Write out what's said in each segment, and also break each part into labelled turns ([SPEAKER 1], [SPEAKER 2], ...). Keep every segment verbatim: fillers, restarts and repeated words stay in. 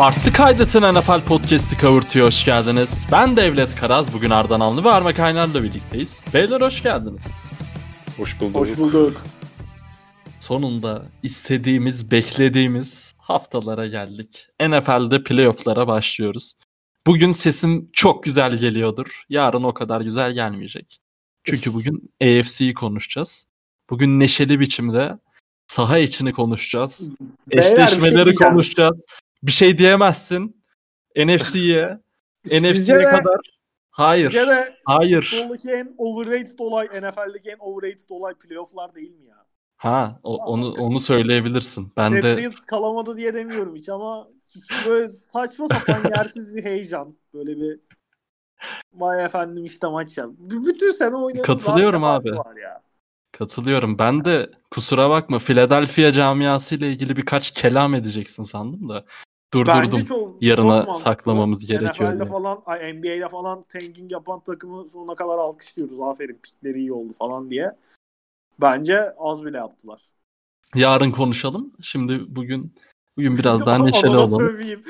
[SPEAKER 1] Farklı Kaydet'in N F L Podcast'i Kavurtu'ya hoş geldiniz. Ben Devlet Karaz, bugün Arda Namlı ve Arma Kaynar'la birlikteyiz. Beyler hoş geldiniz.
[SPEAKER 2] Hoş bulduk.
[SPEAKER 3] Hoş bulduk.
[SPEAKER 1] Sonunda istediğimiz, beklediğimiz haftalara geldik. N F L'de playoff'lara başlıyoruz. Bugün sesim çok güzel geliyordur. Yarın o kadar güzel gelmeyecek. Çünkü bugün A F C'yi konuşacağız. Bugün neşeli biçimde saha içini konuşacağız.
[SPEAKER 3] Beyler,
[SPEAKER 1] Eşleşmeleri
[SPEAKER 3] bir şey
[SPEAKER 1] konuşacağız. Bir şey diyemezsin. N F C'ye, N F C'ye
[SPEAKER 3] de,
[SPEAKER 1] kadar. Hayır.
[SPEAKER 3] Sizce de
[SPEAKER 1] Hayır.
[SPEAKER 3] futboldaki en overrated olay, N F L'deki en overrated olay playoff'lar değil mi ya?
[SPEAKER 1] Ha, o, onu onu söyleyebilirsin. Ben de
[SPEAKER 3] Patriots kalamadı diye demiyorum hiç ama hiç böyle saçma sapan yersiz bir heyecan. Böyle bir vay efendim işte maç ya. B- bütün sene oynadık.
[SPEAKER 1] Katılıyorum abi.
[SPEAKER 3] Var ya.
[SPEAKER 1] Katılıyorum. Ben de kusura bakma Philadelphia camiası ile ilgili birkaç kelam edeceksin sandım da durdurdum.
[SPEAKER 3] Bence çok,
[SPEAKER 1] Yarına
[SPEAKER 3] çok
[SPEAKER 1] saklamamız gerekiyor.
[SPEAKER 3] N F L'de
[SPEAKER 1] diye.
[SPEAKER 3] falan, N B A'de falan tanking yapan takımı sonuna kadar alkışlıyoruz. Aferin, pikleri iyi oldu falan diye. Bence az bile yaptılar.
[SPEAKER 1] Yarın konuşalım. Şimdi bugün bugün biraz daha neşeli
[SPEAKER 3] Adana
[SPEAKER 1] olalım.
[SPEAKER 3] söveyim.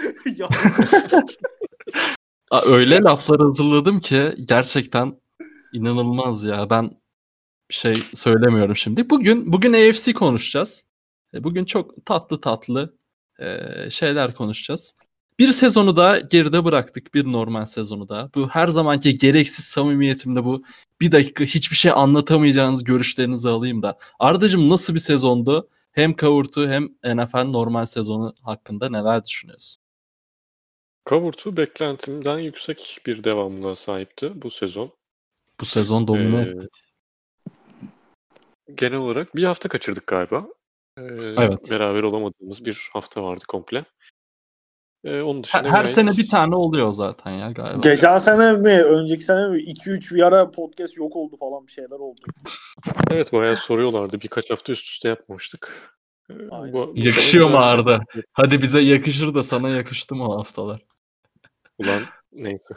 [SPEAKER 1] Aa, öyle laflar hazırladım ki gerçekten inanılmaz ya. Ben bir şey söylemiyorum şimdi. Bugün bugün A F C konuşacağız. Bugün çok tatlı tatlı e, şeyler konuşacağız. Bir sezonu da geride bıraktık. Bir normal sezonu da. Bu her zamanki gereksiz samimiyetimde bu bir dakika hiçbir şey anlatamayacağınız görüşlerinizi alayım da. Ardacığım nasıl bir sezondu? Hem Kavurtu hem N F L normal sezonu hakkında neler düşünüyorsun?
[SPEAKER 2] Kavurtu beklentimden yüksek bir devamlılığa sahipti bu sezon.
[SPEAKER 1] Bu sezon domine
[SPEAKER 2] Ee,
[SPEAKER 1] etti.
[SPEAKER 2] Genel olarak bir hafta kaçırdık galiba. Ee,
[SPEAKER 1] Evet.
[SPEAKER 2] Beraber olamadığımız bir hafta vardı komple. Ee, onun
[SPEAKER 1] Her,
[SPEAKER 2] dışında
[SPEAKER 1] her
[SPEAKER 2] gayet...
[SPEAKER 1] sene bir tane oluyor zaten ya galiba.
[SPEAKER 3] Geçen sene mi? Önceki sene mi? iki üç bir ara podcast yok oldu falan, bir şeyler oldu.
[SPEAKER 2] Evet, bayağı soruyorlardı. Birkaç hafta üst üste yapmamıştık. Ee,
[SPEAKER 3] Aynen.
[SPEAKER 2] bu, bu
[SPEAKER 1] Yakışıyor mu
[SPEAKER 2] güzel...
[SPEAKER 1] Arda? Hadi bize yakışır da sana yakıştı mı o haftalar?
[SPEAKER 2] Ulan neyse.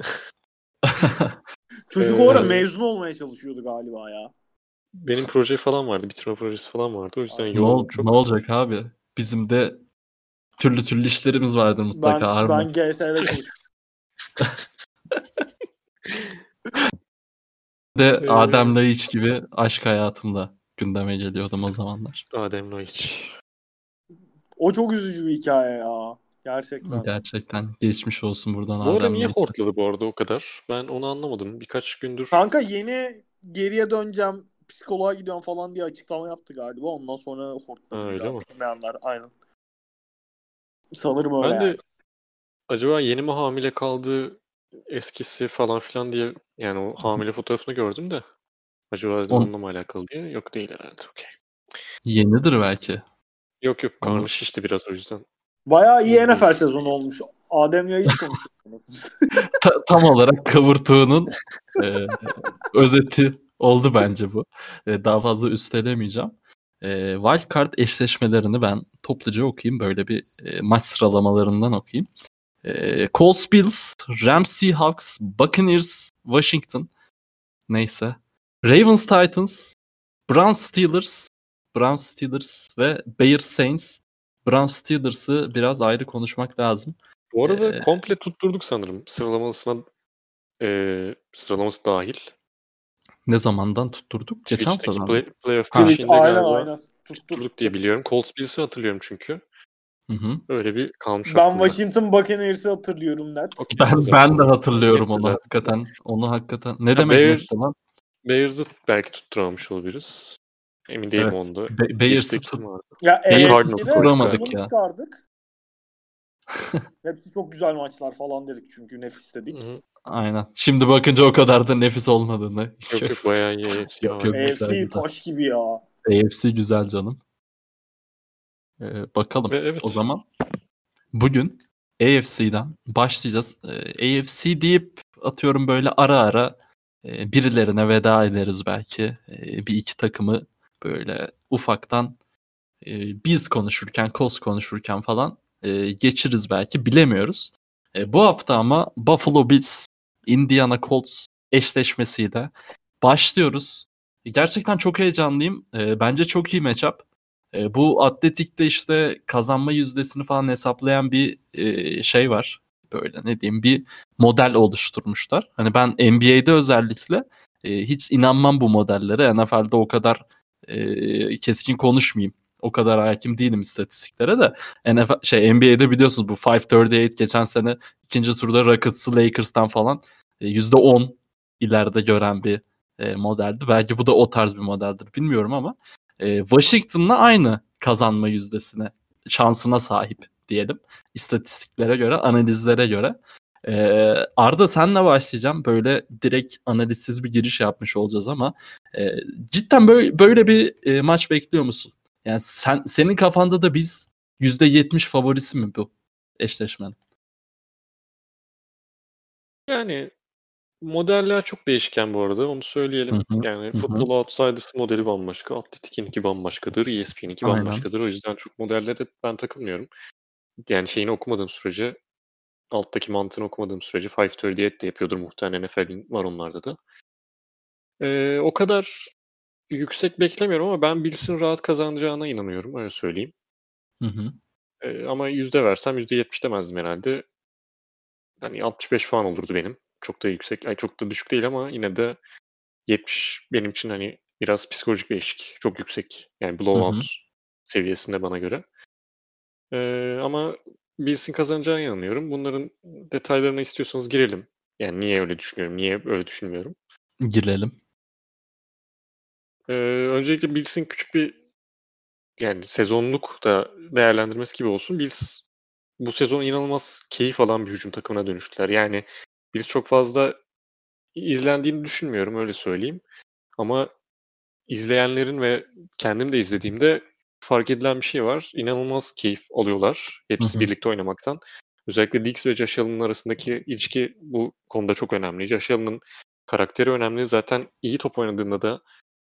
[SPEAKER 3] Çocuk
[SPEAKER 2] Ee,
[SPEAKER 3] o ara mezun olmaya çalışıyordu galiba ya.
[SPEAKER 2] Benim proje falan vardı. Bitirme projesi falan vardı. O yüzden
[SPEAKER 3] Aynen.
[SPEAKER 1] ne,
[SPEAKER 2] yoğundum
[SPEAKER 1] ol,
[SPEAKER 2] çok.
[SPEAKER 1] ne olacak abi? Bizim de türlü türlü işlerimiz vardır mutlaka.
[SPEAKER 3] Ben,
[SPEAKER 1] Arma.
[SPEAKER 3] ben G S L'de çalışıyorum.
[SPEAKER 1] de
[SPEAKER 2] Ee,
[SPEAKER 1] Adem Laiç gibi aşk hayatımda gündeme geliyordum o zamanlar.
[SPEAKER 2] Adem Laiç.
[SPEAKER 3] O çok üzücü bir hikaye ya. Gerçekten.
[SPEAKER 1] Gerçekten geçmiş olsun buradan
[SPEAKER 2] Bu ara
[SPEAKER 1] Adem
[SPEAKER 2] niye
[SPEAKER 1] Laiç'e.
[SPEAKER 2] hortladı bu arada o kadar? Ben onu anlamadım. Birkaç gündür...
[SPEAKER 3] Kanka yeni geriye döneceğim, psikoloğa gidiyorum falan diye açıklama yaptı galiba. Ondan sonra hortladı.
[SPEAKER 2] Ha, öyle mi?
[SPEAKER 3] Bilmeyenler. Aynen. Sanırım öyle
[SPEAKER 2] Ben
[SPEAKER 3] yani.
[SPEAKER 2] de acaba yeni mi hamile kaldı, eskisi falan filan diye, yani o hamile fotoğrafını gördüm de acaba dedim
[SPEAKER 1] On-
[SPEAKER 2] onunla mı alakalı diye. Yok, değil herhalde. Okey.
[SPEAKER 1] Yenidir belki.
[SPEAKER 2] Yok yok,
[SPEAKER 1] Onu-
[SPEAKER 2] karnı şişti biraz, o yüzden.
[SPEAKER 3] Bayağı iyi N F L sezonu olmuş. Adem'le hiç konuşuyoruz.
[SPEAKER 1] Ta- tam olarak kavurtuğunun e, özeti oldu bence bu. E, daha fazla üstelemeyeceğim. E, Wildcard eşleşmelerini ben topluca okuyayım. Böyle bir e, maç sıralamalarından okuyayım. E, Colts Bills, Rams Seahawks, Buccaneers Washington. Neyse. Ravens Titans, Browns Steelers, Browns Steelers ve Bears Saints. Browns Steelers'ı biraz ayrı konuşmak lazım.
[SPEAKER 2] Bu arada
[SPEAKER 1] Ee,
[SPEAKER 2] komple tutturduk sanırım. Sıralamasına e, sıralaması dahil.
[SPEAKER 1] Ne zamandan tutturduk? Geçen
[SPEAKER 2] Twitch'teki
[SPEAKER 1] sezon.
[SPEAKER 2] play, playoff
[SPEAKER 1] Ha.
[SPEAKER 3] Tweet,
[SPEAKER 2] içinde
[SPEAKER 3] aynen
[SPEAKER 2] galiba
[SPEAKER 3] aynen. Tuttuk.
[SPEAKER 2] tutturduk diye biliyorum. Colts Bills'i hatırlıyorum çünkü.
[SPEAKER 1] Hı hı.
[SPEAKER 2] Öyle bir kalmış
[SPEAKER 3] Ben
[SPEAKER 2] aklımda.
[SPEAKER 3] Washington Buccaneers'ı hatırlıyorum net.
[SPEAKER 2] O kesin
[SPEAKER 1] Ben
[SPEAKER 2] zaten.
[SPEAKER 1] ben de hatırlıyorum
[SPEAKER 2] Netti
[SPEAKER 1] onu
[SPEAKER 2] zaten.
[SPEAKER 1] hakikaten. Onu hakikaten. Ne
[SPEAKER 2] Ha,
[SPEAKER 1] demek
[SPEAKER 2] Bears,
[SPEAKER 1] ne lan?
[SPEAKER 2] Bears'ı belki tutturamamış olabiliriz. Emin değilim
[SPEAKER 1] Evet.
[SPEAKER 2] onda.
[SPEAKER 1] Be- Bears'ı
[SPEAKER 2] Yedide kim
[SPEAKER 1] tut-
[SPEAKER 2] vardı?
[SPEAKER 3] Ya
[SPEAKER 1] Bears
[SPEAKER 3] A F C'de
[SPEAKER 1] tutturamadık
[SPEAKER 3] Cleveland
[SPEAKER 1] ya.
[SPEAKER 3] çıkardık. Hepsi çok güzel maçlar falan dedik çünkü nefis dedik.
[SPEAKER 2] Hı hı.
[SPEAKER 1] Aynen. Şimdi bakınca o kadar da nefis olmadığını.
[SPEAKER 2] Yok yok, bayağı iyi A F C
[SPEAKER 1] Yok,
[SPEAKER 2] var.
[SPEAKER 1] yok.
[SPEAKER 3] A
[SPEAKER 1] güzel,
[SPEAKER 3] F C
[SPEAKER 1] güzel.
[SPEAKER 3] taş gibi ya.
[SPEAKER 1] A F C güzel canım. Ee, bakalım.
[SPEAKER 2] Ve evet.
[SPEAKER 1] O zaman bugün A F C'den başlayacağız. Ee, A F C deyip atıyorum böyle ara ara e, birilerine veda ederiz belki. E, bir iki takımı böyle ufaktan e, biz konuşurken, Colts konuşurken falan e, geçiriz belki, bilemiyoruz. E, bu hafta ama Buffalo Bills, Indiana Colts eşleşmesiyle başlıyoruz. E, gerçekten çok heyecanlıyım. E, bence çok iyi matchup. E, bu atletikte işte kazanma yüzdesini falan hesaplayan bir e, şey var. Böyle ne diyeyim, bir model oluşturmuşlar. Hani ben N B A'de özellikle e, hiç inanmam bu modellere. N F L'de o kadar e, keskin konuşmayayım. O kadar hakim değilim istatistiklere de. N F L, şey N B A'de biliyorsunuz bu beş otuz sekiz geçen sene ikinci turda Rockets'ı Lakers'tan falan e, yüzde on ileride gören bir e, modeldi. Belki bu da o tarz bir modeldir bilmiyorum ama e, Washington'la aynı kazanma yüzdesine, şansına sahip diyelim. İstatistiklere göre, analizlere göre. E, Arda senle başlayacağım. Böyle direkt analizsiz bir giriş yapmış olacağız ama e, cidden böyle, böyle bir e, maç bekliyor musun? Yani sen senin kafanda da biz yüzde yetmiş favorisi mi bu eşleşmenin?
[SPEAKER 2] Yani modeller çok değişken bu arada. Onu söyleyelim.
[SPEAKER 1] Hı hı,
[SPEAKER 2] Yani
[SPEAKER 1] hı hı.
[SPEAKER 2] Football Outsiders modeli bambaşka. Atletik'inki bambaşkadır. E S P N'inki
[SPEAKER 1] Aynen.
[SPEAKER 2] bambaşkadır. O yüzden çok modellere ben takılmıyorum. Yani şeyini okumadığım sürece, alttaki mantığını okumadığım sürece beş otuz yedi de yapıyordur muhtemelen. N F L'in var onlarda da. Ee, o kadar yüksek beklemiyorum ama ben Bills'in rahat kazanacağına inanıyorum. Öyle söyleyeyim.
[SPEAKER 1] Hı hı.
[SPEAKER 2] Ee, ama yüzde versem yüzde yetmiş demezdim herhalde. Hani altmış beş falan olurdu benim. Çok da yüksek, ay çok da düşük değil ama yine de yetmiş benim için hani biraz psikolojik bir eşik. Çok yüksek. Yani
[SPEAKER 1] Hı hı.
[SPEAKER 2] blowout seviyesinde bana göre. Ee, ama Bills'in kazanacağına inanıyorum. Bunların detaylarına istiyorsanız girelim. Yani niye öyle düşünüyorum, niye öyle düşünmüyorum.
[SPEAKER 1] Girelim.
[SPEAKER 2] Ee, öncelikle Bills'in küçük bir yani sezonluk da değerlendirmesi gibi olsun. Bills bu sezon inanılmaz keyif alan bir hücum takımına dönüştüler. Yani Bills çok fazla izlendiğini düşünmüyorum öyle söyleyeyim. Ama izleyenlerin ve kendim de izlediğimde fark edilen bir şey var. İnanılmaz keyif alıyorlar
[SPEAKER 1] Hı
[SPEAKER 2] hepsi
[SPEAKER 1] hı.
[SPEAKER 2] birlikte oynamaktan. Özellikle Diggs ve Josh Allen'ın arasındaki ilişki bu konuda çok önemli. Josh Allen'ın karakteri önemli. Zaten iyi top oynadığında da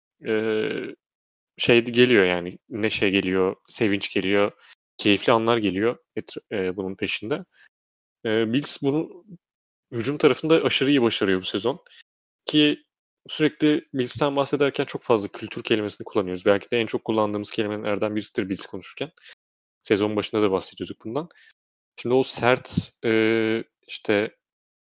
[SPEAKER 2] eee şey geliyor yani neşe geliyor, sevinç geliyor, keyifli anlar geliyor et, e, bunun peşinde. E, Bills bunu hücum tarafında aşırı iyi başarıyor bu sezon. Ki sürekli Bills'ten bahsederken çok fazla kültür kelimesini kullanıyoruz. Belki de en çok kullandığımız kelimelerden birisidir Bills konuşurken. Sezon başında da bahsediyorduk bundan. Şimdi o sert, e, işte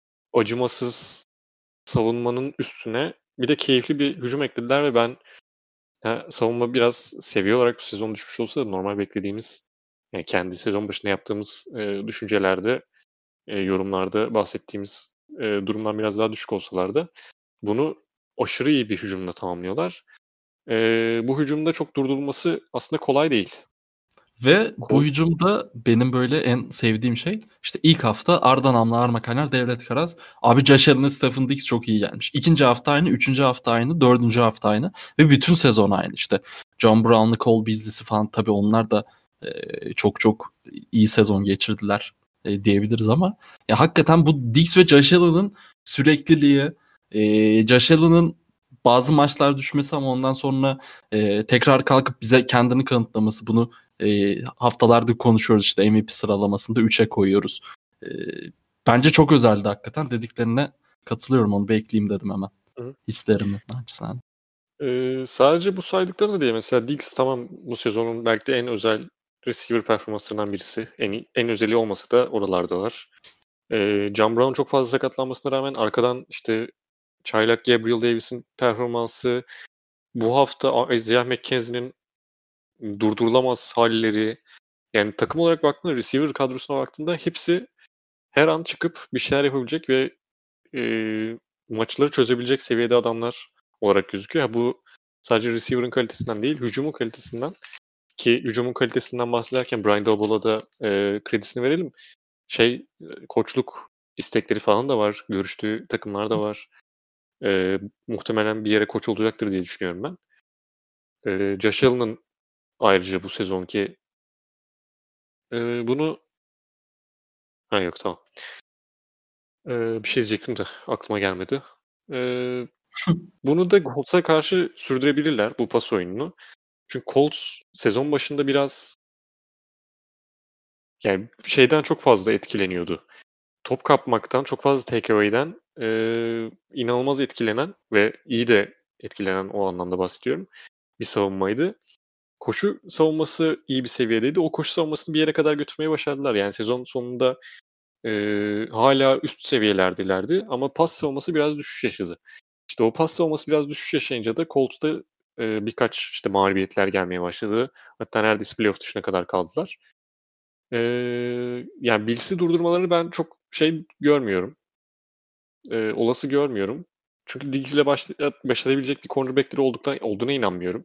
[SPEAKER 2] acımasız savunmanın üstüne bir de keyifli bir hücum eklediler ve ben ha, savunma biraz seviye olarak bu sezon düşmüş olsa da normal beklediğimiz yani kendi sezon başında yaptığımız e, düşüncelerde, e, yorumlarda bahsettiğimiz e, durumdan biraz daha düşük olsalar da bunu aşırı iyi bir hücumla tamamlıyorlar. E, bu hücumda çok durdurulması aslında kolay değil.
[SPEAKER 1] Ve bu
[SPEAKER 2] Kol
[SPEAKER 1] hücumda benim böyle en sevdiğim şey işte ilk hafta Arda Namlı, Arma Kanar, Devlet Karaz. Abi Josh Allen'ın Stephen Diggs çok iyi gelmiş. İkinci hafta aynı, üçüncü hafta aynı, dördüncü hafta aynı ve bütün sezon aynı işte. John Brown'lı Cole Beasley'si falan tabii onlar da e, çok çok iyi sezon geçirdiler e, diyebiliriz ama ya hakikaten bu Diggs ve Josh Allen'ın sürekliliği, e, Josh Allen'ın bazı maçlar düşmesi ama ondan sonra e, tekrar kalkıp bize kendini kanıtlaması, bunu e, haftalardır konuşuyoruz işte M V P sıralamasında üçe koyuyoruz. E, Bence çok özeldi hakikaten. Dediklerine katılıyorum, onu bir ekleyeyim dedim hemen.
[SPEAKER 2] Hı.
[SPEAKER 1] Hislerimi açısından.
[SPEAKER 2] e, sadece bu saydıkları da değil. Mesela Diggs tamam bu sezonun belki de en özel receiver performanslarından birisi. En, en özeli olmasa da oralardalar. E, John Brown çok fazla sakatlanmasına rağmen arkadan işte çaylak Gabriel Davis'in performansı, bu hafta Isaiah McKenzie'nin durdurulamaz halleri, yani takım olarak baktığında receiver kadrosuna baktığında hepsi her an çıkıp bir şeyler yapabilecek ve e, maçları çözebilecek seviyede adamlar olarak gözüküyor. Ha, bu sadece receiver'ın kalitesinden değil, hücumun kalitesinden ki hücumun kalitesinden bahsederken Brian Daboll'a da e, kredisini verelim. Şey e, koçluk istekleri falan da var. Görüştüğü takımlar da var. E, muhtemelen bir yere koç olacaktır diye düşünüyorum ben. E, Josh Allen'ın ayrıca bu sezonki e, bunu ha yok tamam. E, bir şey diyecektim de aklıma gelmedi. E, bunu da Colts'a karşı sürdürebilirler bu pas oyununu. Çünkü Colts sezon başında biraz yani şeyden çok fazla etkileniyordu. Top kapmaktan, çok fazla takeaway'den e, inanılmaz etkilenen ve iyi de etkilenen o anlamda bahsediyorum bir savunmaydı. koşu savunması iyi bir seviyedeydi. O koşu savunmasını bir yere kadar götürmeyi başardılar. Yani sezon sonunda e, hala üst seviyelerdilerdi ama pas savunması biraz düşüş yaşadı. İşte o pas savunması biraz düşüş yaşayınca da Colts'ta e, birkaç işte mağlubiyetler gelmeye başladı. Hatta neredeyse playoff dışına kadar kaldılar. E, yani Bills'i durdurmalarını ben çok şey görmüyorum. E, olası görmüyorum. Çünkü Diggs'le başla- başlayabilecek bir cornerback'leri olduktan olduğuna inanmıyorum.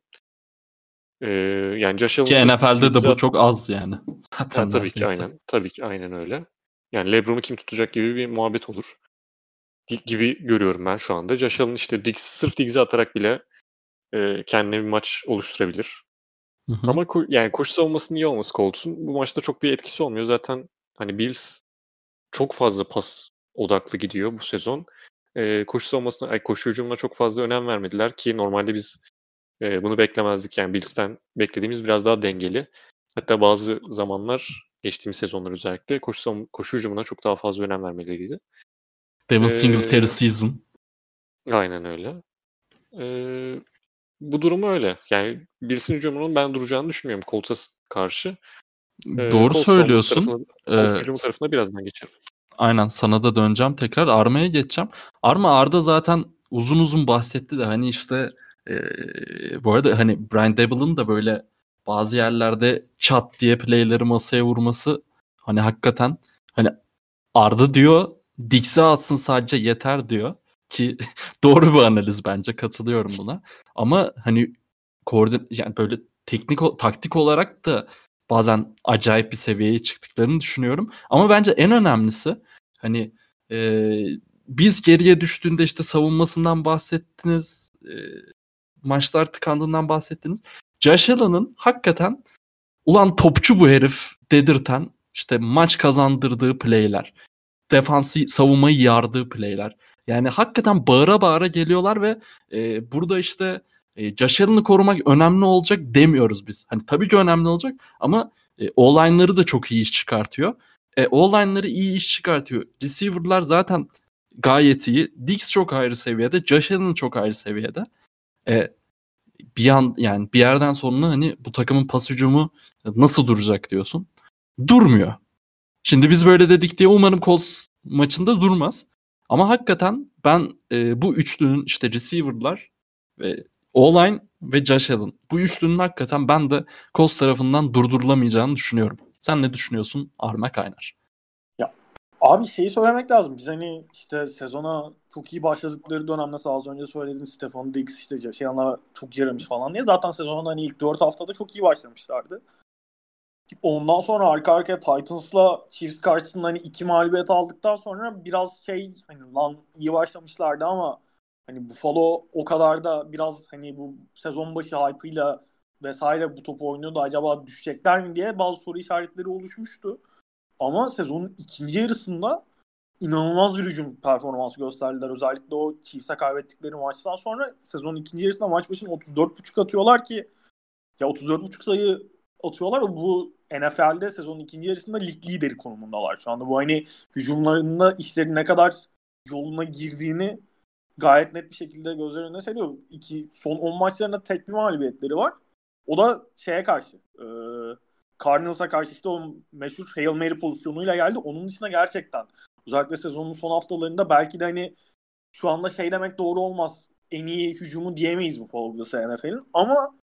[SPEAKER 2] E, yani Josh Allen
[SPEAKER 1] Ki
[SPEAKER 2] sırf
[SPEAKER 1] N F L'de de
[SPEAKER 2] Diggs'e
[SPEAKER 1] bu çok az yani.
[SPEAKER 2] Ha,
[SPEAKER 1] Zaten
[SPEAKER 2] tabii ki
[SPEAKER 1] neredeyse.
[SPEAKER 2] aynen. Tabii ki aynen öyle. Yani LeBron'u kim tutacak gibi bir muhabbet olur. Di- gibi görüyorum ben şu anda. Josh Allen işte Diggs, sırf Diggs'i atarak bile e, kendine bir maç oluşturabilir.
[SPEAKER 1] Hı hı.
[SPEAKER 2] Ama ko- yani koşu savunmasının iyi olması Colts'un bu maçta çok bir etkisi olmuyor. Zaten hani Bills çok fazla pas odaklı gidiyor bu sezon. E, koşu savunmasına, ay, koşu hücumuna çok fazla önem vermediler ki normalde biz e, bunu beklemezdik. Yani Bills'ten beklediğimiz biraz daha dengeli. Hatta bazı zamanlar geçtiğimiz sezonlar özellikle koşu, savun- koşu hücumuna çok daha fazla önem vermeleriydi.
[SPEAKER 1] Devin
[SPEAKER 2] Ee,
[SPEAKER 1] Singletary season.
[SPEAKER 2] aynen öyle. Ee, bu durum öyle. Yani Bills'in hücumunun ben duracağını düşünmüyorum Colts'a karşı. Ee,
[SPEAKER 1] Doğru
[SPEAKER 2] Colts savunması
[SPEAKER 1] söylüyorsun.
[SPEAKER 2] tarafına, Colts
[SPEAKER 1] Ee,
[SPEAKER 2] hücumu tarafına birazdan geçelim.
[SPEAKER 1] aynen sana da döneceğim tekrar. Arma'ya geçeceğim. Arma Arda zaten uzun uzun bahsetti de hani işte ee, bu arada hani Brian Daboll'ın da böyle bazı yerlerde çat diye playleri masaya vurması hani hakikaten hani Arda diyor Diggs'e atsın sadece yeter diyor ki doğru bir analiz bence, katılıyorum buna. Ama hani koordin yani böyle teknik o- taktik olarak da bazen acayip bir seviyeye çıktıklarını düşünüyorum. Ama bence en önemlisi hani e, biz geriye düştüğünde işte savunmasından bahsettiniz, e, maçlar tıkandığından bahsettiniz. Josh Allen'ın hakikaten ulan topçu bu herif dedirten işte maç kazandırdığı playler, defansı savunmayı yardığı playler. Yani hakikaten bağıra bağıra geliyorlar ve e, burada işte e, Josh Allen'ı korumak önemli olacak demiyoruz biz. Hani tabii ki önemli olacak ama e, O-line'ları da çok iyi iş çıkartıyor. E, O-line'ları iyi iş çıkartıyor. Receiver'lar zaten gayet iyi. Diggs çok ayrı seviyede. Josh Allen çok ayrı seviyede. E, bir an yani bir yerden sonra hani bu takımın pas hücumu nasıl duracak diyorsun. Durmuyor. Şimdi biz böyle dedik diye umarım Colts maçında durmaz. Ama hakikaten ben e, bu üçlünün işte receiver'lar ve O-line ve Josh Allen, bu üçlünün hakikaten ben de Colts tarafından durdurulamayacağını düşünüyorum. Sen ne düşünüyorsun Arma Kaynar?
[SPEAKER 3] Ya abi şeyi söylemek lazım. Biz hani işte sezona çok iyi başladıkları dönemde sağ az önce söyledin Stefan Diggs işte şey anlar çok yaramış falan diye. Zaten sezonun hani ilk dört haftada çok iyi başlamışlardı. Ondan sonra arka arkaya Titans'la Chiefs karşısında hani iki mağlubiyet aldıktan sonra biraz şey hani lan iyi başlamışlardı ama hani Buffalo o kadar da biraz hani bu sezon başı hype'ıyla vesaire bu topu oynuyordu, acaba düşecekler mi diye bazı soru işaretleri oluşmuştu. Ama sezonun ikinci yarısında inanılmaz bir hücum performansı gösterdiler. Özellikle o Chiefs'e kaybettikleri maçtan sonra sezonun ikinci yarısında maç başına otuz dört buçuk atıyorlar ki ya otuz dört buçuk sayı atıyorlar ve bu N F L'de sezonun ikinci yarısında lig lideri konumundalar şu anda. Bu hani hücumlarında işlerin ne kadar yoluna girdiğini gayet net bir şekilde gözler önüne seriyor. İki, son on maçlarında tek bir mağlubiyetleri var. O da şeye karşı e, Cardinals'a karşı işte o meşhur Hail Mary pozisyonuyla geldi. Onun dışında gerçekten özellikle sezonun son haftalarında belki de hani şu anda şey demek doğru olmaz. En iyi hücumu diyemeyiz bu Falcons'a N F L'in ama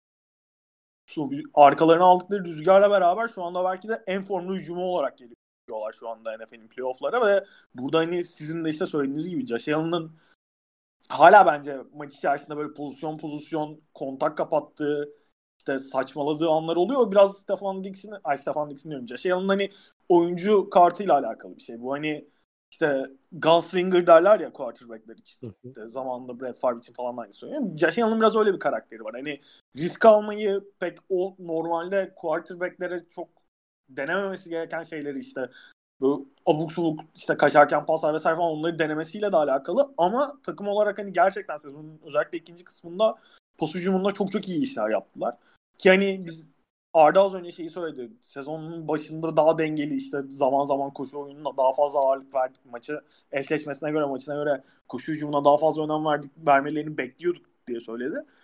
[SPEAKER 3] arkalarına aldıkları rüzgarla beraber şu anda belki de en formlu hücumu olarak geliyorlar şu anda N F L'in playoff'lara ve burada hani sizin de işte söylediğiniz gibi Josh Allen'ın hala bence maç içerisinde böyle pozisyon pozisyon kontak kapattığı işte saçmaladığı anlar oluyor. Biraz Stefan Diggs'in, ay Stefan Diggs'in diyorum Josh Allen'ın hani oyuncu kartıyla alakalı bir şey. Bu hani işte gunslinger derler ya quarterback'ler için.
[SPEAKER 2] Hı hı.
[SPEAKER 3] İşte zamanında Brett Favre için falan aynı söylüyorum. Josh Allen'ın biraz öyle bir karakteri var. Hani risk almayı pek o normalde quarterback'lere çok denememesi gereken şeyleri işte böyle abuk subuk işte kaçarken paslar vesaire falan onları denemesiyle de alakalı ama takım olarak hani gerçekten sezonun özellikle ikinci kısmında pas hücumunda çok çok iyi işler yaptılar. Ki hani biz Arda az önce şeyi söyledi. Sezonun başında daha dengeli işte zaman zaman koşu oyununa daha fazla ağırlık verdik. Maçı eşleşmesine göre maçına göre koşu hücumuna daha fazla önem verdik, vermelerini bekliyorduk diye söyledi.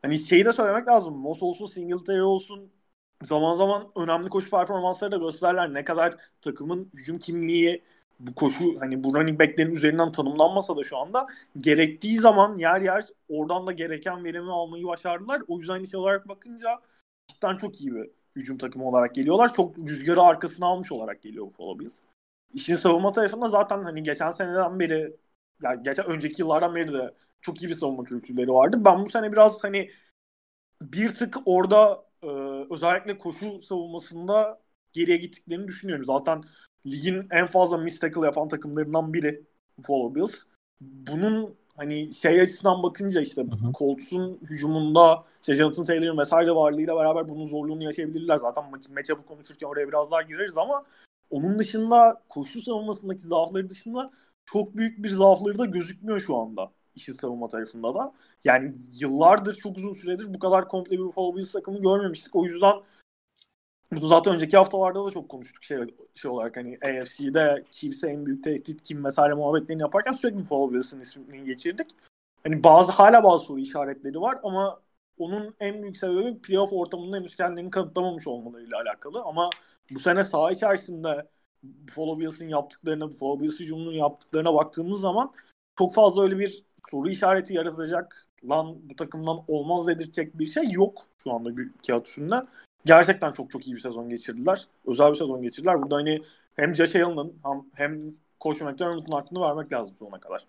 [SPEAKER 3] hani şeyi de söylemek lazım. Moss olsun, Singletary olsun zaman zaman önemli koşu performansları da gösterirler. Ne kadar takımın hücum kimliği bu koşu hani bu running back'lerin üzerinden tanımlanmasa da şu anda gerektiği zaman yer yer oradan da gereken verimi almayı başardılar. O yüzden şey olarak bakınca cidden çok iyi bir hücum takımı olarak geliyorlar. Çok rüzgarı arkasına almış olarak geliyor Buffalo Bills. İşin savunma tarafında zaten hani geçen seneden beri yani geçen önceki yıllardan beri de çok iyi bir savunma kültürleri vardı. Ben bu sene biraz hani bir tık orada e, özellikle koşu savunmasında geriye gittiklerini düşünüyorum. Zaten ligin en fazla miss tackle yapan takımlarından biri Buffalo Bills. Bunun hani şey açısından bakınca işte
[SPEAKER 1] Hı hı.
[SPEAKER 3] Colts'un hücumunda işte Jonathan Taylor'ın vesaire varlığıyla beraber bunun zorluğunu yaşayabilirler. Zaten maç, matchup'ı konuşurken oraya biraz daha gireriz ama onun dışında koşu savunmasındaki zaafları dışında çok büyük bir zaafları da gözükmüyor şu anda işin savunma tarafında da. Yani yıllardır çok uzun süredir bu kadar komple bir Buffalo Bills takımı görmemiştik. O yüzden bunu zaten önceki haftalarda da çok konuştuk şey, şey olarak hani A F C'de Chiefs'e en büyük tehdit kim vesaire muhabbetlerini yaparken sürekli Buffalo Bills'in ismini geçirdik. Hani bazı hala bazı soru işaretleri var ama onun en büyük sebebi playoff ortamında henüz kendilerini kanıtlamamış olmalarıyla alakalı. Ama bu sene saha içerisinde Buffalo Bills'in yaptıklarına, Buffalo Bills hücumunun yaptıklarına baktığımız zaman çok fazla öyle bir soru işareti yaratacak, lan bu takımdan olmaz dedirtecek bir şey yok şu anda bir kağıt üstünde. Gerçekten çok çok iyi bir sezon geçirdiler. Özel bir sezon geçirdiler. Burada hani hem Josh Allen'ın hem, hem Coach McDermott'un hakkını vermek lazım sonuna kadar.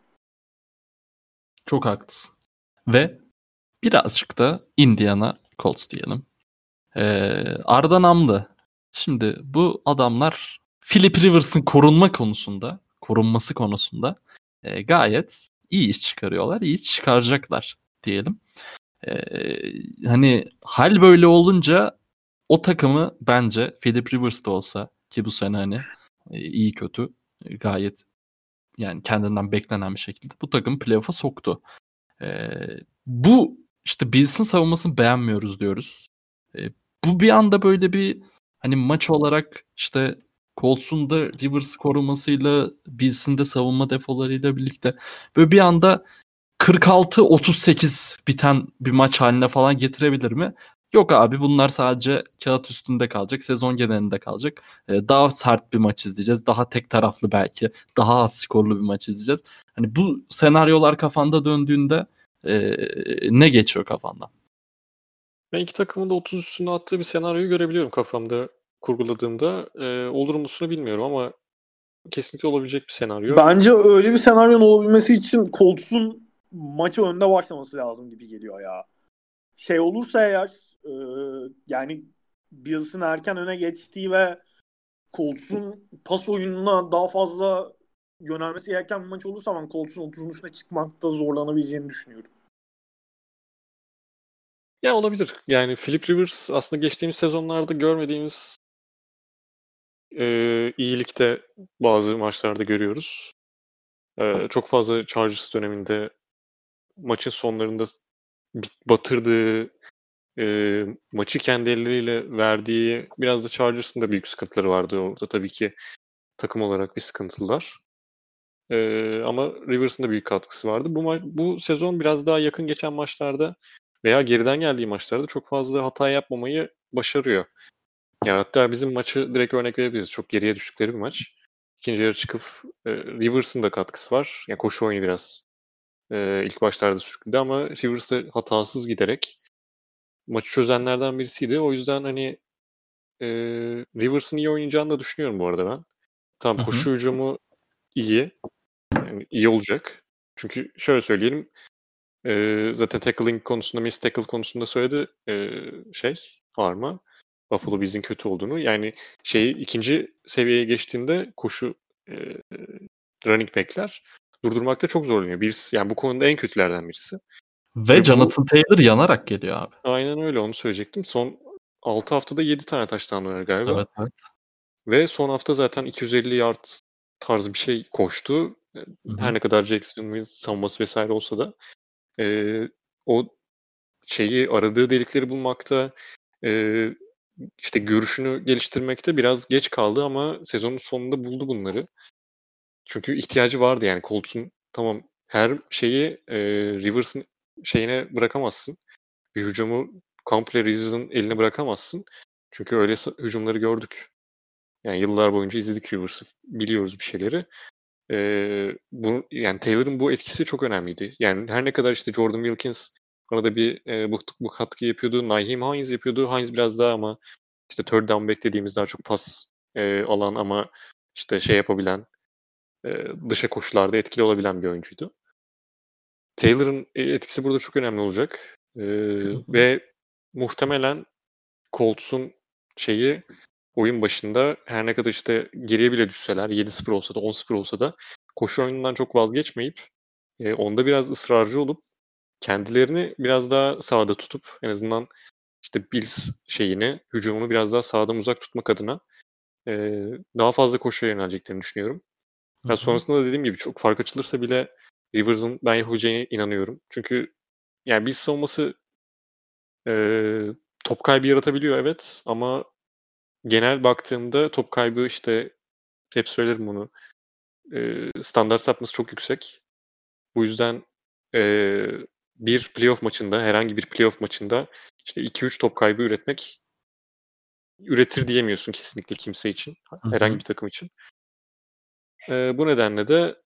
[SPEAKER 1] Çok haklısın. Ve birazcık da Indiana Colts diyelim. Ee, Arda Namlı. Şimdi bu adamlar Philip Rivers'ın korunma konusunda, korunması konusunda e, gayet iyi iş çıkarıyorlar. İyi iş çıkaracaklar diyelim. Ee, hani hal böyle olunca o takımı bence Philip Rivers da olsa ki bu sene hani e, iyi kötü e, gayet yani kendinden beklenen bir şekilde bu takım playoff'a soktu. Ee, bu işte Bills'in savunmasını beğenmiyoruz diyoruz. Ee, bu bir anda böyle bir hani maç olarak işte Colts'un da Rivers korumasıyla Bills'in de savunma defolarıyla birlikte böyle bir anda kırk altı otuz sekiz biten bir maç haline falan getirebilir mi? Yok abi bunlar sadece kağıt üstünde kalacak. Sezon genelinde kalacak. Ee, daha sert bir maç izleyeceğiz. Daha tek taraflı belki. Daha az skorlu bir maç izleyeceğiz. Hani bu senaryolar kafanda döndüğünde ee, ne geçiyor kafandan?
[SPEAKER 2] Ben iki takımın da otuz üstünde attığı bir senaryoyu görebiliyorum kafamda kurguladığımda. Ee, olur musunu bilmiyorum ama kesinlikle olabilecek bir senaryo.
[SPEAKER 3] Bence öyle bir senaryonun olabilmesi için Colts'un maçı önde başlaması lazım gibi geliyor ya. Şey olursa eğer e, yani Bills'in erken öne geçtiği ve Colts'un pas oyununa daha fazla yönelmesi gereken bir maç olursa ben Colts'un otuzun üstüne çıkmakta zorlanabileceğini düşünüyorum.
[SPEAKER 2] Ya olabilir. Yani Philip Rivers aslında geçtiğimiz sezonlarda görmediğimiz e, iyilikte bazı maçlarda görüyoruz. E, çok fazla Chargers döneminde maçın sonlarında bit- batırdığı, e, maçı kendi elleriyle verdiği biraz da Chargers'ın da büyük sıkıntıları vardı orada tabii ki takım olarak bir sıkıntılar. E, ama Rivers'ın da büyük katkısı vardı. Bu ma- bu sezon biraz daha yakın geçen maçlarda veya geriden geldiği maçlarda çok fazla hata yapmamayı başarıyor. Ya hatta bizim maçı direkt örnek verebiliriz. Çok geriye düştükleri bir maç. İkinci yarı çıkıp e, Rivers'ın da katkısı var. Yani koşu oyunu biraz e, ilk başlarda sürükledi ama Rivers de hatasız giderek maçı çözenlerden birisiydi. O yüzden hani e, Rivers'ın iyi oynayacağını da düşünüyorum bu arada ben. Tamam
[SPEAKER 1] Hı hı.
[SPEAKER 2] koşu hücumu iyi. Yani iyi olacak. Çünkü şöyle söyleyelim. e, zaten tackling konusunda, miss tackle konusunda söyledi e, şey Arma. Buffalo Bills'in kötü olduğunu. Yani şeyi ikinci seviyeye geçtiğinde koşu e, running back'ler durdurmakta çok zorlanıyor. Birisi, yani bu konuda en kötülerden birisi.
[SPEAKER 1] Ve
[SPEAKER 2] Ve bu
[SPEAKER 1] Jonathan Taylor yanarak geliyor abi.
[SPEAKER 2] aynen öyle onu söyleyecektim. Son altı haftada yedi tane touchdown var galiba.
[SPEAKER 1] Evet, evet.
[SPEAKER 2] Ve son hafta zaten iki yüz elli yard tarzı bir şey koştu.
[SPEAKER 1] Hı
[SPEAKER 2] Her
[SPEAKER 1] hı.
[SPEAKER 2] ne kadar Jacksonville savunması vesaire olsa da e, o şeyi aradığı delikleri bulmakta, e, işte görüşünü geliştirmekte biraz geç kaldı ama sezonun sonunda buldu bunları. Çünkü ihtiyacı vardı yani Colts'un tamam her şeyi e, Rivers'ın şeyine bırakamazsın. bir hücumu komple Rivers'ın eline bırakamazsın. Çünkü öyle hücumları gördük. Yani yıllar boyunca izledik Rivers'ı. Biliyoruz bir şeyleri. Ee, bu, yani Taylor'ın bu etkisi çok önemliydi. Yani her ne kadar işte Jordan Wilkins arada bir e, bu, bu katkı yapıyordu. Nyheim Hines yapıyordu. Hines biraz daha ama işte third down back dediğimiz daha çok pas e, alan ama işte şey yapabilen, e, dışa koşularda etkili olabilen bir oyuncuydu. Taylor'ın etkisi burada çok önemli olacak. E, ve muhtemelen Colts'un şeyi oyun başında her ne kadar işte geriye bile düşseler yedi sıfır olsa da on sıfır olsa da koşu oyunundan çok vazgeçmeyip e, onda biraz ısrarcı olup kendilerini biraz daha sahada tutup en azından işte Bills şeyini, hücumunu biraz daha sahadan uzak tutmak adına e, daha fazla koşuya yöneleceklerini düşünüyorum. Ya sonrasında da dediğim gibi çok fark açılırsa bile Rivers'ın ben yapacağına inanıyorum. Çünkü yani Bills savunması e, top kaybı yaratabiliyor evet ama genel baktığımda top kaybı işte hep söylerim bunu. E, standart sapması çok yüksek. Bu yüzden e, bir playoff maçında, herhangi bir playoff maçında işte iki üç top kaybı üretmek üretir diyemiyorsun kesinlikle kimse için. Herhangi bir takım için. E, bu nedenle de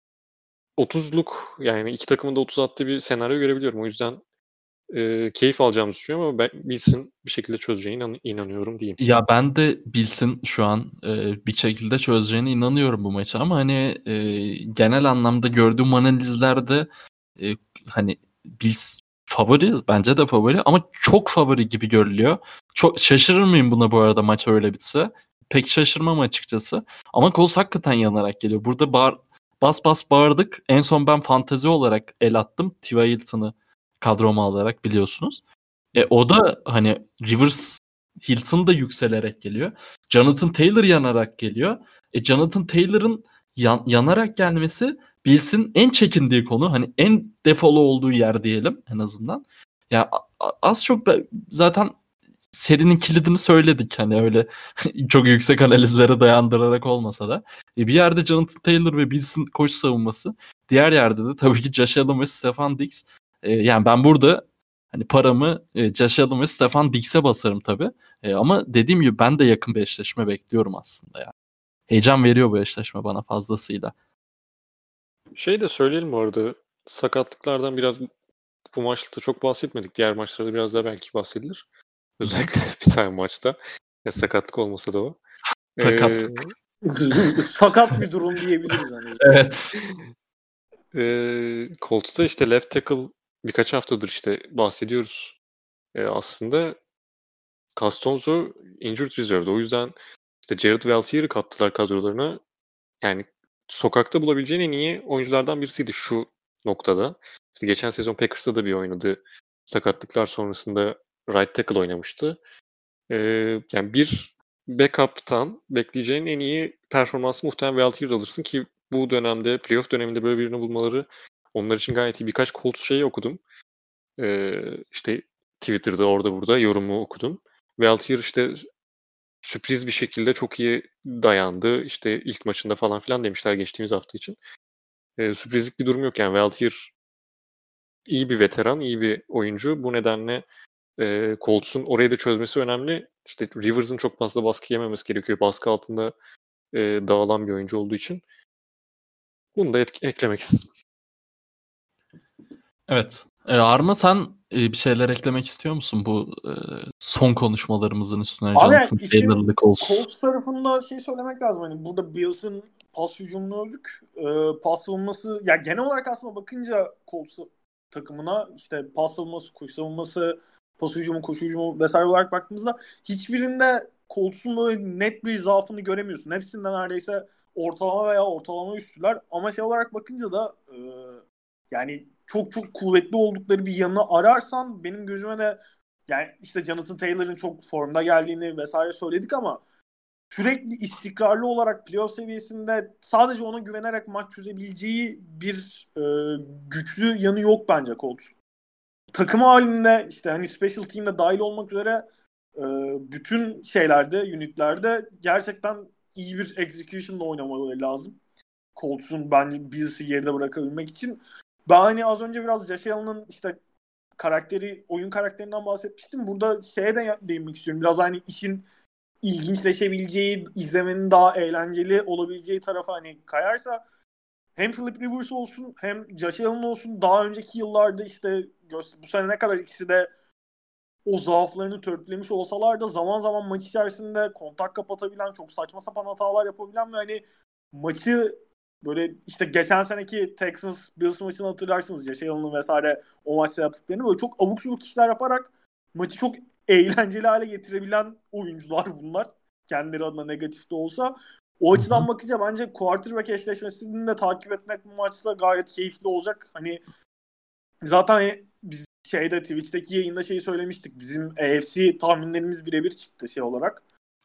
[SPEAKER 2] otuzluk yani iki takımın da otuz attığı bir senaryo görebiliyorum. O yüzden e, keyif alacağımızı düşünüyorum ama ben Bills'in bir şekilde çözeceğine inan- inanıyorum diyeyim.
[SPEAKER 1] Ya ben de Bills'in şu an e, bir şekilde çözeceğine inanıyorum bu maçı ama hani e, genel anlamda gördüğüm analizlerde e, hani Bills favori, bence de favori ama çok favori gibi görülüyor. Çok şaşırır mıyım buna bu arada maç öyle bitse? Pek şaşırmam açıkçası. Ama Colts hakikaten yanarak geliyor. Burada bağır, bas bas bağırdık. En son ben fantezi olarak el attım. T Y. Hilton'ı kadroma alarak biliyorsunuz. E, o da hani Rivers Hilton da yükselerek geliyor. Jonathan Taylor yanarak geliyor. E, Jonathan Taylor'ın yan, yanarak gelmesi Bills'in en çekindiği konu. Hani en defolu olduğu yer diyelim en azından. Ya a- az çok da zaten serinin kilidini söyledik. Hani öyle çok yüksek analizlere dayandırarak olmasa da. E, bir yerde Jonathan Taylor ve Bills'in koşu savunması. Diğer yerde de tabii ki Josh Allen ve Stefan Diggs. E, yani ben burada hani paramı e, Josh Allen ve Stefan Diggs'e basarım tabii. E, ama dediğim gibi ben de yakın bir eşleşme bekliyorum aslında ya. Heyecan veriyor bu eşleşme bana fazlasıyla.
[SPEAKER 2] Şey de söyleyelim bu arada. Sakatlıklardan biraz bu maçta çok bahsetmedik. Diğer maçlarda biraz daha belki bahsedilir. Özellikle bir tane maçta. Ya sakatlık olmasa da o.
[SPEAKER 1] Sakatlık.
[SPEAKER 2] Ee,
[SPEAKER 3] Sakat bir durum diyebiliriz. Hani.
[SPEAKER 1] Evet.
[SPEAKER 2] Ee, Colts'ta işte left tackle birkaç haftadır işte bahsediyoruz. Ee, aslında Castonzo injured reserve'da. O yüzden işte Jared Valtier'i kattılar kadrolarına. Yani sokakta bulabileceğin en iyi oyunculardan birisiydi şu noktada. İşte geçen sezon Packers'ta da bir oynadı. Sakatlıklar sonrasında right tackle oynamıştı. Ee, yani bir backup'tan bekleyeceğin en iyi performansı muhtemelen Valtier'de alırsın ki bu dönemde, playoff döneminde böyle birini bulmaları onlar için gayet iyi. Birkaç Colts şeyi okudum. Ee, işte Twitter'da orada burada yorumu okudum. Valtier işte sürpriz bir şekilde çok iyi dayandı. İşte ilk maçında falan filan demişler geçtiğimiz hafta için. Ee, sürprizlik bir durum yok yani. Valtier iyi bir veteran, iyi bir oyuncu. Bu nedenle e, Colts'un orayı da çözmesi önemli. İşte Rivers'ın çok fazla baskı yememesi gerekiyor. Baskı altında e, dağılan bir oyuncu olduğu için. Bunu da etk- eklemek istedim.
[SPEAKER 1] Evet. E, Arma sen e, bir şeyler eklemek istiyor musun bu e, son konuşmalarımızın üstüne?
[SPEAKER 3] Abi
[SPEAKER 1] Jonathan
[SPEAKER 3] işte
[SPEAKER 1] Taylor'lı Colts.
[SPEAKER 3] Colts tarafında şey söylemek lazım. Hani burada Bills'in pas hücumunu övdük. Ee, pas savunması ya genel olarak aslında bakınca Colts takımına işte pas savunması, koşu savunması, pas hücumu, koşu hücumu vesaire olarak baktığımızda hiçbirinde Colts'un böyle net bir zaafını göremiyorsun. Hepsinde neredeyse ortalama veya ortalama üstüler. Ama şey olarak bakınca da e, yani çok çok kuvvetli oldukları bir yanını ararsan benim gözüme de yani işte Jonathan Taylor'ın çok formda geldiğini vesaire söyledik ama sürekli istikrarlı olarak playoff seviyesinde sadece ona güvenerek maç çözebileceği bir e, güçlü yanı yok bence Colts. Takım halinde işte hani special team'de dahil olmak üzere e, bütün şeylerde, unitlerde gerçekten iyi bir execution'la oynamaları lazım. Colts'un bence Bills'i geride bırakabilmek için. Ben hani az önce biraz Josh Allen'ın işte karakteri, oyun karakterinden bahsetmiştim. Burada şeye de değinmek istiyorum. Biraz hani işin ilginçleşebileceği, izlemenin daha eğlenceli olabileceği tarafa hani kayarsa hem Philip Rivers olsun hem Josh Allen olsun daha önceki yıllarda işte bu sene ne kadar ikisi de o zaaflarını törpülemiş olsalar da zaman zaman maç içerisinde kontak kapatabilen, çok saçma sapan hatalar yapabilen ve hani maçı böyle işte geçen seneki Texans Bills maçını hatırlarsınız. Josh Allen'ın vesaire o maçta yaptıklarını böyle çok abuk subuk işler yaparak maçı çok eğlenceli hale getirebilen oyuncular bunlar. Kendileri adına negatif de olsa. O açıdan Hı-hı. bakınca bence quarterback eşleşmesini de takip etmek bu maçta gayet keyifli olacak. Hani zaten biz şeyde Twitch'teki yayında şeyi söylemiştik. Bizim A F C tahminlerimiz birebir çıktı şey olarak.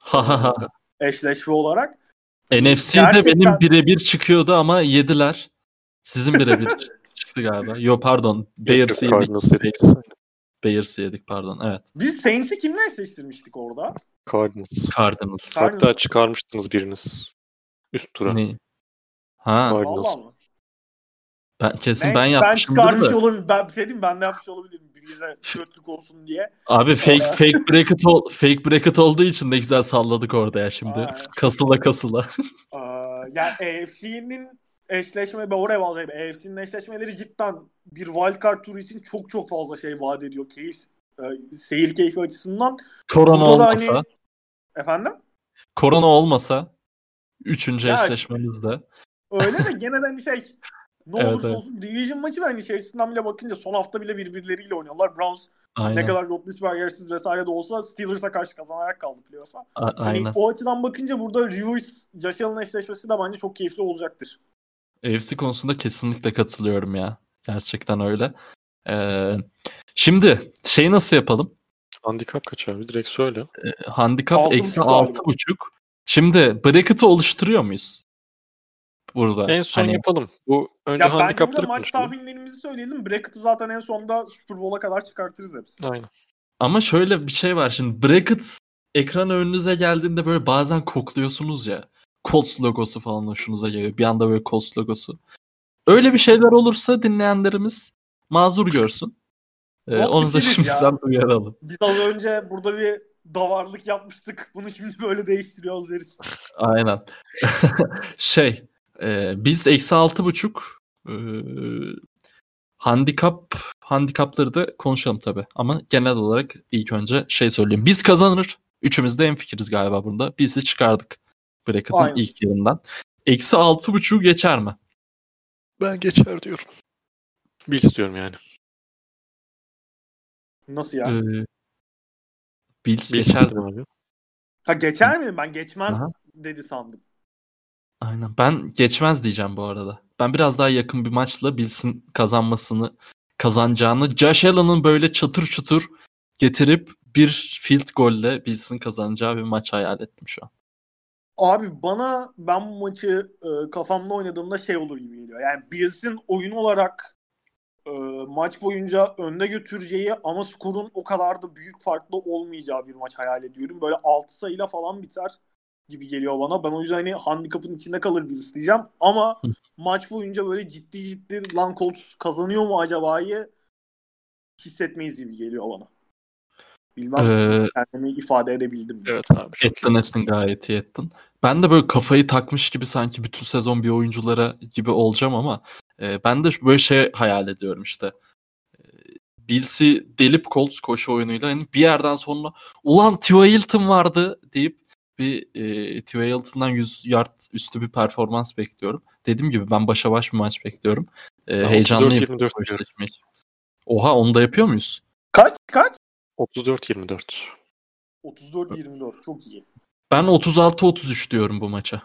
[SPEAKER 3] eşleşme olarak.
[SPEAKER 1] N F C'de Gerçekten... benim birebir çıkıyordu ama yediler. Sizin birebir çıktı galiba. Yo pardon. Bears'ı yedik. Bears'ı yedik pardon. Evet.
[SPEAKER 3] Biz Saints'i kimle eşleştirmiştik orada?
[SPEAKER 2] Cardinals.
[SPEAKER 1] Cardinals.
[SPEAKER 2] Hatta çıkarmıştınız biriniz. Üst tura.
[SPEAKER 1] Ne? Ha.
[SPEAKER 3] Vallahi mı?
[SPEAKER 1] Ben kesin
[SPEAKER 3] ne?
[SPEAKER 1] ben yapmışımdır
[SPEAKER 3] ben çıkarmış
[SPEAKER 1] da.
[SPEAKER 3] olabilirim. Ben bir şey diyeyim, ben de yapmış olabilirim. Birinize kötülük olsun diye.
[SPEAKER 1] Abi fake fake bracket ol, fake bracket olduğu için de güzel salladık orada ya şimdi. Aa, kasıla kasıla.
[SPEAKER 3] Aa, yani A F C'nin eşleşme ve oraya bağlayacağım. A F C'nin eşleşmeleri cidden bir wildcard turu için çok çok fazla şey vaat ediyor. Keyif, e, seyir keyfi açısından.
[SPEAKER 1] Korona olmasa.
[SPEAKER 3] Hani... Efendim?
[SPEAKER 1] Korona olmasa üçüncü ya, eşleşmemizde.
[SPEAKER 3] Öyle de gene de hani şey ne
[SPEAKER 1] evet,
[SPEAKER 3] olursa
[SPEAKER 1] evet.
[SPEAKER 3] olsun Division maçı ve hani şey açısından bile bakınca son hafta bile birbirleriyle oynuyorlar. Browns Aynen. ne kadar Roethlisberger'siz vesaire de olsa Steelers'a karşı kazanarak kaldı playoff'a. Hani o açıdan bakınca burada Rivers, Josh Allen eşleşmesi de bence çok keyifli olacaktır.
[SPEAKER 1] A F C konusunda kesinlikle katılıyorum ya. Gerçekten öyle. Ee, şimdi şey nasıl yapalım?
[SPEAKER 2] Handikap kaç abi? Direkt söyle.
[SPEAKER 1] Ee, handikap eksi altı buçuk. Şimdi bracket'ı oluşturuyor muyuz? Burada.
[SPEAKER 2] En son
[SPEAKER 1] hani...
[SPEAKER 2] yapalım. Bu önce
[SPEAKER 3] ya
[SPEAKER 2] handikapları
[SPEAKER 3] bence burada maç tahminlerimizi söyleyelim. Bracket'ı zaten en sonda Super Bowl'a kadar çıkartırız hepsini.
[SPEAKER 2] Aynen.
[SPEAKER 1] Ama şöyle bir şey var şimdi. Bracket ekran önünüze geldiğinde böyle bazen kokluyorsunuz ya. Colts logosu falan hoşunuza geliyor. Bir anda böyle Colts logosu. Öyle bir şeyler olursa dinleyenlerimiz mazur görsün. Ee, onu da şimdiden uyaralım.
[SPEAKER 3] Biz az önce burada bir davarlık yapmıştık. Bunu şimdi böyle değiştiriyoruz deriz.
[SPEAKER 1] Aynen. şey e, biz eksi altı buçuk e, handikap handikapları da konuşalım tabii. Ama genel olarak ilk önce şey söyleyeyim. Biz kazanır. Üçümüz de hemfikiriz galiba burada. Bizi çıkardık bracket'ın ilk yerinden. Eksi altı buçuğu geçer mi?
[SPEAKER 2] Ben geçer diyorum. Bills diyorum yani.
[SPEAKER 3] Nasıl ya?
[SPEAKER 1] Ee, Bills geçer
[SPEAKER 2] mi?
[SPEAKER 3] Ha geçer mi? Ben geçmez Aha. dedi sandım.
[SPEAKER 1] Aynen. Ben geçmez diyeceğim bu arada. Ben biraz daha yakın bir maçla Bills'in kazanmasını, kazanacağını, Josh Allen'ın böyle çatır çutur getirip bir field golle Bills'in kazanacağı bir maç hayal ettim şu an.
[SPEAKER 3] Abi bana ben bu maçı e, kafamda oynadığımda şey olur gibi geliyor. Yani Bills'in oyun olarak e, maç boyunca önde götüreceği ama skorun o kadar da büyük farklı olmayacağı bir maç hayal ediyorum. Böyle altı sayıyla falan biter gibi geliyor bana. Ben o yüzden hani handikapın içinde kalır Bills diyeceğim. Ama maç boyunca böyle ciddi ciddi lan Colts kazanıyor mu acaba'yı hissetmeyiz gibi geliyor bana. Bilmem ee, kendimi ifade edebildim.
[SPEAKER 2] Evet abi.
[SPEAKER 1] Ettin ettin gayet iyi ettin. Ben de böyle kafayı takmış gibi sanki bütün sezon bir oyunculara gibi olacağım ama e, ben de böyle şey hayal ediyorum işte. E, Bills'i delip Colts koşu oyunuyla hani bir yerden sonra ulan T Y. Hilton vardı deyip bir e, T Y. Hilton'dan yüz yard üstü bir performans bekliyorum. Dediğim gibi ben başa baş bir maç bekliyorum. E, heyecanlıyım. Oha onu da yapıyor muyuz?
[SPEAKER 3] Kaç kaç?
[SPEAKER 2] otuz dört yirmi dört.
[SPEAKER 3] otuz dört yirmi dört çok iyi.
[SPEAKER 1] Ben otuz altı otuz üç diyorum bu maça.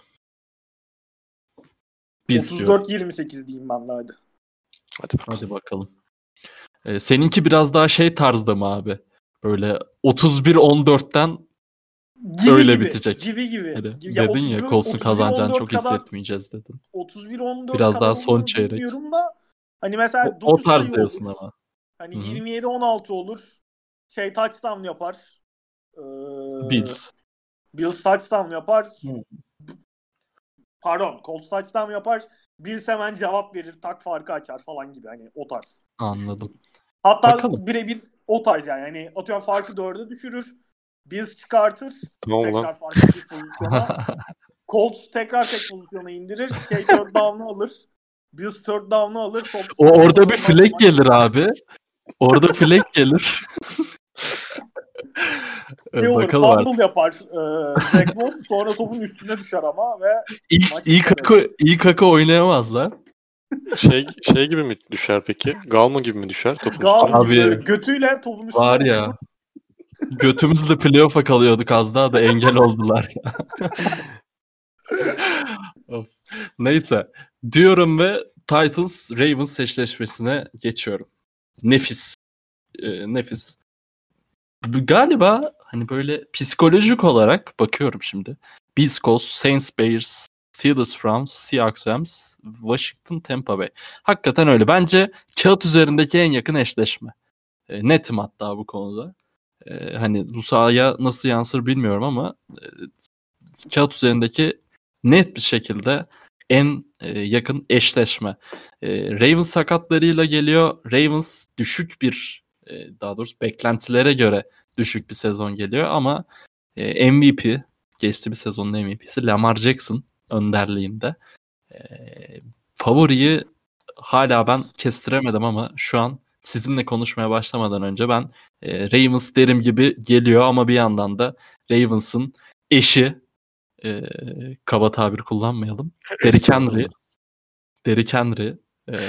[SPEAKER 3] Biz otuz dört yirmi sekiz diyeyim ben de hadi.
[SPEAKER 1] Hadi bakalım. Hadi bakalım. Ee, seninki biraz daha şey tarzda mı abi? Böyle otuz bir on dörtten
[SPEAKER 3] gibi
[SPEAKER 1] öyle
[SPEAKER 3] gibi,
[SPEAKER 1] bitecek.
[SPEAKER 3] Gibi gibi.
[SPEAKER 1] Hani
[SPEAKER 3] gibi.
[SPEAKER 1] dedin ya Colts'un kazanacağını çok kadar, hissetmeyeceğiz dedin.
[SPEAKER 3] otuz bir on dört
[SPEAKER 1] biraz
[SPEAKER 3] kadar
[SPEAKER 1] daha son çeyrek.
[SPEAKER 3] Bilmiyorum da hani mesela
[SPEAKER 1] o, o tarz diyorsun
[SPEAKER 3] olur.
[SPEAKER 1] Ama.
[SPEAKER 3] Hani Hı-hı. yirmi yedi on altı olur. Şey touchdown yapar. Ee,
[SPEAKER 1] Bills.
[SPEAKER 3] Bills touchdown yapar. Hı. Pardon, Colts touchdown yapar. Bills hemen cevap verir, tak farkı açar falan gibi hani o tarz.
[SPEAKER 1] Anladım.
[SPEAKER 3] Hatta
[SPEAKER 1] Bakalım.
[SPEAKER 3] birebir o tarz yani. Yani atıyorum farkı dörde düşürür. Bills çıkartır.
[SPEAKER 2] Tamam
[SPEAKER 3] tekrar
[SPEAKER 2] lan.
[SPEAKER 3] farkı çift pozisyona. Colts tekrar tek pozisyona indirir. Şey third down'u alır. Bills third down'u alır. Top
[SPEAKER 1] O orada bir flag gelir abi. Orada flag gelir.
[SPEAKER 3] Şey olur,
[SPEAKER 1] Bakalım
[SPEAKER 3] fumble
[SPEAKER 1] artık.
[SPEAKER 3] yapar e, Zach Moss. Sonra topun üstüne düşer ama ve
[SPEAKER 1] İlk,
[SPEAKER 3] maç
[SPEAKER 1] ilk,
[SPEAKER 3] biter.
[SPEAKER 1] haka, ilk haka oynayamazlar.
[SPEAKER 2] Şey şey gibi mi düşer peki? Galma gibi mi düşer topun
[SPEAKER 3] Gal
[SPEAKER 2] üstüne?
[SPEAKER 1] Abi,
[SPEAKER 3] gibi böyle götüyle topun üstüne
[SPEAKER 1] Var ya.
[SPEAKER 3] oturup
[SPEAKER 1] Götümüzle playoff'a kalıyorduk az daha da engel oldular. Of. Neyse. Diyorum ve Titans Ravens eşleşmesine geçiyorum. Nefis. Ee, nefis. Bu Galiba hani böyle psikolojik olarak bakıyorum şimdi. Bills, Colts, Saints, Bears, Steelers, Browns, Seahawks, Rams, Washington, Tampa Bay. Hakikaten öyle. Bence kağıt üzerindeki en yakın eşleşme. E, netim hatta bu konuda. E, hani bu sahaya nasıl yansır bilmiyorum ama e, kağıt üzerindeki net bir şekilde en e, yakın eşleşme. E, Ravens sakatlarıyla geliyor. Ravens düşük bir e, daha doğrusu beklentilere göre düşük bir sezon geliyor ama e, M V P geçti bir sezonun M V P'si Lamar Jackson önderliğinde. E, favoriyi hala ben kestiremedim ama şu an sizinle konuşmaya başlamadan önce ben e, Ravens derim gibi geliyor ama bir yandan da Ravens'ın eşi e, kaba tabir kullanmayalım. Derrick Henry. Derrick Henry. E,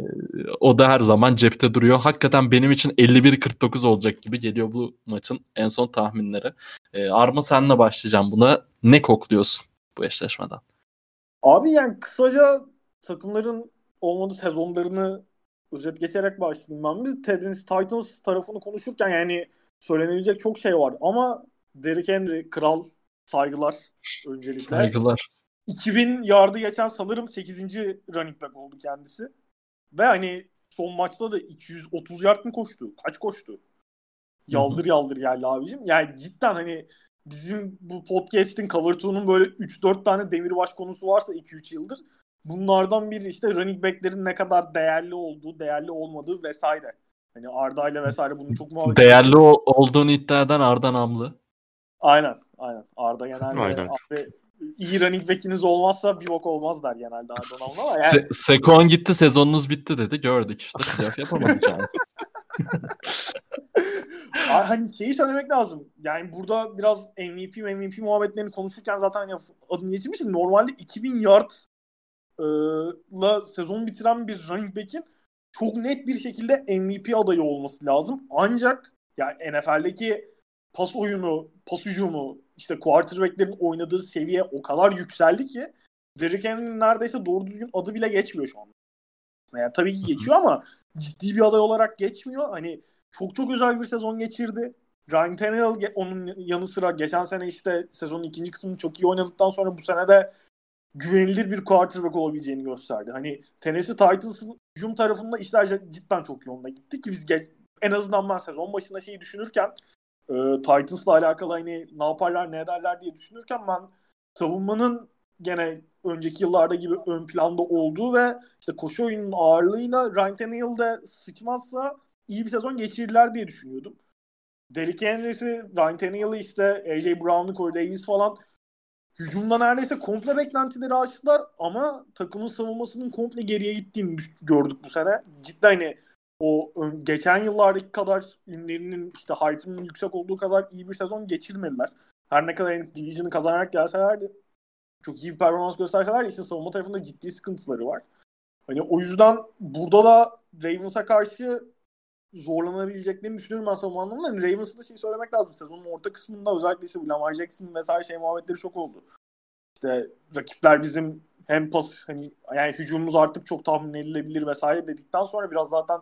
[SPEAKER 1] o da her zaman cepte duruyor. Hakikaten benim için elli bir kırk dokuz olacak gibi geliyor bu maçın en son tahminleri. E, Arma senle başlayacağım buna. Ne kokluyorsun bu eşleşmeden?
[SPEAKER 3] Abi yani kısaca takımların olmadığı sezonlarını özet geçerek başlayayım ben. Biz Tennessee Titans tarafını konuşurken yani söylenebilecek çok şey var. Ama Derrick Henry kral, saygılar öncelikle.
[SPEAKER 1] Saygılar.
[SPEAKER 3] iki bin yardı geçen sanırım sekizinci running back oldu kendisi. Ve hani son maçta da iki yüz otuz yard mı koştu? Kaç koştu? Yaldır yaldır geldi abicim. Yani cidden hani bizim bu podcast'in Cover iki'nun böyle üç dört tane demirbaş konusu varsa iki üç yıldır. Bunlardan biri işte running back'lerin ne kadar değerli olduğu, değerli olmadığı vesaire. Hani Arda ile vesaire bunu çok muhabbet
[SPEAKER 1] Değerli
[SPEAKER 3] ediyoruz.
[SPEAKER 1] o- olduğunu iddia eden Arda Namlı.
[SPEAKER 3] Aynen, aynen. Arda genelde
[SPEAKER 2] Aynen.
[SPEAKER 3] abi iyi running back'iniz olmazsa bir bok olmaz der genelde Arda Namlı ama yani.
[SPEAKER 1] Se- Sekon gitti, sezonunuz bitti dedi. Gördük işte. Playoff yapamadık yani.
[SPEAKER 3] Hani şeyi söylemek lazım. Yani burada biraz M V P M V P muhabbetlerini konuşurken zaten hani adını geçirmiştim. Normalde iki bin yardla sezon bitiren bir running back'in çok net bir şekilde M V P adayı olması lazım. Ancak yani N F L'deki pas oyunu, pas hücumu, işte quarterback'lerin oynadığı seviye o kadar yükseldi ki Derrick Henry'nin neredeyse doğru düzgün adı bile geçmiyor şu anda. Yani tabii ki geçiyor ama ciddi bir aday olarak geçmiyor. Hani çok çok özel bir sezon geçirdi. Ryan Tannehill onun yanı sıra geçen sene işte sezonun ikinci kısmını çok iyi oynadıktan sonra bu sene de güvenilir bir quarterback olabileceğini gösterdi. Hani Tennessee Titans'ın hücum tarafında işler cidden çok yolunda gitti ki biz geç, en azından ben sezon başında şeyi düşünürken e, Titans'la alakalı hani ne yaparlar ne ederler diye düşünürken ben savunmanın gene önceki yıllarda gibi ön planda olduğu ve işte koşu oyununun ağırlığıyla Ryan Tannehill'de sıçmazsa iyi bir sezon geçirirler diye düşünüyordum. Derrick Henry'si, Ryan Tannehill'i işte A J Brown'u, Corey Davis falan hücumda neredeyse komple beklentileri aştılar ama takımın savunmasının komple geriye gittiğini gördük bu sene. Cidden hani o geçen yıllardaki kadar ünlerinin işte hype'ının yüksek olduğu kadar iyi bir sezon geçirmediler. Her ne kadar yani division'ı kazanarak gelselerdi, çok iyi bir performans gösterseler işte savunma tarafında ciddi sıkıntıları var. Hani o yüzden burada da Ravens'a karşı zorlanabileceklerini düşünüyorum ben savunma anlamında. Yani Ravens'ın da şey söylemek lazım. Sezonun orta kısmında özellikle işte Lamar Jackson vesaire şey muhabbetleri çok oldu. İşte rakipler bizim hem pas hani yani hücumumuz artık çok tahmin edilebilir vesaire dedikten sonra biraz zaten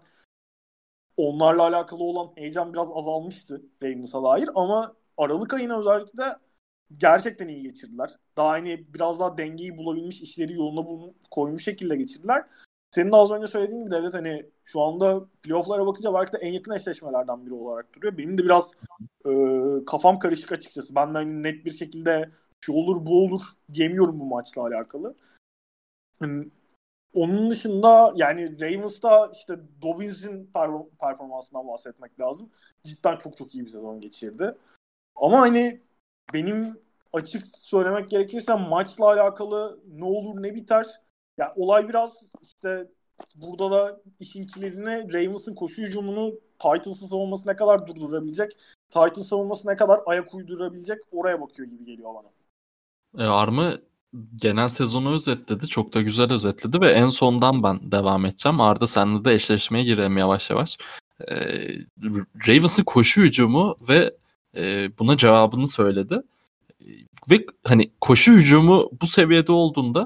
[SPEAKER 3] onlarla alakalı olan heyecan biraz azalmıştı Ravens'a dair ama Aralık ayına özellikle gerçekten iyi geçirdiler. Daha hani biraz daha dengeyi bulabilmiş, işleri yoluna bulmuş, koymuş şekilde geçirdiler. Senin de az önce söylediğin gibi Devlet hani şu anda playoff'lara bakınca belki de en yakın eşleşmelerden biri olarak duruyor. Benim de biraz e, kafam karışık açıkçası. Ben de hani net bir şekilde şu olur bu olur diyemiyorum bu maçla alakalı. Onun dışında yani Ravens'ta işte Dobbins'in per- performansından bahsetmek lazım. Cidden çok çok iyi bir sezon geçirdi. Ama hani benim açık söylemek gerekirse maçla alakalı ne olur ne biter. Yani olay biraz işte burada da işin kilidine Ravens'ın koşu hücumunu Titans'ın savunması ne kadar durdurabilecek, Titans savunması ne kadar ayak uydurabilecek oraya bakıyor gibi geliyor bana.
[SPEAKER 1] E, Arma genel sezonu özetledi. Çok da güzel özetledi ve en sondan ben devam edeceğim. Arda senle de eşleşmeye girelim yavaş yavaş. E, Ravens'ın koşu hücumu ve e, buna cevabını söyledi. E, ve hani koşu hücumu bu seviyede olduğunda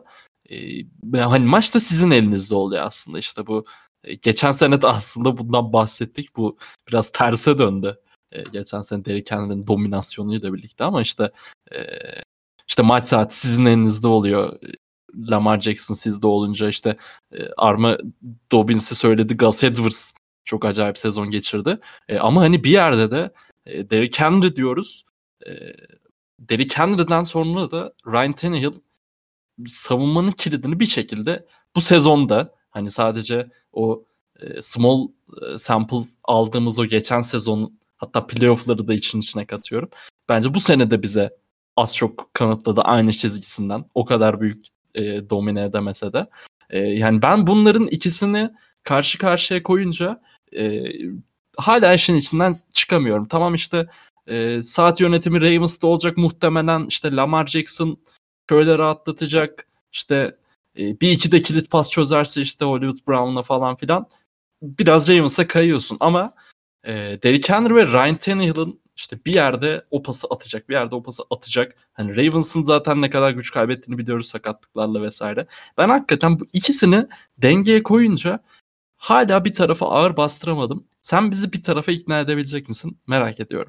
[SPEAKER 1] e, hani maç da sizin elinizde oluyor aslında. İşte bu e, geçen sene de aslında bundan bahsettik. Bu biraz terse döndü. E, geçen sene Derrick Henry'nin dominasyonuyla birlikte ama işte e, işte maç saati sizin elinizde oluyor. Lamar Jackson sizde olunca işte e, Arma Dobbins'i söyledi. Gus Edwards çok acayip sezon geçirdi. E, ama hani bir yerde de e, Derrick Henry diyoruz. E, Derrick Henry'den sonra da Ryan Tannehill savunmanın kilidini bir şekilde bu sezonda hani sadece o e, small e, sample aldığımız o geçen sezon hatta playoff'ları da için içine katıyorum. Bence bu sene de bize az çok kanıtladı aynı çizgisinden. O kadar büyük e, domine edemese de. E, yani ben bunların ikisini karşı karşıya koyunca e, hala işin içinden çıkamıyorum. Tamam işte e, saat yönetimi Ravens'ta olacak muhtemelen işte Lamar Jackson şöyle rahatlatacak işte e, bir iki de kilit pas çözerse işte Hollywood Brown'la falan filan biraz Ravens'a kayıyorsun ama e, Derrick Henry ve Ryan Tannehill'ın işte bir yerde o pası atacak, bir yerde o pası atacak. Hani Ravens'ın zaten ne kadar güç kaybettiğini biliyoruz sakatlıklarla vesaire. Ben hakikaten bu ikisini dengeye koyunca hala bir tarafa ağır bastıramadım. Sen bizi bir tarafa ikna edebilecek misin? Merak ediyorum.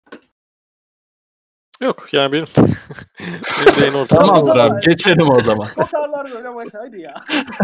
[SPEAKER 2] Yok yani benim benim de en ortada.
[SPEAKER 1] Tamamdır abi geçelim o zaman.
[SPEAKER 3] Tokarlar böyle başa hadi ya.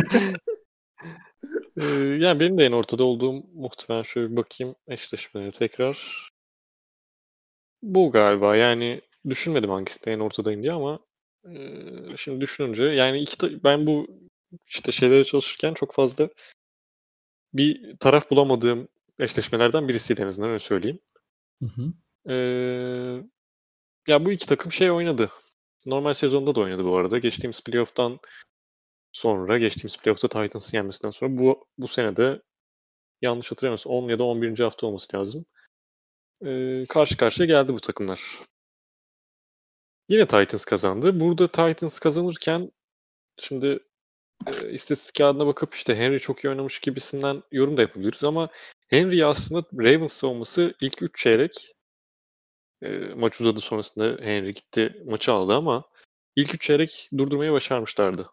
[SPEAKER 2] Ee, yani benim de en ortada olduğum muhtemelen şöyle bir bakayım eşleşmelere tekrar. Bu galiba yani düşünmedim hangisinde en ortadayım diye ama e, şimdi düşününce yani iki ta- ben bu işte şeylere çalışırken çok fazla bir taraf bulamadığım eşleşmelerden birisiydi en azından öyle söyleyeyim.
[SPEAKER 1] Hı hı.
[SPEAKER 2] Ee, ya bu iki takım şey oynadı. Normal sezonda da oynadı bu arada. Geçtiğimiz playoff'tan sonra, geçtiğimiz playoff'ta Titans'ın yenmesinden sonra bu bu sene de yanlış hatırlamıyorsam on ya da on birinci hafta olması lazım. Ee, karşı karşıya geldi bu takımlar. Yine Titans kazandı. Burada Titans kazanırken şimdi e, istatistik kağıdına bakıp işte Henry çok iyi oynamış gibisinden yorum da yapabiliriz ama Henry aslında Ravens savunması ilk üç çeyrek e, maç uzadı sonrasında Henry gitti maçı aldı ama ilk üç çeyrek durdurmayı başarmışlardı.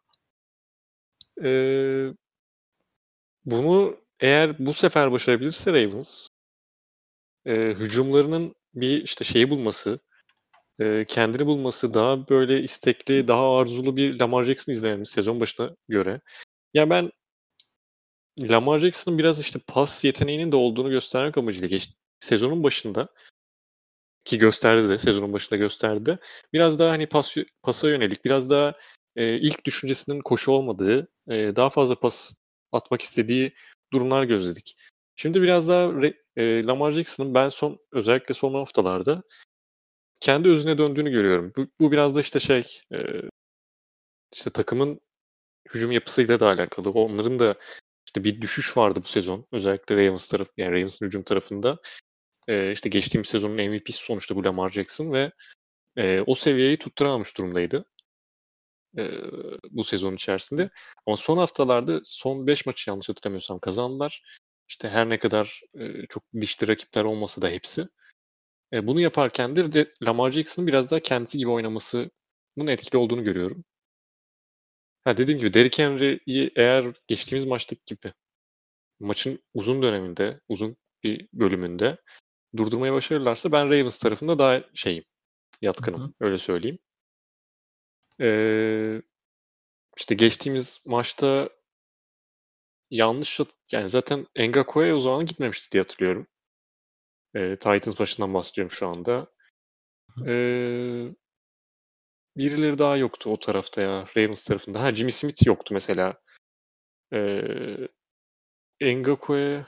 [SPEAKER 2] Ee, bunu eğer bu sefer başarabilirse Ravens e, hücumlarının bir işte şeyi bulması, e, kendini bulması, daha böyle istekli, daha arzulu bir Lamar Jackson izlememiz sezon başına göre. Ya ben Lamar Jackson'ın biraz işte pas yeteneğinin de olduğunu göstermek amacıyla geç, sezonun başında ki gösterdi de sezonun başında gösterdi. Biraz daha hani pas pasa yönelik, biraz daha e, ilk düşüncesinin koşu olmadığı, e, daha fazla pas atmak istediği durumlar gözledik. Şimdi biraz daha re, e, Lamar Jackson'ın ben son özellikle son haftalarda kendi özüne döndüğünü görüyorum. Bu, bu biraz da işte şey e, işte takımın hücum yapısıyla da alakalı. Onların da işte bir düşüş vardı bu sezon. Özellikle Ravens tarafı, yani Ravens'ın hücum tarafında. E, işte geçtiğimiz sezonun M V P'si sonuçta bu Lamar Jackson ve e, o seviyeyi tutturamamış durumdaydı e, bu sezon içerisinde. Ama son haftalarda son beş maçı yanlış hatırlamıyorsam kazandılar. İşte her ne kadar e, çok dişli rakipler olmasa da hepsi. E, bunu yaparken de Lamar Jackson'ın biraz daha kendisi gibi oynamasının etkili olduğunu görüyorum. Ha, dediğim gibi Derrick Henry'yi eğer geçtiğimiz maçtaki gibi maçın uzun döneminde, uzun bir bölümünde durdurmaya başarırlarsa ben Ravens tarafında daha şeyim, yatkınım.
[SPEAKER 1] Hı hı.
[SPEAKER 2] Öyle söyleyeyim. Ee, işte geçtiğimiz maçta yanlış yani zaten Ngakoue o zaman gitmemişti diye hatırlıyorum. Ee, Titans başından bahsediyorum şu anda. Ee, birileri daha yoktu o tarafta ya. Ravens tarafında. Ha, Jimmy Smith yoktu mesela. Ee, Ngakoue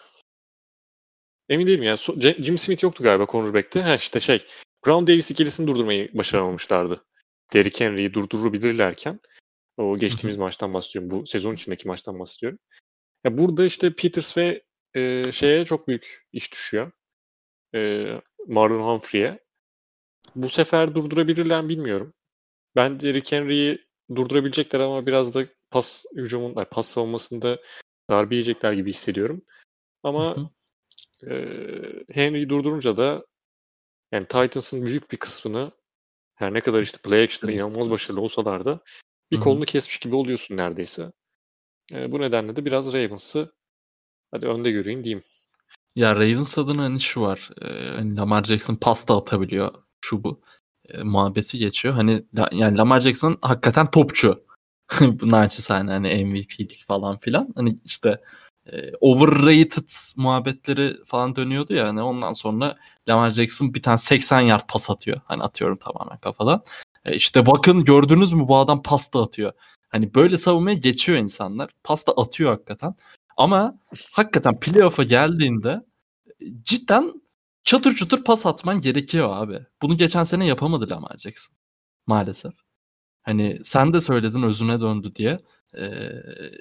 [SPEAKER 2] emin değilim yani. So- Ce- Jim Smith yoktu galiba cornerback'te. Ha işte şey. Brown Davis ikilisini durdurmayı başaramamışlardı. Derrick Henry'yi durdurabilirlerken. O geçtiğimiz maçtan bahsediyorum. Bu sezon içindeki maçtan bahsediyorum. Ya burada işte Peters ve e, şeye çok büyük iş düşüyor. E, Marlon Humphrey'e. Bu sefer durdurabilirler mi bilmiyorum. Ben Derrick Henry'yi durdurabilecekler ama biraz da pas hücumun, ay, pas savunmasında darbe yiyecekler gibi hissediyorum. Ama
[SPEAKER 1] Hı hı.
[SPEAKER 2] e, Henry'yi durdurunca da yani Titans'ın büyük bir kısmını her ne kadar işte play action'da inanılmaz başarılı olsalar da bir
[SPEAKER 1] Hı hı.
[SPEAKER 2] kolunu kesmiş gibi oluyorsun neredeyse. E, bu nedenle de biraz Ravens'ı hadi önde göreyim diyeyim.
[SPEAKER 1] Ya Ravens adına hani şu var. E, hani Lamar Jackson pasta atabiliyor. Şu bu. E, muhabbeti geçiyor. Hani la- yani Lamar Jackson hakikaten topçu. Bu naçizane hani M V P'lik falan filan. Hani işte e, overrated muhabbetleri falan dönüyordu ya. Hani ondan sonra Lamar Jackson bir tane seksen yard pas atıyor. Hani atıyorum tamamen kafadan. E, işte bakın gördünüz mü bu adam pasta atıyor. Hani böyle savunmaya geçiyor insanlar. Pasta atıyor hakikaten. Ama hakikaten playoff'a geldiğinde cidden çatır çutur pas atman gerekiyor abi. Bunu geçen sene yapamadı Lamar Jackson. Maalesef. Hani sen de söyledin özüne döndü diye. Ee,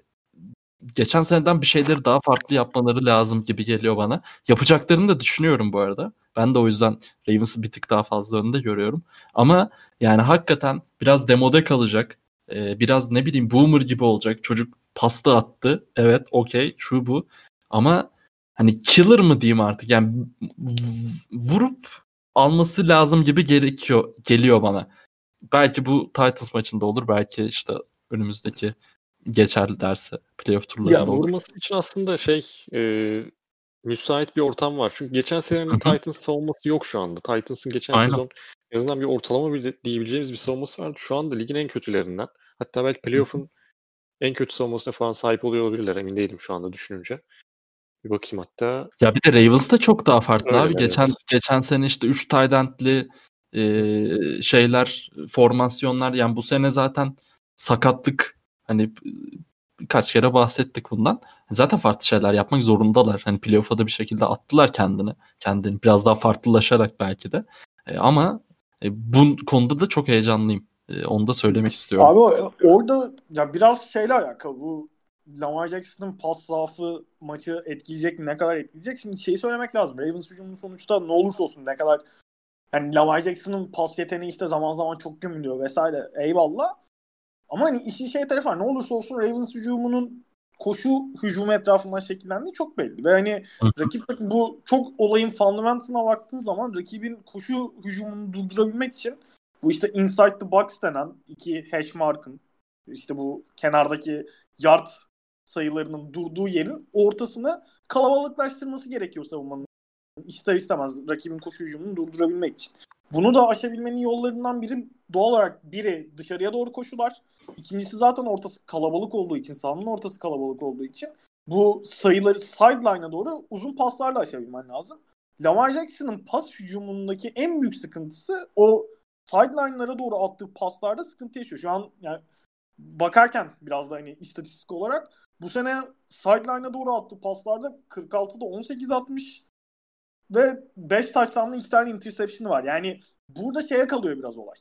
[SPEAKER 1] geçen seneden bir şeyleri daha farklı yapmaları lazım gibi geliyor bana. Yapacaklarını da düşünüyorum bu arada. Ben de o yüzden Ravens'ı bir tık daha fazla önde görüyorum. Ama yani hakikaten biraz demode kalacak. Ee, biraz ne bileyim boomer gibi olacak. Çocuk pasta attı. Evet, okey, şu bu. Ama hani killer mı diyeyim artık? Yani v- vurup alması lazım gibi gerekiyor, geliyor bana. Belki bu Titans maçında olur. Belki işte önümüzdeki geçerli derse playoff
[SPEAKER 3] Ya
[SPEAKER 1] turlarında olur.
[SPEAKER 2] Vurması için aslında şey e, müsait bir ortam var. Çünkü geçen senenin
[SPEAKER 1] Hı hı.
[SPEAKER 2] Titans savunması yok şu anda. Titans'ın geçen
[SPEAKER 1] Aynen.
[SPEAKER 2] sezon en azından bir ortalama bir diyebileceğimiz bir savunması vardı. Şu anda ligin en kötülerinden. Hatta belki playoff'un en kötü savunmasına falan sahip oluyor olabilirler. Emin değilim şu anda düşününce. Bir bakayım hatta.
[SPEAKER 1] Ya bir de Ravens da çok daha farklı
[SPEAKER 2] Öyle
[SPEAKER 1] abi. Geçen
[SPEAKER 2] evet.
[SPEAKER 1] geçen sene işte üç tight end'li e, şeyler, formasyonlar, yani bu sene zaten sakatlık, hani birkaç kere bahsettik bundan. Zaten farklı şeyler yapmak zorundalar. Hani playoff'a da bir şekilde attılar kendini. Kendini biraz daha farklılaşarak belki de. E, ama e, bu konuda da çok heyecanlıyım. E, onu da söylemek istiyorum.
[SPEAKER 3] Abi o- orada ya biraz şeyle alakalı, bu Lamar Jackson'ın pas zaafı maçı etkileyecek mi, ne kadar etkileyecek? Şimdi şeyi söylemek lazım. Ravens hücumunun sonuçta ne olursa olsun ne kadar, yani Lamar Jackson'ın pas yeteneği işte zaman zaman çok gömülüyor vesaire, eyvallah. Ama hani işin şey tarafı var. Ne olursa olsun Ravens hücumunun koşu hücumu etrafından şekillendiği çok belli. Ve hani
[SPEAKER 1] Hı.
[SPEAKER 3] rakip takım, bu çok olayın fundamentalına baktığın zaman rakibin koşu hücumunu durdurabilmek için bu işte inside the box denen iki hash mark'ın, işte bu kenardaki yard sayılarının durduğu yerin ortasını kalabalıklaştırması gerekiyor savunmanın. İster istemez rakibin koşu hücumunu durdurabilmek için. Bunu da aşabilmenin yollarından biri doğal olarak biri dışarıya doğru koşular. İkincisi zaten ortası kalabalık olduğu için, sahanın ortası kalabalık olduğu için bu sayıları sideline'a doğru uzun paslarla aşabilmen lazım. Lamar Jackson'ın pas hücumundaki en büyük sıkıntısı o sideline'lara doğru attığı paslarda sıkıntı yaşıyor. Şu an yani bakarken biraz da hani istatistik olarak bu sene sideline'a doğru attığı paslarda kırk altıda on sekiz atmış ve beş touchdown'la iki tane interception'ı var. Yani burada şeye kalıyor biraz olay.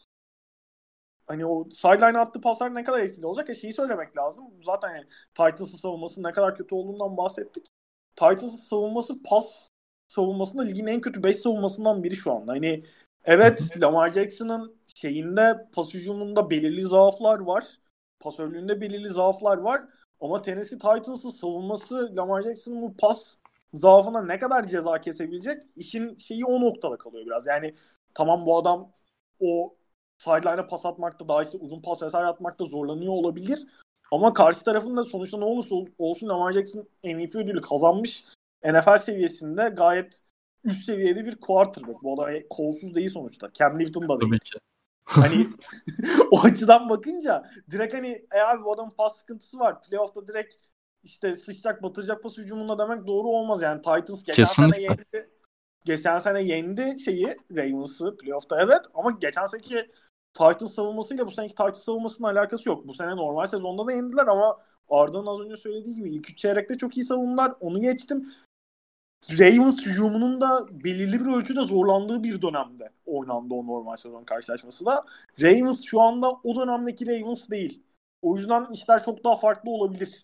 [SPEAKER 3] Hani o sideline'a attığı paslar ne kadar etkili olacak? Ya şeyi söylemek lazım. Zaten yani Titans'ın savunması ne kadar kötü olduğundan bahsettik. Titans'ın savunması pas savunmasında ligin en kötü beş savunmasından biri şu anda. Hani evet, Lamar Jackson'ın şeyinde, pas hücumunda belirli zaaflar var. Pasörlüğünde belirli zaaflar var. Ama Tennessee Titans'ın savunması Lamar Jackson'ın bu pas zaafına ne kadar ceza kesebilecek? İşin şeyi o noktada kalıyor biraz. Yani tamam, bu adam o sideline'a pas atmakta, daha işte uzun pas vesaire atmakta zorlanıyor olabilir. Ama karşı tarafın da sonuçta ne olursa olsun Lamar Jackson M V P ödülü kazanmış. N F L seviyesinde gayet üst seviyede bir quarterback. Bu adam kolsuz değil sonuçta. Cam Newton da değil.
[SPEAKER 1] Tabii ki.
[SPEAKER 3] Hani o açıdan bakınca direkt hani e abi bu adamın pas sıkıntısı var. Playoff'ta direkt işte sıçacak, batıracak pas hücumunda demek doğru olmaz. Yani Titans geçen
[SPEAKER 1] Kesinlikle.
[SPEAKER 3] sene yendi. Geçen sene yendi şeyi, Ravens'ı playoff'ta, evet, ama geçen seneki Titans savunmasıyla bu seneki Titans savunmasının alakası yok. Bu sene normal sezonda da yendiler ama Arda'nın az önce söylediği gibi ilk üç çeyrekte çok iyi savundular. Onu geçtim. Ravens hücumunun da belirli bir ölçüde zorlandığı bir dönemde oynandı o normal sezon karşılaşması da. Ravens şu anda o dönemdeki Ravens değil. O yüzden işler çok daha farklı olabilir.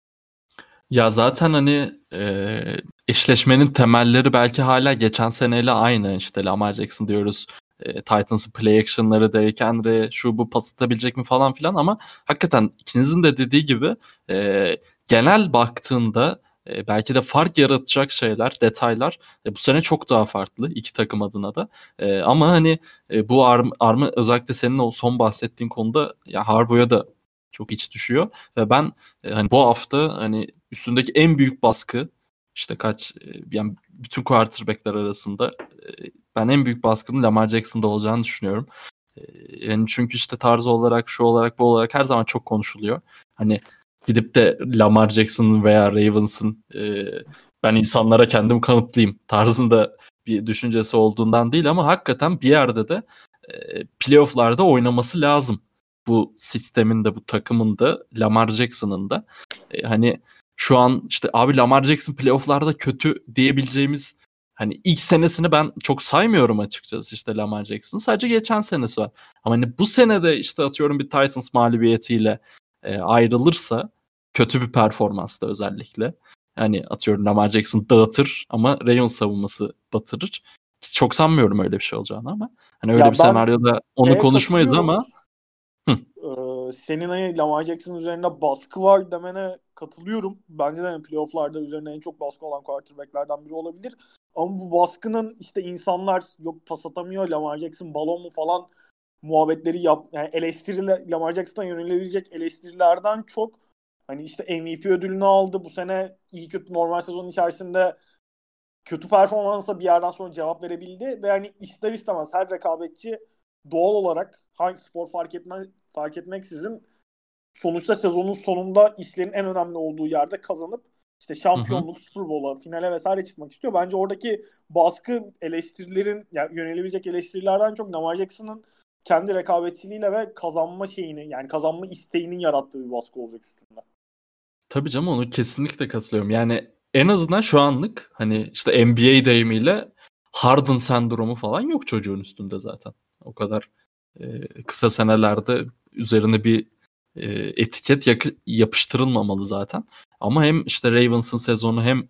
[SPEAKER 1] Ya zaten hani e, eşleşmenin temelleri belki hala geçen seneyle aynı. İşte Lamar Jackson diyoruz. E, Titans'ın play action'ları, Derrick Henry şu bu pas atabilecek mi falan filan ama hakikaten ikinizin de dediği gibi e, genel baktığında e, belki de fark yaratacak şeyler, detaylar e, bu sene çok daha farklı iki takım adına da. E, ama hani e, bu arm, armı özellikle senin o son bahsettiğin konuda ya Harbaugh'a da çok iç düşüyor ve ben e, hani bu hafta hani üstündeki en büyük baskı işte kaç e, yani bütün quarterback'ler arasında e, ben en büyük baskının Lamar Jackson'da olacağını düşünüyorum. E, yani çünkü işte tarzı olarak, şu olarak, bu olarak her zaman çok konuşuluyor. Hani gidip de Lamar Jackson'ın veya Ravens'ın e, ben insanlara kendim kanıtlayayım tarzında bir düşüncesi olduğundan değil ama hakikaten bir yerde de e, playoff'larda oynaması lazım. Bu sistemin de bu takımın da Lamar Jackson'ın da e, hani şu an işte abi Lamar Jackson playoff'larda kötü diyebileceğimiz hani ilk senesini ben çok saymıyorum açıkçası işte Lamar Jackson'ın. Sadece geçen senesi var. Ama hani bu senede işte atıyorum bir Titans mağlubiyetiyle e, ayrılırsa kötü bir performansta özellikle. Yani atıyorum Lamar Jackson dağıtır ama Ravens savunması batırır. Çok sanmıyorum öyle bir şey olacağını ama hani öyle
[SPEAKER 3] Ya
[SPEAKER 1] bir
[SPEAKER 3] ben
[SPEAKER 1] senaryoda onu
[SPEAKER 3] şeye
[SPEAKER 1] konuşmayız
[SPEAKER 3] katılıyorum.
[SPEAKER 1] ama hı,
[SPEAKER 3] Ee, senin hani Lamar Jackson üzerinde baskı var demene katılıyorum. Bence de hani playoff'larda üzerine en çok baskı olan quarterback'lerden biri olabilir. Ama bu baskının işte insanlar yok pas atamıyor, Lamar Jackson balon mu falan muhabbetleri yap, yani eleştiriler, Lamar Jackson'a yönelebilecek eleştirilerden çok hani işte M V P ödülünü aldı. Bu sene iyi kötü normal sezon içerisinde kötü performansa bir yerden sonra cevap verebildi ve hani ister istemez her rekabetçi doğal olarak hangi spor fark etme fark etmeksizin sonuçta sezonun sonunda işlerin en önemli olduğu yerde kazanıp işte
[SPEAKER 1] hı hı.
[SPEAKER 3] şampiyonluk, Super Bowl'a, finale vesaire çıkmak istiyor. Bence oradaki baskı eleştirilerin yani yönelebilecek eleştirilerden çok Lamar Jackson'ın kendi rekabetçiliğiyle ve kazanma şeyini yani kazanma isteğinin yarattığı bir baskı olacak üstünde.
[SPEAKER 1] Tabii canım onu kesinlikle katılıyorum. Yani en azından şu anlık hani işte N B A deyimiyle Harden sendromu falan yok çocuğun üstünde zaten. O kadar e, kısa senelerde üzerine bir e, etiket yakı- yapıştırılmamalı zaten. Ama hem işte Ravens'ın sezonu hem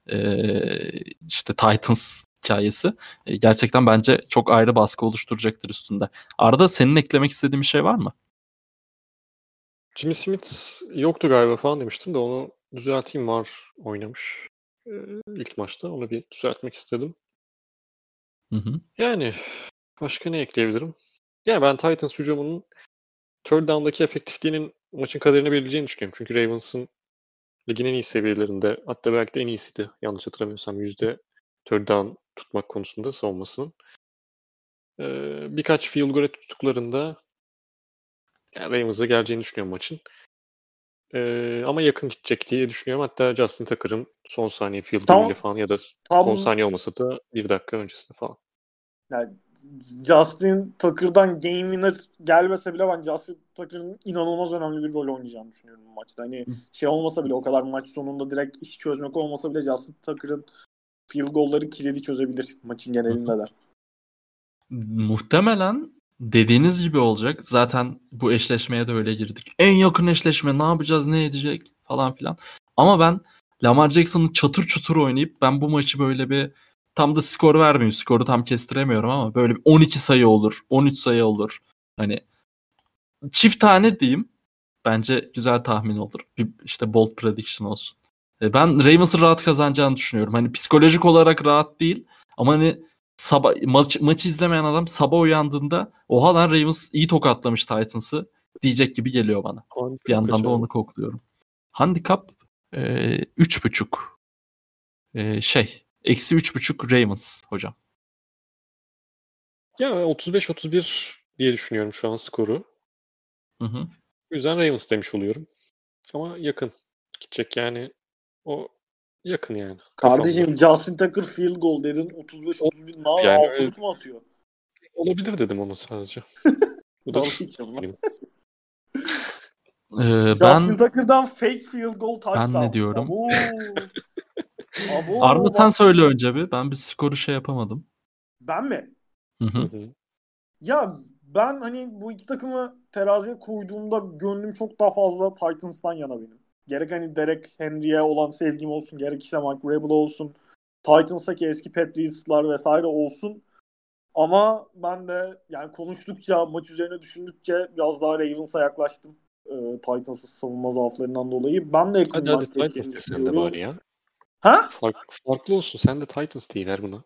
[SPEAKER 1] e, işte Titans hikayesi e, gerçekten bence çok ayrı baskı oluşturacaktır üstünde. Arda senin eklemek istediğin bir şey var mı?
[SPEAKER 2] Jimmy Smith yoktu galiba falan demiştim de onu düzelteyim, var oynamış. Ee, ilk maçta onu bir düzeltmek istedim.
[SPEAKER 1] Hı hı.
[SPEAKER 2] Yani başka ne ekleyebilirim? Yani ben Titans hücumunun third down'daki efektifliğinin maçın kaderini belirleyeceğini düşünüyorum. Çünkü Ravens'ın ligin en iyi seviyelerinde, hatta belki de en iyisiydi yanlış hatırlamıyorsam, yüzde third down tutmak konusunda savunmasının. Ee, birkaç field goal tuttuklarında yani Ravens'a geleceğini düşünüyorum maçın. Ee, ama yakın gidecek diye düşünüyorum. Hatta Justin Tucker'ın son saniye field goal'üyle
[SPEAKER 3] Tam
[SPEAKER 2] falan ya da son
[SPEAKER 3] tam
[SPEAKER 2] saniye olmasa da bir dakika öncesinde falan.
[SPEAKER 3] yani Justin Tucker'dan game winner gelmese bile ben Justin Tucker'ın inanılmaz önemli bir rol oynayacağını düşünüyorum bu maçta. Hani şey olmasa bile o kadar maç sonunda direkt iş çözmek olmasa bile Justin Tucker'ın field goal'ları kilidi çözebilir maçın genelinde de.
[SPEAKER 1] Muhtemelen dediğiniz gibi olacak. Zaten bu eşleşmeye de öyle girdik. En yakın eşleşme ne yapacağız, ne edecek falan filan. Ama ben Lamar Jackson'ın çatır çutur oynayıp ben bu maçı böyle bir tam da skor vermeyeyim. Skoru tam kestiremiyorum ama böyle bir on iki sayı olur, on üç sayı olur. Hani çift tane diyeyim. Bence güzel tahmin olur. Bir işte bold prediction olsun. E, Ben Ravens'ın rahat kazanacağını düşünüyorum. Hani psikolojik olarak rahat değil ama hani sabah maç, maçı izlemeyen adam sabah uyandığında oha lan Ravens iyi tokatlamış Titans'ı diyecek gibi geliyor bana. Bir
[SPEAKER 2] Handikap
[SPEAKER 1] yandan
[SPEAKER 2] kaç
[SPEAKER 1] da
[SPEAKER 2] abi?
[SPEAKER 1] onu kokluyorum. Handikap e, üç buçuk e, şey eksi üç buçuk Ravens hocam.
[SPEAKER 2] Ya otuz beş otuz bir diye düşünüyorum şu an skoru.
[SPEAKER 1] Hı hı.
[SPEAKER 2] O yüzden Ravens demiş oluyorum. Ama yakın gidecek yani. O yakın yani kafamda.
[SPEAKER 3] Kardeşim Justin Tucker field goal dedin otuz beş
[SPEAKER 2] O-
[SPEAKER 3] otuz bir ne
[SPEAKER 2] Yani öyle
[SPEAKER 3] altılık mı atıyor?
[SPEAKER 2] olabilir dedim onu sadece. Bu da
[SPEAKER 3] Dalga geçiyorum lan.
[SPEAKER 2] benim.
[SPEAKER 1] Ee,
[SPEAKER 3] Justin
[SPEAKER 1] ben
[SPEAKER 3] Tucker'dan fake field goal touchdown.
[SPEAKER 1] ben ne diyorum?
[SPEAKER 3] Abo. Abo,
[SPEAKER 1] Arda sen
[SPEAKER 3] bak.
[SPEAKER 1] söyle önce bir. Ben bir skoru şey yapamadım.
[SPEAKER 3] Ben mi?
[SPEAKER 1] Hı
[SPEAKER 2] Hı
[SPEAKER 1] hı.
[SPEAKER 2] hı.
[SPEAKER 3] Ya ben hani bu iki takımı teraziye koyduğumda gönlüm çok daha fazla Titans'tan yana benim. Gerek hani Derek Henry'e olan sevgim olsun, gerek işte Mike Vrabel olsun, Titans'taki eski Patriots'lar vesaire olsun. Ama ben de yani konuştukça, maç üzerine düşündükçe biraz daha Ravens'a yaklaştım. Ee, Titans'ın savunma zaaflarından dolayı. Ben de yakın bir
[SPEAKER 2] Hadi hadi
[SPEAKER 3] maç
[SPEAKER 2] Titans
[SPEAKER 3] geçeceğini
[SPEAKER 2] de sen de bari
[SPEAKER 3] düşünüyorum.
[SPEAKER 2] ya.
[SPEAKER 3] Ha?
[SPEAKER 2] Fark, farklı olsun. Sen de Titans deyiver buna.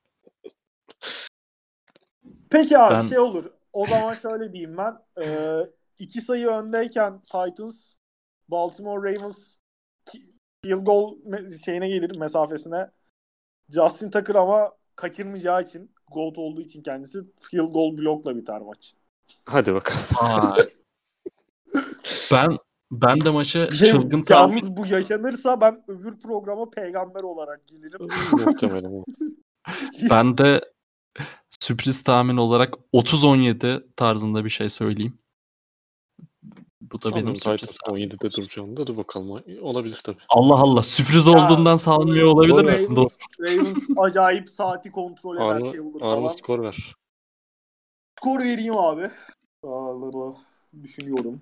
[SPEAKER 3] Peki abi
[SPEAKER 1] Ben
[SPEAKER 3] şey olur. O zaman şöyle diyeyim ben. Ee, iki sayı öndeyken Titans, Baltimore Ravens ki- field goal me- şeyine gelir mesafesine. Justin Tucker ama kaçırmayacağı için, GOAT olduğu için kendisi field goal blokla biter maç.
[SPEAKER 2] Hadi bakalım.
[SPEAKER 1] Aa, ben ben de maçı
[SPEAKER 3] Bir şey
[SPEAKER 1] çılgın tahmin
[SPEAKER 3] yalnız bu yaşanırsa ben öbür programa peygamber olarak gelirim.
[SPEAKER 2] Muhtemelen.
[SPEAKER 1] ben de sürpriz tahmin olarak otuz on yedi tarzında bir şey söyleyeyim. Bu da benim
[SPEAKER 2] Sanmıyorum
[SPEAKER 1] sürpriz
[SPEAKER 2] Titans'ın
[SPEAKER 1] tahminim
[SPEAKER 2] on yedide
[SPEAKER 1] olsun.
[SPEAKER 2] duracağını da dur bakalım. Olabilir tabii.
[SPEAKER 1] Allah Allah, sürpriz
[SPEAKER 3] Ya
[SPEAKER 1] olduğundan salmıyor olabilir
[SPEAKER 2] Skor ver.
[SPEAKER 1] misin? Doğru.
[SPEAKER 3] Ravens, Ravens acayip saati kontrol eder
[SPEAKER 2] Arnold,
[SPEAKER 3] şey olur
[SPEAKER 2] Arnold
[SPEAKER 3] falan.
[SPEAKER 2] skor ver.
[SPEAKER 3] Skor vereyim abi. Aa, düşünüyorum.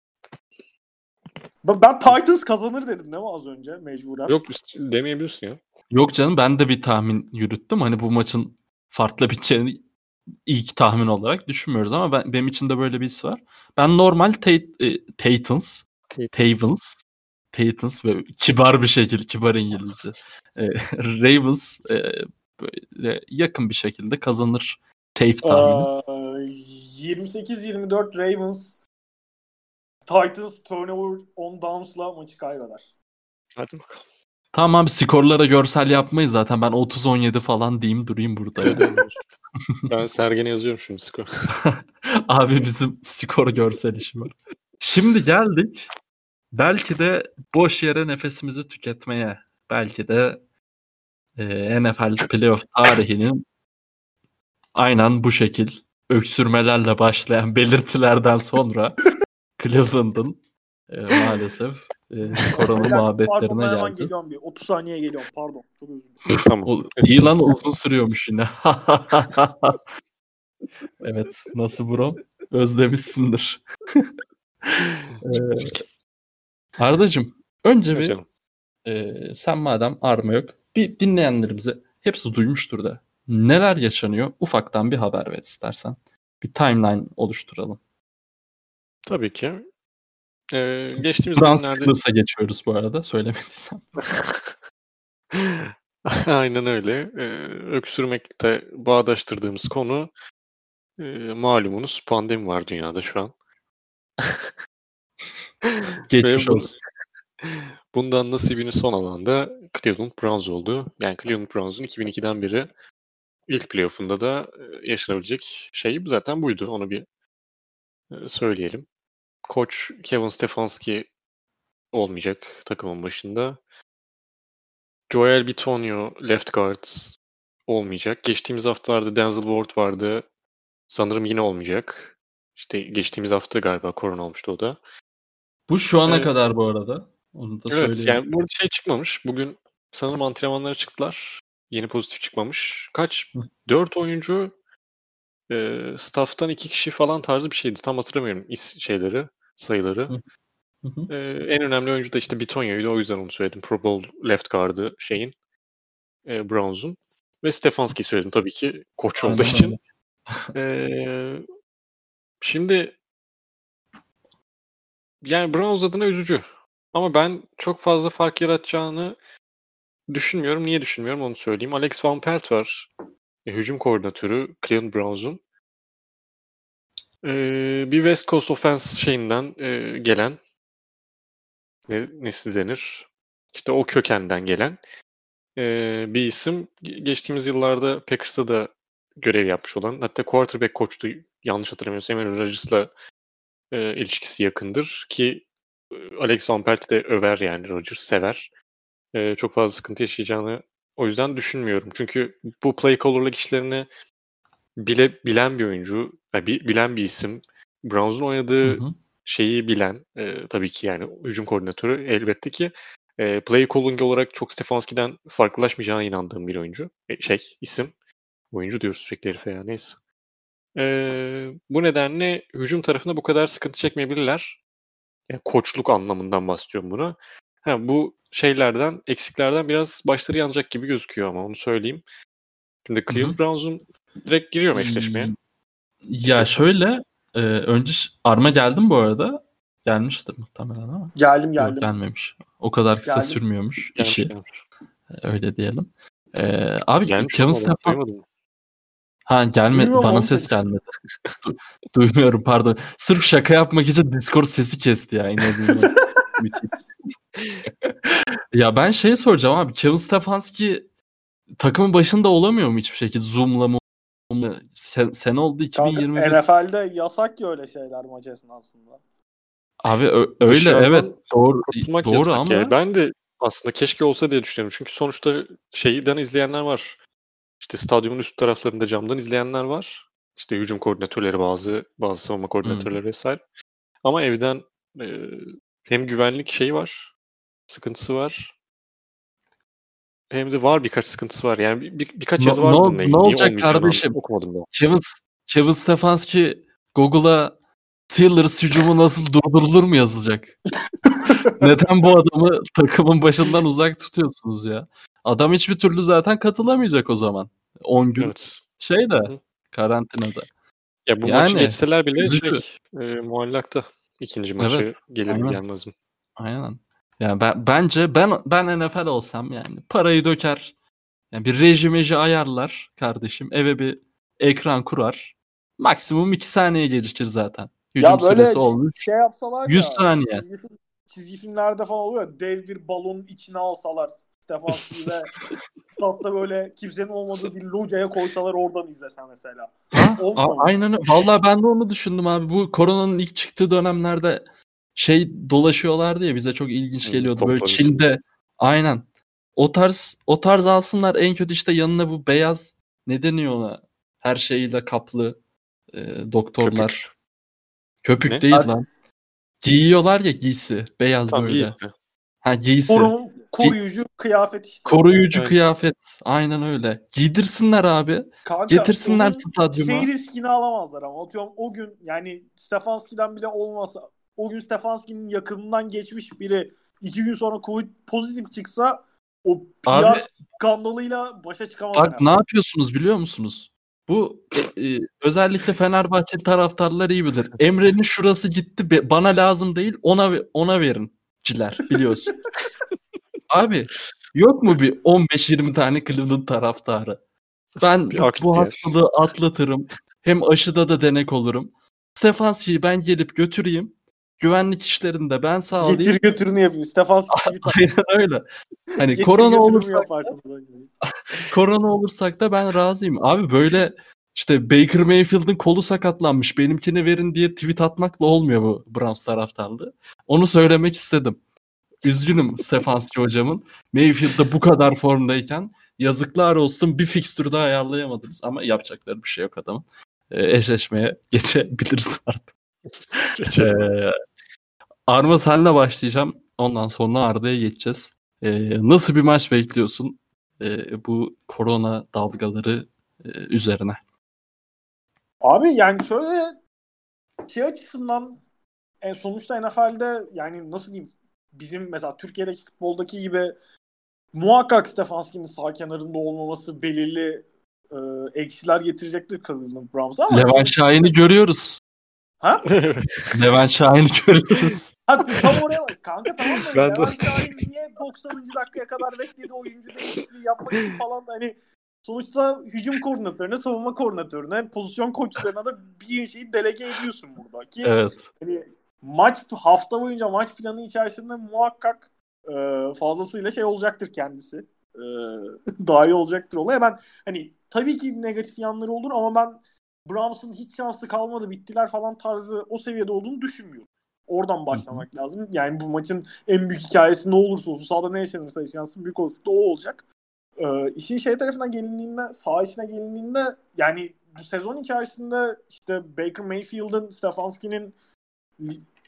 [SPEAKER 3] Ben, ben Titans kazanır dedim değil mi az önce mecburen?
[SPEAKER 2] Yok demeyebilirsin ya.
[SPEAKER 1] Yok canım, ben de bir tahmin yürüttüm. Hani bu maçın farklı biteceğini ilk tahmin olarak düşünmüyoruz ama ben, benim için de böyle bir his var. Ben normal Tate, e, Titans, Tavens, Titans ve kibar bir şekilde, kibar İngilizce. E, Ravens e, böyle yakın bir şekilde kazanır. Safe tahmini.
[SPEAKER 3] Ee, yirmi sekiz yirmi dört Ravens Titans turnover on downs'la maçı kaybeder.
[SPEAKER 2] Hadi bakalım.
[SPEAKER 1] Tamam abi, skorlara görsel yapmayız zaten. Ben otuz on yedi falan diyeyim, durayım burada ya.
[SPEAKER 2] Ben Sergen'e yazıyorum şimdi skor.
[SPEAKER 1] Abi bizim skor görsel işi var. Şimdi geldik. Belki de boş yere nefesimizi tüketmeye. Belki de e, N F L playoff tarihinin aynen bu şekil öksürmelerle başlayan belirtilerden sonra Cleveland'ın e, maalesef e, korona
[SPEAKER 3] Beyler,
[SPEAKER 1] muhabbetlerine
[SPEAKER 3] pardon ben hemen
[SPEAKER 1] geldi.
[SPEAKER 3] geliyorum bir. otuz saniye geliyorum pardon. Çok özür dilerim.
[SPEAKER 2] Tamam.
[SPEAKER 1] O, iyi lan, uzun sürüyormuş yine. Evet, nasıl bro? Özlemişsindir. ee, Ardacığım, önce bir
[SPEAKER 2] Canım.
[SPEAKER 1] e, sen madem arma yok, bir dinleyenlerimize, hepsi duymuştur da, neler yaşanıyor ufaktan bir haber ver istersen. Bir timeline oluşturalım.
[SPEAKER 2] Tabii ki. Ee, geçtiğimiz
[SPEAKER 1] Browns
[SPEAKER 2] günlerde
[SPEAKER 1] Steelers'a geçiyoruz bu arada, söylemediysem.
[SPEAKER 2] aynen öyle. Ee, öksürmekte bağdaştırdığımız konu e, malumunuz pandemi var dünyada şu an.
[SPEAKER 1] Geçmiş
[SPEAKER 2] Ve bu,
[SPEAKER 1] olsun.
[SPEAKER 2] bundan nasibini son alan da Cleveland Browns oldu. Yani Cleveland Browns'un iki bin ikiden beri ilk playoff'unda da e, yaşanabilecek şey zaten buydu. Onu bir e, söyleyelim. Koç Kevin Stefanski olmayacak takımın başında. Joel Bitonio left guard olmayacak. Geçtiğimiz haftalarda Denzel Ward vardı. Sanırım yine olmayacak. İşte geçtiğimiz hafta galiba korona olmuştu o da.
[SPEAKER 1] Bu şu ana
[SPEAKER 2] Evet,
[SPEAKER 1] kadar bu arada. Onu da
[SPEAKER 2] evet
[SPEAKER 1] söyleyelim.
[SPEAKER 2] yani burada şey çıkmamış. Bugün sanırım antrenmanlara çıktılar. Yeni pozitif çıkmamış. Kaç?
[SPEAKER 1] Hı.
[SPEAKER 2] Dört oyuncu e, staff'tan iki kişi falan tarzı bir şeydi. Tam hatırlamıyorum is şeyleri, sayıları.
[SPEAKER 1] Hı. Hı hı.
[SPEAKER 2] E, en önemli oyuncu da işte Bitonio'ydu. O yüzden onu söyledim. Pro Bowl left guard'ı şeyin. E, Browns'un. Ve Stefanski söyledim tabii ki koç olduğu
[SPEAKER 1] Aynen
[SPEAKER 2] için.
[SPEAKER 1] öyle.
[SPEAKER 2] E, şimdi yani Browns adına üzücü. Ama ben çok fazla fark yaratacağını düşünmüyorum. Niye düşünmüyorum onu söyleyeyim. Alex Van Pelt var. E, hücum koordinatörü Cleveland Browns'un. E, bir West Coast Offense şeyinden e, gelen ne, nesi denir? İşte o kökenden gelen e, bir isim. Ge- Geçtiğimiz yıllarda Packers'ta da görev yapmış olan, hatta quarterback koçtu yanlış hatırlamıyorsam, Aaron Rodgers'la e, ilişkisi yakındır ki e, Alex Van Pelt'i de över yani Rodgers sever. E, çok fazla sıkıntı yaşayacağını o yüzden düşünmüyorum. Çünkü bu play caller'lık işlerini bile bilen bir oyuncu, yani bi- bilen bir isim. Browns'un
[SPEAKER 1] Hı
[SPEAKER 2] oynadığı
[SPEAKER 1] hı.
[SPEAKER 2] şeyi bilen e, tabii ki yani hücum koordinatörü elbette ki e, play calling olarak çok Stefanski'den farklılaşmayacağına inandığım bir oyuncu. E, şey isim. Oyuncu diyoruz sürekli herife ya neyse. E, bu nedenle hücum tarafında bu kadar sıkıntı çekmeyebilirler. Yani koçluk anlamından bahsediyorum buna. Ha, bu şeylerden, eksiklerden biraz başları yanacak gibi gözüküyor ama onu söyleyeyim. Şimdi Cleveland Browns'un direkt giriyorum eşleşmeye.
[SPEAKER 1] Ya şöyle e, önce Arma geldim bu arada. Gelmiştir muhtemelen ama.
[SPEAKER 3] Geldim geldim.
[SPEAKER 1] Yok gelmemiş. O kadar kısa
[SPEAKER 3] Geldim.
[SPEAKER 1] sürmüyormuş
[SPEAKER 2] Gelmiş,
[SPEAKER 1] işi.
[SPEAKER 2] gelmiş.
[SPEAKER 1] Öyle diyelim. Ee, abi
[SPEAKER 2] Gelmiş
[SPEAKER 1] Kevin
[SPEAKER 2] ama ben
[SPEAKER 1] Stefan...
[SPEAKER 2] duymadım.
[SPEAKER 1] Ha gelme,
[SPEAKER 3] Duymuyorum
[SPEAKER 1] bana
[SPEAKER 3] oğlum
[SPEAKER 1] ses
[SPEAKER 3] seni.
[SPEAKER 1] gelmedi. Du- Duymuyorum pardon. Sırf şaka yapmak için Discord sesi kesti ya inanılmaz. Müthiş. Ya ben şey soracağım abi. Kevin Stefanski takımın başında olamıyor mu hiçbir şekilde? Zoom'la mı? Sen, sene oldu iki bin yirmi bir.
[SPEAKER 3] Kanka N F L'de yasak ki öyle şeyler maç esnasında.
[SPEAKER 1] Abi ö- öyle
[SPEAKER 2] Dışarıdan
[SPEAKER 1] evet doğru
[SPEAKER 2] katılmak
[SPEAKER 1] doğru
[SPEAKER 2] yasak
[SPEAKER 1] ama
[SPEAKER 2] ya. Ben de aslında keşke olsa diye düşünüyorum. Çünkü sonuçta şeyden izleyenler var. İşte stadyumun üst taraflarında camdan izleyenler var. İşte hücum koordinatörleri bazı, bazı savunma koordinatörleri
[SPEAKER 1] Hmm.
[SPEAKER 2] vesaire. Ama evden e, hem güvenlik şeyi var, sıkıntısı var. Hem de var birkaç sıkıntısı var. Yani bir, bir- birkaç
[SPEAKER 1] Ne,
[SPEAKER 2] yazı var
[SPEAKER 1] ne,
[SPEAKER 2] bununla
[SPEAKER 1] ne
[SPEAKER 2] ilgili. Niye
[SPEAKER 1] olacak
[SPEAKER 2] olmayacağını
[SPEAKER 1] kardeşim?
[SPEAKER 2] okumadım ben.
[SPEAKER 1] Kevin, Kevin Stefanski Google'a Steelers hücumu nasıl durdurulur mu yazacak? Neden bu adamı takımın başından uzak tutuyorsunuz ya? Adam hiçbir türlü zaten katılamayacak o zaman. on gün
[SPEAKER 2] Evet.
[SPEAKER 1] şey de
[SPEAKER 2] Hı hı.
[SPEAKER 1] karantinada.
[SPEAKER 2] Ya bu maçı
[SPEAKER 1] Yani
[SPEAKER 2] geçseler bile
[SPEAKER 1] üzücü.
[SPEAKER 2] şey, e, muallakta. İkinci maçı
[SPEAKER 1] Evet.
[SPEAKER 2] gelir mi
[SPEAKER 1] Aynen.
[SPEAKER 2] gelmez mi?
[SPEAKER 1] Aynen. Yani ben bence ben ben N F L olsam yani parayı döker. Yani bir reji meji ayarlar kardeşim. Eve bir ekran kurar. Maksimum iki saniye gelişir zaten. Hücum
[SPEAKER 3] Ya böyle
[SPEAKER 1] süresi olmuş.
[SPEAKER 3] şey yapsalar
[SPEAKER 1] yüz
[SPEAKER 3] ya
[SPEAKER 1] saniye.
[SPEAKER 3] çizgi, film, çizgi filmlerde falan oluyor ya, dev bir balonun içine alsalar Stefanski'yi ve statta böyle kimsenin olmadığı bir locaya koysalar oradan izlesen mesela.
[SPEAKER 1] Ha, a-
[SPEAKER 3] Olmuyor mu?
[SPEAKER 1] aynen. Vallahi ben de onu düşündüm abi. Bu koronanın ilk çıktığı dönemlerde şey dolaşıyorlardı ya bize çok ilginç
[SPEAKER 2] Hmm,
[SPEAKER 1] geliyordu. Böyle
[SPEAKER 2] toplar
[SPEAKER 1] Çin'de aynen. O tarz o tarz alsınlar en kötü işte yanına bu beyaz ne deniyor ona? Her şeyle kaplı e, doktorlar.
[SPEAKER 2] Köpük.
[SPEAKER 1] Köpük
[SPEAKER 2] Ne?
[SPEAKER 1] değil
[SPEAKER 3] Evet.
[SPEAKER 1] lan. Giyiyorlar ya giysi. Beyaz
[SPEAKER 2] Tam
[SPEAKER 1] böyle.
[SPEAKER 2] giysi.
[SPEAKER 1] Ha giysi.
[SPEAKER 3] Koru, koruyucu kıyafet işte.
[SPEAKER 1] Koruyucu
[SPEAKER 2] Aynen.
[SPEAKER 1] kıyafet. Aynen öyle. Giydirsinler abi.
[SPEAKER 3] Kanka
[SPEAKER 1] Getirsinler
[SPEAKER 3] onun
[SPEAKER 1] stadyuma.
[SPEAKER 3] şey riskini alamazlar ama atıyorum o gün yani Stefanski'den bile olmasa o gün Stefanski'nin yakınından geçmiş biri iki gün sonra Covid pozitif çıksa o P R
[SPEAKER 1] Abi
[SPEAKER 3] skandalıyla başa çıkamaz.
[SPEAKER 1] bak
[SPEAKER 3] N
[SPEAKER 1] ne
[SPEAKER 3] F L.
[SPEAKER 1] yapıyorsunuz biliyor musunuz? Bu e, e, özellikle Fenerbahçeli taraftarlar iyi bilir. Emre'nin şurası gitti be- bana lazım değil ona ve- ona verin ciler biliyorsun. Abi yok mu bir on beş yirmi tane Cleveland taraftarı? Ben
[SPEAKER 2] Bir
[SPEAKER 1] bu, bu
[SPEAKER 2] akciğer.
[SPEAKER 1] hastalığı atlatırım. Hem aşıda da denek olurum. Stefanski'yi ben gelip götüreyim. Güvenlik işlerini de ben sağlayayım.
[SPEAKER 3] Getir götürünü yapayım. Stefanski tweet at.
[SPEAKER 1] Aynen öyle. Hani
[SPEAKER 3] Getir
[SPEAKER 1] korona
[SPEAKER 3] götürümü
[SPEAKER 1] olursak
[SPEAKER 3] yaparsın.
[SPEAKER 1] korona olursak da ben razıyım. Abi böyle işte Baker Mayfield'ın kolu sakatlanmış benimkini verin diye tweet atmakla olmuyor bu Browns taraftarlığı. Onu söylemek istedim. Üzgünüm Stefanski hocamın. Mayfield'da bu kadar formdayken yazıklar olsun bir fikstürü daha ayarlayamadınız. Ama yapacakları bir şey yok adamın. Ee, eşleşmeye geçebiliriz artık. Ee, Arma senle başlayacağım. Ondan sonra Arda'ya geçeceğiz. Ee, nasıl bir maç bekliyorsun ee, bu korona dalgaları e, üzerine?
[SPEAKER 3] Abi yani şöyle şey açısından e, sonuçta N F L'de yani nasıl diyeyim bizim mesela Türkiye'deki futboldaki gibi muhakkak Stefanski'nin sağ kenarında olmaması belirli e, eksiler getirecektir Cleveland Browns'a ama
[SPEAKER 1] Levent
[SPEAKER 3] sonuçta...
[SPEAKER 1] Şahin'i görüyoruz.
[SPEAKER 3] Ha?
[SPEAKER 1] Levent Şahin'i görüyoruz.
[SPEAKER 3] Ha, tam oraya bak. Kanka tamam da
[SPEAKER 2] Ben de-
[SPEAKER 3] Levent Şahin niye doksanıncı dakikaya kadar bekledi oyuncu değişikliği yapmak için falan da hani sonuçta hücum koordinatörüne, savunma koordinatörüne, pozisyon koçlarına da bir şeyi delege ediyorsun burada ki
[SPEAKER 1] Evet.
[SPEAKER 3] hani maç hafta boyunca maç planı içerisinde muhakkak e, fazlasıyla şey olacaktır kendisi. E, daha iyi olacaktır olay. Ben hani tabii ki negatif yanları olur ama ben Browns'un hiç şansı kalmadı bittiler falan tarzı o seviyede olduğunu düşünmüyorum. Oradan başlamak hı hı. lazım. Yani bu maçın en büyük hikayesi ne olursa olsun sahada ne yaşanırsa yaşansın büyük olasılıkla o olacak. Ee, işin şey tarafına gelindiğinde, saha içine gelindiğinde yani bu sezon içerisinde işte Baker Mayfield'ın, Stefanski'nin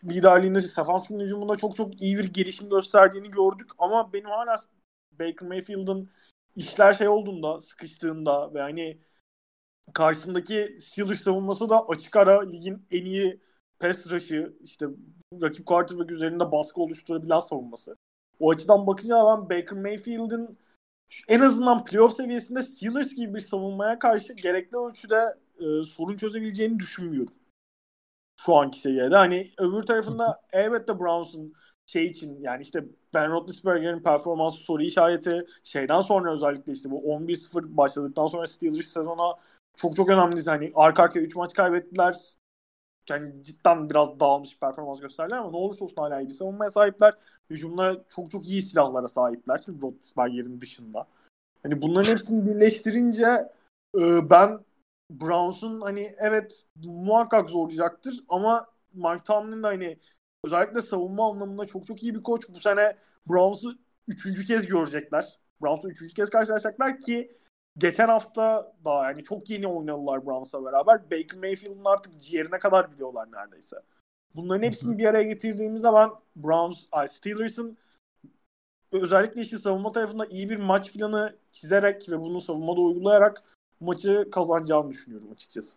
[SPEAKER 3] liderliğinde Stefanski'nin hücumunda çok çok iyi bir gelişim gösterdiğini gördük ama benim hala Baker Mayfield'ın işler şey olduğunda, sıkıştığında ve hani karşısındaki Steelers savunması da açık ara ligin en iyi pass rush'ı, işte rakip quarterback üzerinde baskı oluşturabilen savunması. O açıdan bakınca ben Baker Mayfield'in en azından playoff seviyesinde Steelers gibi bir savunmaya karşı gerekli ölçüde e, sorun çözebileceğini düşünmüyorum. Şu anki seviyede. Hani öbür tarafında elbette Browns'un şey için yani işte Ben Roethlisberger'in performansı soru işareti, şeyden sonra özellikle işte bu on bir sıfır başladıktan sonra Steelers sezona çok çok önemli. Hani arka arkaya üç maç kaybettiler. Yani cidden biraz dağılmış performans gösterdiler ama ne olursa olsun hala iyi bir savunmaya sahipler. Hücumda çok çok iyi silahlara sahipler. Roethlisberger'in dışında. Hani bunların hepsini birleştirince e, ben Browns'un hani evet muhakkak zorlayacaktır ama Mike Tomlin de hani özellikle savunma anlamında çok çok iyi bir koç. Bu sene Browns'u üçüncü kez görecekler. Browns'u üçüncü kez karşılaşacaklar ki geçen hafta daha yani çok yeni oynadılar Browns'la beraber. Baker Mayfield'ın artık ciğerine kadar biliyorlar neredeyse. Bunların hepsini bir araya getirdiğimizde ben Browns, Steelers'ın özellikle işte savunma tarafında iyi bir maç planı çizerek ve bunu savunmada uygulayarak maçı kazanacağını düşünüyorum açıkçası.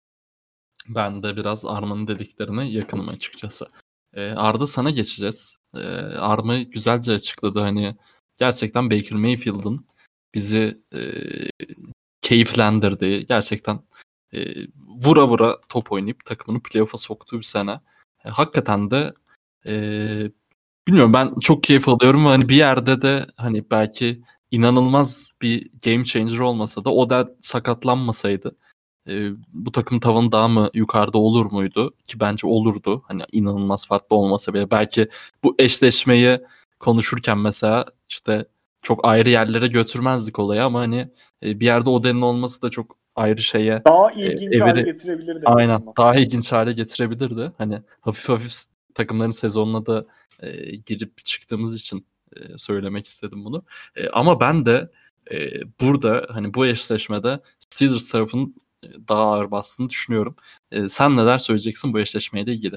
[SPEAKER 1] Ben de biraz Arma'nın dediklerine yakınım açıkçası. Ee, Arda sana geçeceğiz. Ee, Arma güzelce açıkladı. Hani gerçekten Baker Mayfield'ın bizi e, keyiflendirdiği, gerçekten e, vura vura top oynayıp takımını playoff'a soktuğu bir sene. E, hakikaten de e, bilmiyorum, ben çok keyif alıyorum ve hani bir yerde de hani belki inanılmaz bir game changer olmasa da o da sakatlanmasaydı e, bu takım tavanı daha mı yukarıda olur muydu? Ki bence olurdu. Hani inanılmaz farklı olmasa bile. Belki bu eşleşmeyi konuşurken mesela işte çok ayrı yerlere götürmezdik olayı ama hani e, bir yerde Oden'in olması da çok ayrı şeye
[SPEAKER 3] Daha
[SPEAKER 1] e,
[SPEAKER 3] ilginç hale
[SPEAKER 1] eviri
[SPEAKER 3] getirebilirdi.
[SPEAKER 1] aynen daha ilginç hale getirebilirdi. Hani hafif hafif takımların sezonuna da e, girip çıktığımız için e, söylemek istedim bunu. E, ama ben de e, burada hani bu eşleşmede Steelers tarafının daha ağır bastığını düşünüyorum. E, sen neler söyleyeceksin bu eşleşmeyle ilgili?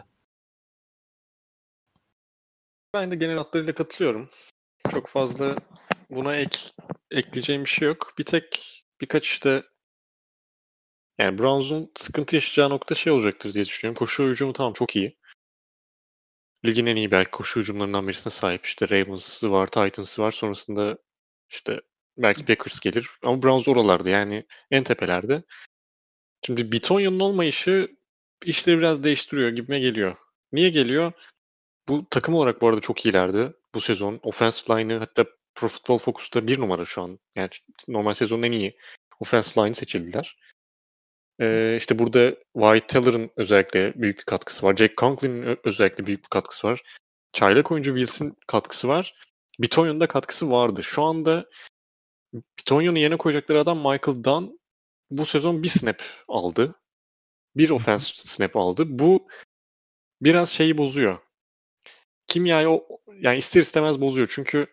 [SPEAKER 2] Ben de genel hatlarıyla katılıyorum. Çok fazla buna ek ekleyeceğim bir şey yok. Bir tek birkaç işte yani Browns'un sıkıntı yaşayacağı nokta şey olacaktır diye düşünüyorum. Koşu hücumu tamam çok iyi. Ligin en iyi belki koşu hücumlarından birisine sahip. İşte Ravens'ı var, Titans'ı var. Sonrasında işte belki Packers gelir. Ama Browns oralarda yani en tepelerde. Şimdi Bitonya'nın olmayışı işleri biraz değiştiriyor gibime geliyor. Niye geliyor? Bu takım olarak bu arada çok iyilerdi bu sezon. Offensive line'ı hatta Pro Football Focus'ta bir numara şu an. Yani normal sezonun en iyi offensive line'ı seçildiler. Ee, işte burada Wyatt Teller'ın özellikle büyük bir katkısı var. Jack Conklin'in özellikle büyük bir katkısı var. Çaylak oyuncu Wills'in katkısı var. Bitonya'nın da katkısı vardı. Şu anda Bitonya'nın yerine koyacakları adam Michael Dunn bu sezon bir snap aldı. Bir offensive snap aldı. Bu biraz şeyi bozuyor. Kimyayı o, yani ister istemez bozuyor. Çünkü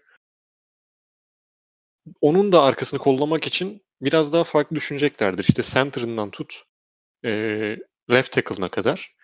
[SPEAKER 2] onun da arkasını kollamak için biraz daha farklı düşüneceklerdir. İşte center'ından tut e, left tackle'ına kadar.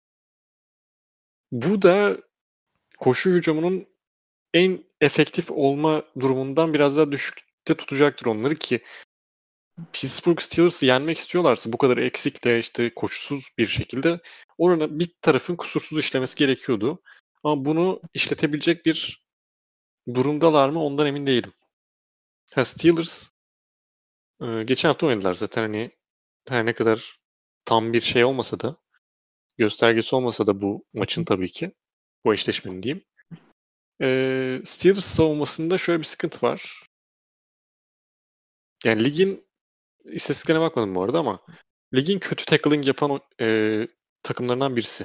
[SPEAKER 2] Bu da koşu hücumunun en efektif olma durumundan biraz daha düşükte tutacaktır onları ki Pittsburgh Steelers'ı yenmek istiyorlarsa bu kadar eksikle işte koşusuz bir şekilde orada bir tarafın kusursuz işlemesi gerekiyordu. Ama bunu işletebilecek bir durumdalar mı ondan emin değilim. Ha, Steelers e, geçen hafta oynadılar zaten hani her ne kadar tam bir şey olmasa da göstergesi olmasa da bu maçın tabii ki bu eşleşmenin diyeyim. E, Steelers savunmasında şöyle bir sıkıntı var. Yani ligin istatistiklerine bakmadım bu arada ama ligin kötü tackling yapan e, takımlarından birisi.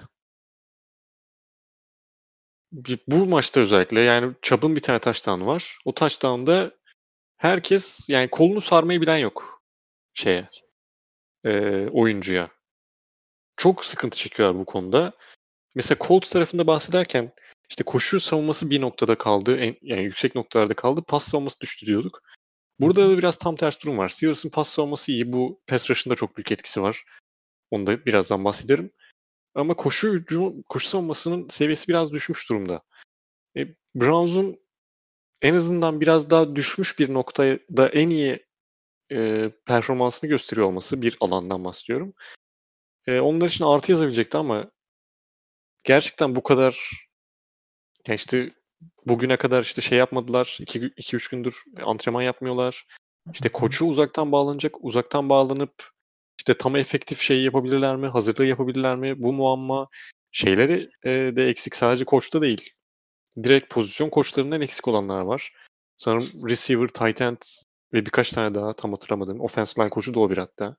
[SPEAKER 2] Bir- Bu maçta özellikle yani Chubb'ın bir tane touchdown'u var. O touchdown'da herkes yani kolunu sarmayı bilen yok şeye e, oyuncuya. Çok sıkıntı çekiyorlar bu konuda. Mesela Colts tarafında bahsederken işte koşu savunması bir noktada kaldı. En, yani yüksek noktalarda kaldı. Pas savunması düştü diyorduk. Burada da biraz tam ters durum var. Steelers'ın pas savunması iyi. Bu pass rush'ın da çok büyük etkisi var. Onu da birazdan bahsederim. Ama koşu hücumu, koşu savunmasının seviyesi biraz düşmüş durumda. E, Browns'un en azından biraz daha düşmüş bir noktada en iyi e, performansını gösteriyor olması, bir alandan bahsediyorum. E, onlar için artı yazabilecekti ama gerçekten bu kadar, ya işte bugüne kadar işte şey yapmadılar. iki üç gündür antrenman yapmıyorlar. İşte koçu uzaktan bağlanacak. Uzaktan bağlanıp işte tam efektif şeyi yapabilirler mi? Hazırlığı yapabilirler mi? Bu muamma. Şeyleri e, de eksik. Sadece koçta değil. Direkt pozisyon koçlarından eksik olanlar var. Sanırım receiver, tight end ve birkaç tane daha tam hatırlamadım. Offensive line koçu da o bir hatta.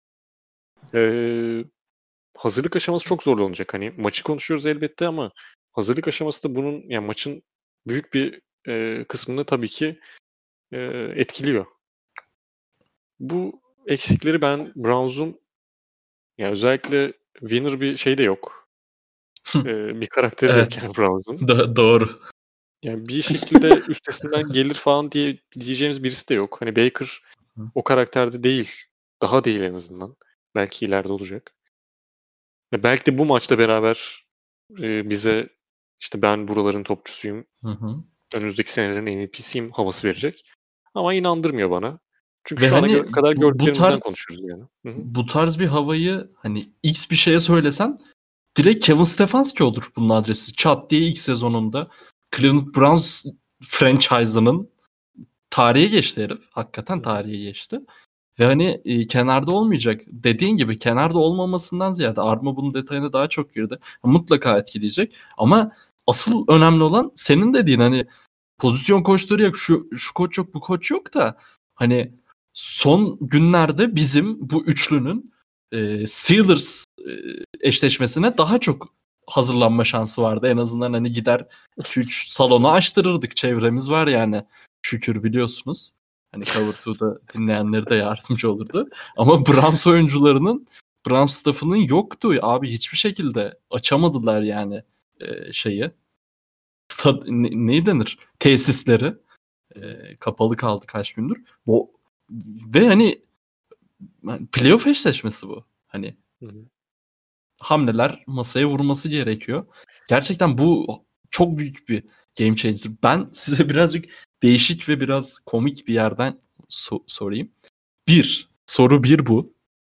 [SPEAKER 2] Ee, hazırlık aşaması çok zorlu olacak. Hani maçı konuşuyoruz elbette ama hazırlık aşaması da bunun, yani maçın büyük bir e, kısmını tabii ki e, etkiliyor. Bu eksikleri ben Browns'un, yani özellikle winner bir şey de yok. e, bir karakteri de yok
[SPEAKER 1] Evet.
[SPEAKER 2] yani Browns'un.
[SPEAKER 1] Do- doğru.
[SPEAKER 2] Yani bir şekilde üstesinden gelir falan diye diyeceğimiz birisi de yok. Hani Baker o karakterde değil. Daha değil en azından. Belki ileride olacak. Ve belki de bu maçla beraber e, bize işte ben buraların topçusuyum,
[SPEAKER 1] Hı hı.
[SPEAKER 2] önümüzdeki senelerin M V P'siyim havası verecek. Ama inandırmıyor bana. Çünkü
[SPEAKER 1] Ve
[SPEAKER 2] şu ana
[SPEAKER 1] hani
[SPEAKER 2] gö- kadar
[SPEAKER 1] bu, bu
[SPEAKER 2] gördüklerimizden
[SPEAKER 1] tarz
[SPEAKER 2] konuşuyoruz yani. Hı hı.
[SPEAKER 1] bu tarz bir havayı hani X bir şeye söylesen direkt Kevin Stefanski olur bunun adresi. Çat diye ilk sezonunda Cleveland Browns franchise'ının tarihe geçti herif. Hakikaten tarihe geçti. Ve hani e, kenarda olmayacak. Dediğin gibi kenarda olmamasından ziyade Arma bunun detayına daha çok girdi. Mutlaka etkileyecek. Ama asıl önemli olan senin dediğin, hani pozisyon koçları yok. Şu, şu koç yok, bu koç yok da hani son günlerde bizim bu üçlünün e, Steelers e, eşleşmesine daha çok hazırlanma şansı vardı. En azından hani gider iki üç salonu açtırırdık. Çevremiz var yani. Şükür, biliyorsunuz. Hani Cover iki'da dinleyenleri de yardımcı olurdu. Ama Browns oyuncularının, Browns staff'ının yoktu. Abi hiçbir şekilde açamadılar yani e, şeyi. Stad, ne, ne denir? Tesisleri. E, kapalı kaldı kaç gündür. Bu ve hani playoff eşleşmesi bu. Hani
[SPEAKER 2] Hı hı.
[SPEAKER 1] hamleler masaya vurması gerekiyor. Gerçekten bu çok büyük bir game changer. Ben size birazcık değişik ve biraz komik bir yerden so- sorayım. Bir, soru bir bu.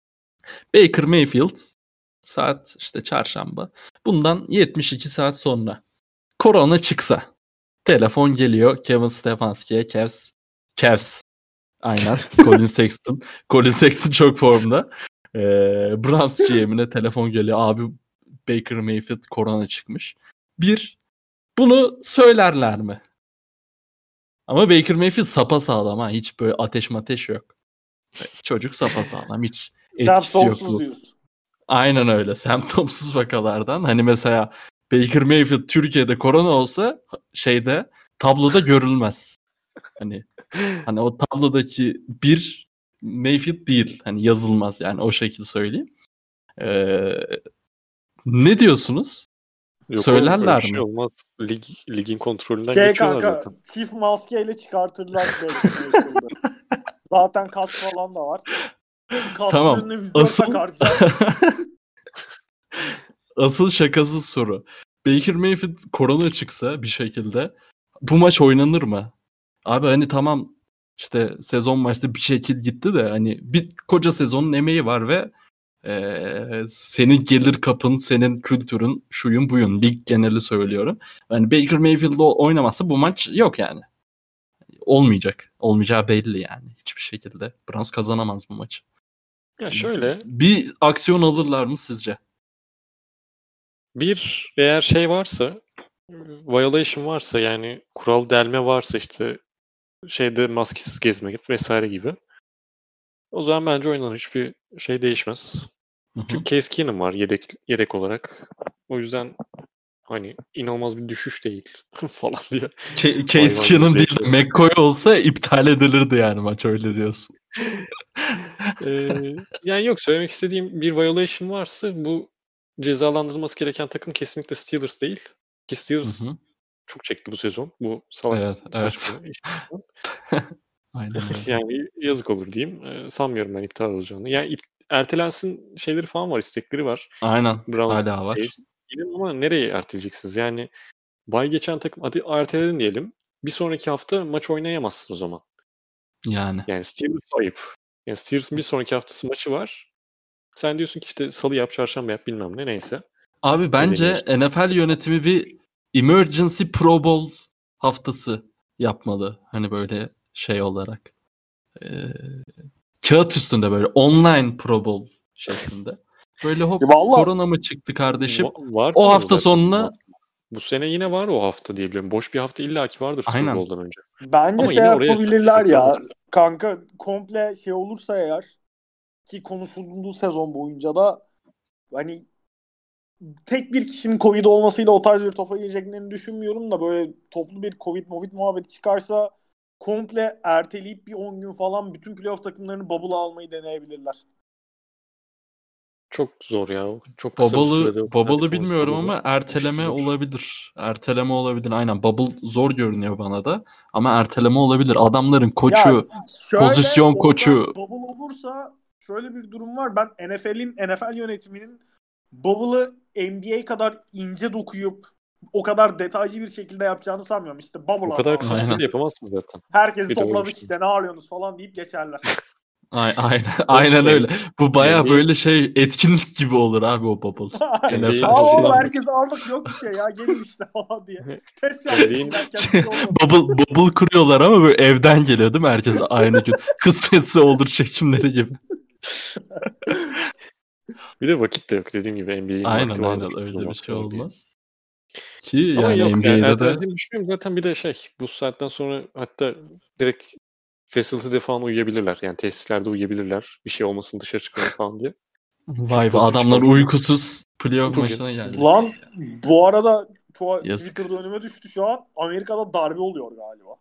[SPEAKER 1] Baker Mayfield saat işte çarşamba. Bundan yetmiş iki saat sonra korona çıksa, telefon geliyor Kevin Stefanski'ye. Kevs. Kevs. Aynen. Colin Sexton. Colin Sexton çok formda. Ee, Browns G M'ine telefon geliyor. Abi Baker Mayfield korona çıkmış. Bir, bunu söylerler mi? Ama Baker Mayfield sapasağlam ha. Hiç böyle ateş mateş yok. Çocuk sapasağlam. Hiç etkisi yok
[SPEAKER 3] Semptomsuz
[SPEAKER 1] bu.
[SPEAKER 3] diyorsun.
[SPEAKER 1] Aynen öyle. Semptomsuz vakalardan. Hani mesela Baker Mayfield Türkiye'de korona olsa şeyde, tabloda görülmez. Hani hani o tablodaki bir Mayfield değil. Hani yazılmaz yani, o şekilde söyleyeyim. Ee, ne diyorsunuz?
[SPEAKER 2] Yok oğlum, öyle bir
[SPEAKER 1] Söylerler
[SPEAKER 2] şey
[SPEAKER 1] mi?
[SPEAKER 2] olmaz. Lig, ligin kontrolünden
[SPEAKER 3] Şey
[SPEAKER 2] geçiyorlar
[SPEAKER 3] kanka,
[SPEAKER 2] zaten.
[SPEAKER 3] çift maskeyle çıkartırlar Baker Mayfield'ı. Zaten kask falan da var. Kaskın
[SPEAKER 1] Tamam.
[SPEAKER 3] önüne vizör
[SPEAKER 1] Asıl
[SPEAKER 3] takarlar.
[SPEAKER 1] asıl şakasız soru. Baker Mayfield korona çıksa bir şekilde bu maç oynanır mı? Abi hani tamam, işte sezon maçta bir şekil gitti de hani bir koca sezonun emeği var ve e, senin gelir kapın, senin kültürün, şuyun buyun, lig geneli söylüyorum. Yani Baker Mayfield'la oynamazsa bu maç yok yani. Olmayacak. Olmayacağı belli yani. Hiçbir şekilde. Browns kazanamaz bu maçı.
[SPEAKER 2] Ya şöyle,
[SPEAKER 1] Bir aksiyon alırlar mı sizce?
[SPEAKER 2] bir eğer şey varsa, violation varsa, yani kural delme varsa, işte şeyde maskesiz gezmek vesaire gibi, o zaman bence oynanır. Hiçbir şey değişmez.
[SPEAKER 1] Hı hı.
[SPEAKER 2] Çünkü Case Keenum var yedek yedek olarak. O yüzden hani inanılmaz bir düşüş değil falan diye.
[SPEAKER 1] Ke- Case Keenum değil de McCoy olsa iptal edilirdi yani maç, öyle diyorsun.
[SPEAKER 2] ee, yani yok, söylemek istediğim, bir violation varsa bu cezalandırılması gereken takım kesinlikle Steelers değil. Ki Steelers
[SPEAKER 1] Hı hı.
[SPEAKER 2] çok çekti bu sezon. Bu salak
[SPEAKER 1] Evet,
[SPEAKER 2] saçma
[SPEAKER 1] evet.
[SPEAKER 2] iş.
[SPEAKER 1] Aynen öyle.
[SPEAKER 2] Yani yazık olur diyeyim. Ee, sanmıyorum ben iptal olacağını. Yani ip- ertelensin şeyleri falan var, istekleri var.
[SPEAKER 1] Aynen.
[SPEAKER 2] Brown
[SPEAKER 1] Hala var.
[SPEAKER 2] Yine ama nereye erteleyeceksiniz? Yani bay geçen takım hadi erteledin diyelim. Bir sonraki hafta maç oynayamazsın o zaman.
[SPEAKER 1] Yani.
[SPEAKER 2] Yani Steelers ayıp. Yani Steelers'ın bir sonraki haftası maçı var. Sen diyorsun ki işte salı yap, çarşamba yap bilmem ne neyse.
[SPEAKER 1] Abi bence N F L yönetimi bir emergency Pro Bowl haftası yapmalı. Hani böyle şey olarak. Ee, kağıt üstünde böyle online Pro Bowl şeklinde. Böyle hop
[SPEAKER 3] Vallahi,
[SPEAKER 1] korona mı çıktı kardeşim?
[SPEAKER 2] Va- var
[SPEAKER 1] o hafta sonuna
[SPEAKER 2] bu sene yine var o hafta diyebilirim. Boş bir hafta illaki vardır Super Bowl'dan önce.
[SPEAKER 3] Bence
[SPEAKER 2] Ama
[SPEAKER 3] şey
[SPEAKER 2] yine oraya
[SPEAKER 3] yapabilirler ya.
[SPEAKER 2] çıkmaz.
[SPEAKER 3] Kanka komple şey olursa eğer, ki konuşulduğu sezon boyunca da hani tek bir kişinin Covid olmasıyla o tarz bir topa gireceklerini düşünmüyorum da böyle toplu bir Covid Movid muhabbeti çıkarsa komple erteleyip bir on gün falan bütün playoff takımlarını bubble'a almayı deneyebilirler.
[SPEAKER 2] Çok zor ya. Çok kısa bir
[SPEAKER 1] Bubble'ı,
[SPEAKER 2] sürede.
[SPEAKER 1] Bubble'ı bilmiyorum ama erteleme
[SPEAKER 2] Zor.
[SPEAKER 1] olabilir. Erteleme olabilir. Aynen. Bubble zor görünüyor bana da. Ama erteleme olabilir. Adamların koçu,
[SPEAKER 3] Ya şöyle,
[SPEAKER 1] pozisyon
[SPEAKER 3] orada
[SPEAKER 1] koçu.
[SPEAKER 3] Bubble olursa şöyle bir durum var. Ben N F L'in N F L yönetiminin Bubble'ı N B A kadar ince dokuyup o kadar detaycı bir şekilde yapacağını sanmıyorum. İşte Bubble'a
[SPEAKER 2] O kadar kısa
[SPEAKER 1] Aynen.
[SPEAKER 2] sürede yapamazsın zaten.
[SPEAKER 3] herkesi
[SPEAKER 2] Bir de öyle
[SPEAKER 3] topladık
[SPEAKER 2] bir şey.
[SPEAKER 3] işte ne arıyorsunuz falan deyip geçerler.
[SPEAKER 1] Ay, aynen, aynen öyle. Bu baya böyle şey etkinlik gibi olur abi o Bubble.
[SPEAKER 2] N B A'in
[SPEAKER 3] Ama oğlum
[SPEAKER 2] şey-
[SPEAKER 3] herkes artık yok bir şey ya gelin işte falan diye. Test
[SPEAKER 2] N B A'in
[SPEAKER 3] yaptık.
[SPEAKER 1] Bubble, bubble kuruyorlar ama böyle evden geliyor değil mi herkes aynı gün? Kısmetse olur çekimleri gibi.
[SPEAKER 2] Bir de vakit de yok dediğim gibi N B A'in
[SPEAKER 1] Aynen
[SPEAKER 2] vakti vardır.
[SPEAKER 1] aynen öyle bir şey
[SPEAKER 2] Diye.
[SPEAKER 1] olmaz. Ki
[SPEAKER 2] Ama
[SPEAKER 1] yani
[SPEAKER 2] yok
[SPEAKER 1] N B
[SPEAKER 2] yani
[SPEAKER 1] A'de de
[SPEAKER 2] ertelediğini düşünüyorum. Zaten bir de şey bu saatten sonra hatta direkt facility'de falan uyuyabilirler. Yani tesislerde uyuyabilirler. Bir şey olmasın dışarı çıkmayın falan diye.
[SPEAKER 1] vay be
[SPEAKER 2] pozitif
[SPEAKER 1] adamlar
[SPEAKER 2] çıkarmış.
[SPEAKER 1] uykusuz playoff
[SPEAKER 2] Bugün.
[SPEAKER 1] maçına geldi.
[SPEAKER 3] Lan bu arada tu-
[SPEAKER 1] Yazık.
[SPEAKER 3] Twitter'da önüme düştü şu an. Amerika'da darbe oluyor galiba.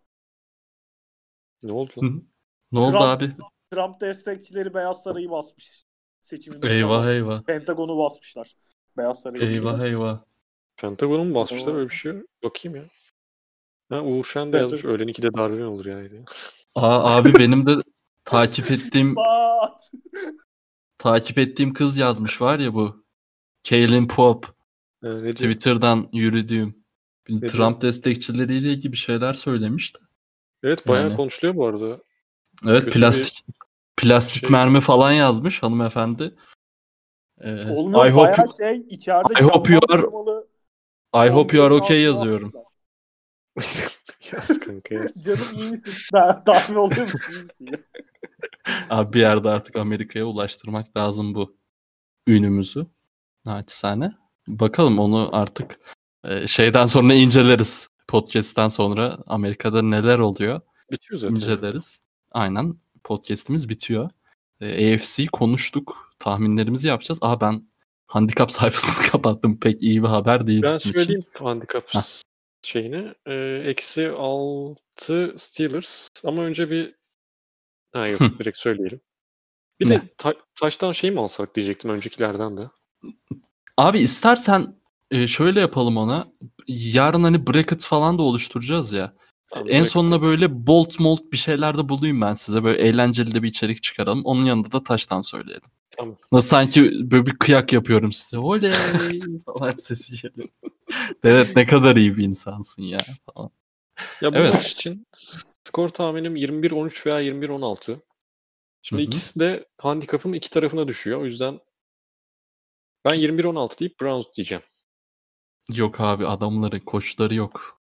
[SPEAKER 2] Ne oldu
[SPEAKER 1] Hı.
[SPEAKER 2] lan?
[SPEAKER 1] Ne oldu
[SPEAKER 3] Trump-
[SPEAKER 1] abi?
[SPEAKER 3] Trump destekçileri Beyaz Sarayı basmış. Seçimin
[SPEAKER 1] Eyvah eyvah.
[SPEAKER 3] Pentagon'u basmışlar. Beyaz Sarayı.
[SPEAKER 1] Eyvah eyvah.
[SPEAKER 2] Pentagon'u mu basmışlar
[SPEAKER 3] Oo.
[SPEAKER 2] öyle bir şey? Bakayım ya. Ha, Uğur Şen de yazmış. Öğlen ikide darbe mi olur yani diye.
[SPEAKER 1] Aa, abi benim de takip ettiğim
[SPEAKER 3] İspat!
[SPEAKER 1] takip ettiğim kız yazmış var ya bu. Kaylin Pope.
[SPEAKER 2] Ha, ne diyor?
[SPEAKER 1] Twitter'dan yürüdüğüm.
[SPEAKER 2] Ne
[SPEAKER 1] Trump destekçileriyle ilgili bir şeyler söylemişti.
[SPEAKER 2] Evet bayağı
[SPEAKER 1] Yani.
[SPEAKER 2] konuşuluyor bu arada.
[SPEAKER 1] Evet
[SPEAKER 2] Kötü
[SPEAKER 1] plastik plastik
[SPEAKER 2] şey.
[SPEAKER 1] mermi falan yazmış hanımefendi. Ee,
[SPEAKER 3] Oğlum
[SPEAKER 1] I
[SPEAKER 3] yok
[SPEAKER 1] hope
[SPEAKER 3] bayağı
[SPEAKER 1] you,
[SPEAKER 3] şey içeride
[SPEAKER 1] I hope you
[SPEAKER 3] camdan
[SPEAKER 1] are-
[SPEAKER 3] korumalı
[SPEAKER 1] I hope you are
[SPEAKER 3] bomba
[SPEAKER 1] okay
[SPEAKER 3] binasına
[SPEAKER 1] yazıyorum.
[SPEAKER 3] atmışlar.
[SPEAKER 2] Yaz kanka yaz.
[SPEAKER 3] Canım iyi misin? Ben darbe oluyormuş. iyi misin?
[SPEAKER 1] Abi bir yerde artık Amerika'ya ulaştırmak lazım bu ünümüzü. Naçizane. Bakalım onu artık e, şeyden sonra inceleriz. Podcast'ten sonra Amerika'da neler oluyor
[SPEAKER 2] Bitiyor zaten.
[SPEAKER 1] inceleriz. Aynen podcast'imiz bitiyor. E, A F C'yi konuştuk. Tahminlerimizi yapacağız. Aa ben handikap sayfasını kapattım. Pek iyi bir haber değil
[SPEAKER 2] Ben
[SPEAKER 1] bizim
[SPEAKER 2] söyleyeyim
[SPEAKER 1] için.
[SPEAKER 2] handikap
[SPEAKER 1] Heh.
[SPEAKER 2] şeyini. Ee, eksi altı Steelers. Ama önce bir ha yok
[SPEAKER 1] Hı.
[SPEAKER 2] direkt söyleyelim. Bir
[SPEAKER 1] Ne?
[SPEAKER 2] de ta- taştan şey mi alsak diyecektim öncekilerden de.
[SPEAKER 1] Abi istersen e, şöyle yapalım ona. Yarın hani bracket falan da oluşturacağız ya.
[SPEAKER 2] Tamam,
[SPEAKER 1] En
[SPEAKER 2] bracket
[SPEAKER 1] sonunda
[SPEAKER 2] yapalım.
[SPEAKER 1] böyle bolt molt bir şeyler de bulayım ben size. Böyle eğlenceli de bir içerik çıkaralım. Onun yanında da taştan söyleyelim.
[SPEAKER 2] Tamam.
[SPEAKER 1] Nasıl sanki böyle bir kıyak yapıyorum size. Oley falan sesi geliyor. Evet ne kadar iyi bir insansın ya falan.
[SPEAKER 2] Ya bu
[SPEAKER 1] Evet.
[SPEAKER 2] maç için skor tahminim yirmi bir on üç veya yirmi bir on altı. Şimdi
[SPEAKER 1] Hı hı.
[SPEAKER 2] ikisi de handikapın iki tarafına düşüyor. O yüzden ben yirmi bir on altı deyip Browns diyeceğim.
[SPEAKER 1] Yok abi adamları koçları yok.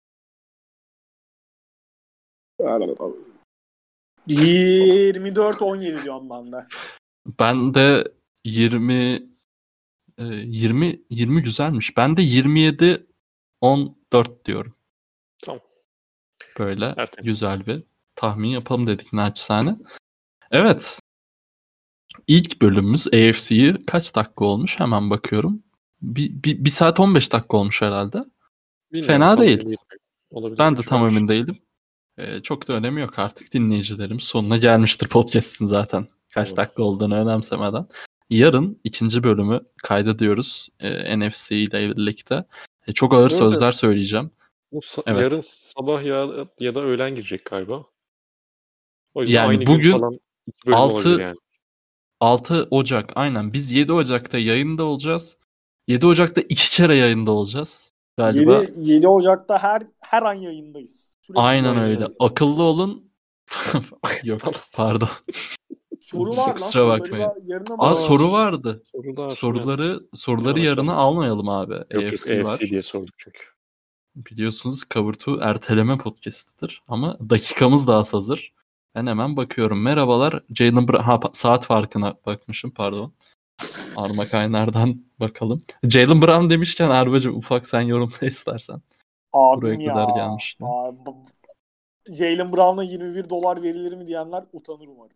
[SPEAKER 3] yirmi dört on yedi diyorum ben de.
[SPEAKER 1] Ben de yirmi e, yirmi yirmi güzelmiş. Ben de yirmi yedi on dört diyorum.
[SPEAKER 2] Tamam.
[SPEAKER 1] Böyle
[SPEAKER 2] Tertemiz.
[SPEAKER 1] güzel bir tahmin yapalım dedik naçizane. Evet. İlk bölümümüz A F C'yi kaç dakika olmuş? Hemen bakıyorum. Bir, bir, bir saat on beş dakika olmuş herhalde.
[SPEAKER 2] Bilmiyorum,
[SPEAKER 1] Fena
[SPEAKER 2] tam
[SPEAKER 1] değil.
[SPEAKER 2] emin değilim. Olabilir.
[SPEAKER 1] Ben de
[SPEAKER 2] Şu
[SPEAKER 1] tam
[SPEAKER 2] an-
[SPEAKER 1] emin değilim. Ee, çok da önemi yok artık. Dinleyicilerimiz sonuna gelmiştir podcast'in zaten. Kaç
[SPEAKER 2] Evet.
[SPEAKER 1] dakika olduğunu önemsemeden. Yarın ikinci bölümü kaydediyoruz. Ee, N F C ile birlikte. Ee, çok ağır
[SPEAKER 2] Bu arada-
[SPEAKER 1] sözler söyleyeceğim.
[SPEAKER 2] Bu sa-
[SPEAKER 1] Evet.
[SPEAKER 2] yarın sabah ya, ya da öğlen girecek galiba. O yüzden
[SPEAKER 1] Yani
[SPEAKER 2] aynı
[SPEAKER 1] bugün
[SPEAKER 2] gün falan iki bölüm
[SPEAKER 1] altı
[SPEAKER 2] olabilir yani.
[SPEAKER 1] altı Ocak aynen. Biz yedi Ocak'ta yayında olacağız. yedi Ocak'ta iki kere yayında olacağız. Galiba.
[SPEAKER 3] yedi, yedi Ocak'ta her her an yayındayız. Sürekli
[SPEAKER 1] Aynen öyle.
[SPEAKER 3] yayındayız.
[SPEAKER 1] Akıllı olun. Yok pardon.
[SPEAKER 3] Soru var lan.
[SPEAKER 1] Kusura
[SPEAKER 3] soruları
[SPEAKER 1] bakmayın.
[SPEAKER 3] var, yarına
[SPEAKER 1] Aa
[SPEAKER 3] mı?
[SPEAKER 1] soru vardı.
[SPEAKER 2] Sorular,
[SPEAKER 1] Soruları soruları
[SPEAKER 2] Hemen
[SPEAKER 1] yarına
[SPEAKER 2] açalım.
[SPEAKER 1] almayalım abi.
[SPEAKER 2] Yok
[SPEAKER 1] A
[SPEAKER 2] yok
[SPEAKER 1] F C var.
[SPEAKER 2] A F C diye sorduk çünkü.
[SPEAKER 1] Biliyorsunuz Cover iki erteleme podcastidir. Ama dakikamız daha az hazır. Ben hemen bakıyorum. Merhabalar. Jalen Brown. Ha, pa- saat farkına bakmışım pardon. Arma Kaynar'dan bakalım. Jalen Brown demişken Arbacığım ufak sen yorumla istersen. Buraya
[SPEAKER 3] Abim ya.
[SPEAKER 1] kadar gelmişti.
[SPEAKER 3] Abi, Jalen Brown'a yirmi bir dolar verilir mi diyenler utanır umarım.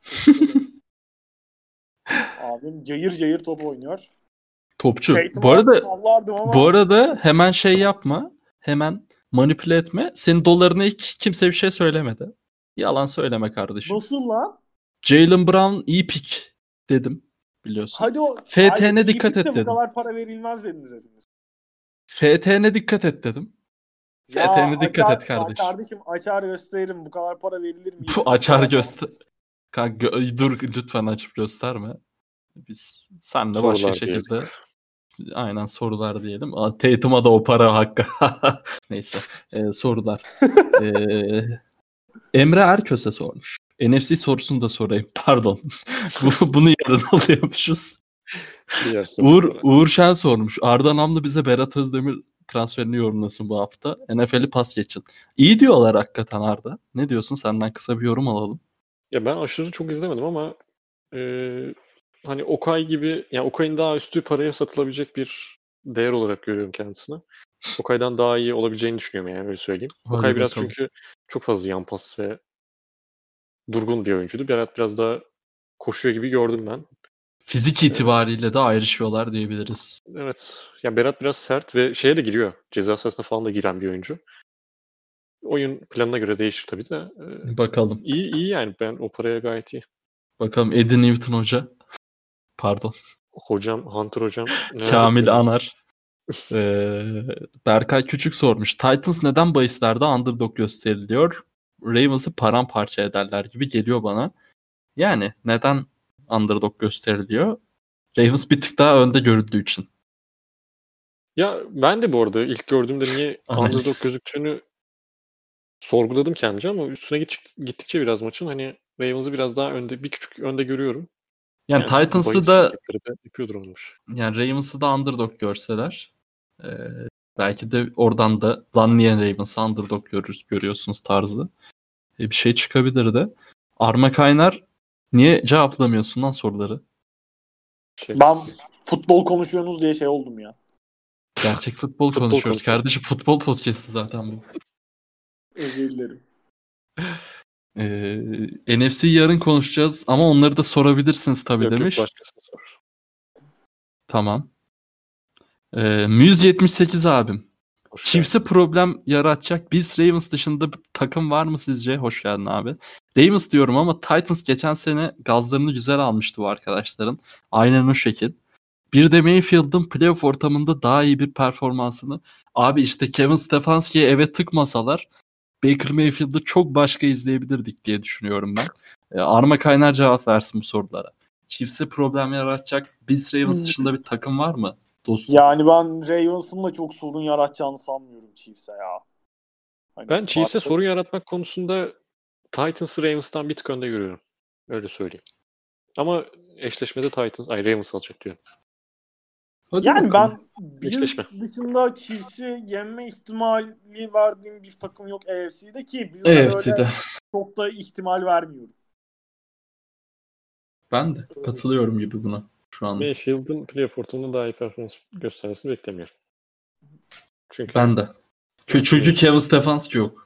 [SPEAKER 3] Abim cayır cayır top oynuyor.
[SPEAKER 1] Topçu.
[SPEAKER 3] Tatum'a
[SPEAKER 1] Bu arada
[SPEAKER 3] sallardım ama
[SPEAKER 1] bu arada hemen şey yapma. Hemen manipüle etme. Senin dolarına hiç kimse bir şey söylemedi. Yalan söyleme kardeşim.
[SPEAKER 3] nasıl lan?
[SPEAKER 1] Jalen Brown iyi pick dedim. Biliyorsun.
[SPEAKER 3] Hadi o
[SPEAKER 1] F T N'e
[SPEAKER 3] Hayır, iyi
[SPEAKER 1] dikkat et
[SPEAKER 3] pick'te
[SPEAKER 1] dedim.
[SPEAKER 3] Bu kadar para verilmez dediniz hepiniz.
[SPEAKER 1] F T N'e dikkat et dedim.
[SPEAKER 3] Ya
[SPEAKER 1] F T N'e dikkat
[SPEAKER 3] açar,
[SPEAKER 1] et kardeşim.
[SPEAKER 3] kardeşim açar gösteririm. Bu kadar para verilir mi?
[SPEAKER 1] Bu açar göster. Kanka, gö- dur lütfen açıp gösterme. Biz sen de başka
[SPEAKER 2] Sorular
[SPEAKER 1] şekilde
[SPEAKER 2] diyelim.
[SPEAKER 1] aynen sorular diyelim. Aa, Tatum'a da o para hakkı. Neyse ee, sorular. ee, Emre Erköse sormuş. N F C sorusunu da sorayım. Pardon. Bu, bunu yarın alıyormuşuz.
[SPEAKER 2] Diğer soru.
[SPEAKER 1] Uğur, Uğur Şen sormuş. Arda Namlı bize Berat Özdemir transferini yorumlasın bu hafta. N F L'i pas geçin. İyi diyorlar hakikaten Arda. Ne diyorsun? Senden kısa bir yorum alalım.
[SPEAKER 2] Ya ben aşırı çok izlemedim ama eee, hani Okay gibi, yani Okay'ın daha üstü paraya satılabilecek bir değer olarak görüyorum kendisini. Okay'dan daha iyi olabileceğini düşünüyorum yani öyle söyleyeyim.
[SPEAKER 1] Hadi
[SPEAKER 2] Okay biraz
[SPEAKER 1] bakalım.
[SPEAKER 2] çünkü çok fazla yan pas ve durgun bir oyuncuydu. Berat biraz daha koşuyor gibi gördüm ben.
[SPEAKER 1] Fizik itibariyle de ayrışıyorlar diyebiliriz.
[SPEAKER 2] Evet. Ya Berat biraz sert ve şeye de giriyor. Ceza sahasına falan da giren bir oyuncu. Oyun planına göre değişir tabii de. Ee,
[SPEAKER 1] Bakalım.
[SPEAKER 2] iyi iyi yani ben o paraya gayet iyi.
[SPEAKER 1] Bakalım Eddie Newton Hoca. Pardon.
[SPEAKER 2] Hocam, Hunter hocam. ne
[SPEAKER 1] Kamil
[SPEAKER 2] yapıyor?
[SPEAKER 1] Anar. Ee, Berkay Küçük sormuş. Titans neden bahislerde underdog gösteriliyor? Ravens'ı paramparça ederler gibi geliyor bana. Yani neden underdog gösteriliyor? Ravens bir tık daha önde görüldüğü için.
[SPEAKER 2] Ya ben de bu arada ilk gördüğümde niye
[SPEAKER 1] Analiz.
[SPEAKER 2] underdog gözüktüğünü sorguladım kendimce ama üstüne git- gittikçe biraz maçın hani Ravens'ı biraz daha önde, bir küçük önde görüyorum.
[SPEAKER 1] Yani,
[SPEAKER 2] Yani
[SPEAKER 1] Titans'ı
[SPEAKER 2] bahis
[SPEAKER 1] da
[SPEAKER 2] şirketleri de yapıyordur onmuş.
[SPEAKER 1] yani Ravens'ı da underdog görseler e, belki de oradan da lan niye Ravens'ı underdog görür, görüyorsunuz tarzı e, bir şey çıkabilirdi. Arma Kaynar niye cevaplamıyorsun lan soruları?
[SPEAKER 2] Şey,
[SPEAKER 3] Ben futbol konuşuyorsunuz diye şey oldum ya.
[SPEAKER 1] Gerçek futbol,
[SPEAKER 2] Futbol
[SPEAKER 1] konuşuyoruz
[SPEAKER 2] konuşuyoruz.
[SPEAKER 1] kardeşim. Futbol podcast'i zaten bu.
[SPEAKER 3] Özür dilerim.
[SPEAKER 1] Ee, N F C'yi yarın konuşacağız ama onları da sorabilirsiniz tabii
[SPEAKER 2] yok
[SPEAKER 1] demiş.
[SPEAKER 2] yok başkasını sor.
[SPEAKER 1] Tamam. Ee, Muse yetmiş sekiz abim.
[SPEAKER 2] Hoş
[SPEAKER 1] Chiefs'e
[SPEAKER 2] geldin.
[SPEAKER 1] problem yaratacak Bills Ravens dışında bir takım var mı sizce? Hoş geldin abi. Ravens diyorum ama Titans geçen sene gazlarını güzel almıştı bu arkadaşların. Aynen o şekil. Bir de Mayfield'ın playoff ortamında daha iyi bir performansını abi işte Kevin Stefanski'ye eve tıkmasalar Baker Mayfield'ı çok başka izleyebilirdik diye düşünüyorum ben. Ee, Arma Kaynar cevap versin bu sorulara. Chiefs'e problem yaratacak Bills Ravens dışında bir takım var mı? Dostum.
[SPEAKER 3] Yani ben Ravens'ın da çok sorun yaratacağını sanmıyorum Chiefs'e ya. Hani
[SPEAKER 2] Ben Chiefs'e
[SPEAKER 3] farklı-
[SPEAKER 2] sorun yaratmak konusunda Titans'ı Ravens'tan bir tık önde görüyorum. Öyle söyleyeyim. Ama eşleşmede Titans, ay Ravens alacak diyor.
[SPEAKER 1] Hadi
[SPEAKER 3] Yani
[SPEAKER 1] bakalım.
[SPEAKER 3] ben Bills
[SPEAKER 2] Eşleşme.
[SPEAKER 3] dışında Chiefs'i yenme ihtimali verdiğim bir takım yok A F C'de ki Bills'e
[SPEAKER 1] Evet,
[SPEAKER 3] öyle
[SPEAKER 1] de.
[SPEAKER 3] çok da ihtimal vermiyorum.
[SPEAKER 1] Ben de katılıyorum gibi buna şu anda.
[SPEAKER 2] Mayfield'ın playoff ortamında daha iyi performans göstermesini beklemiyorum. Çünkü
[SPEAKER 1] Ben de. Çünkü Kevin Stefanski yok.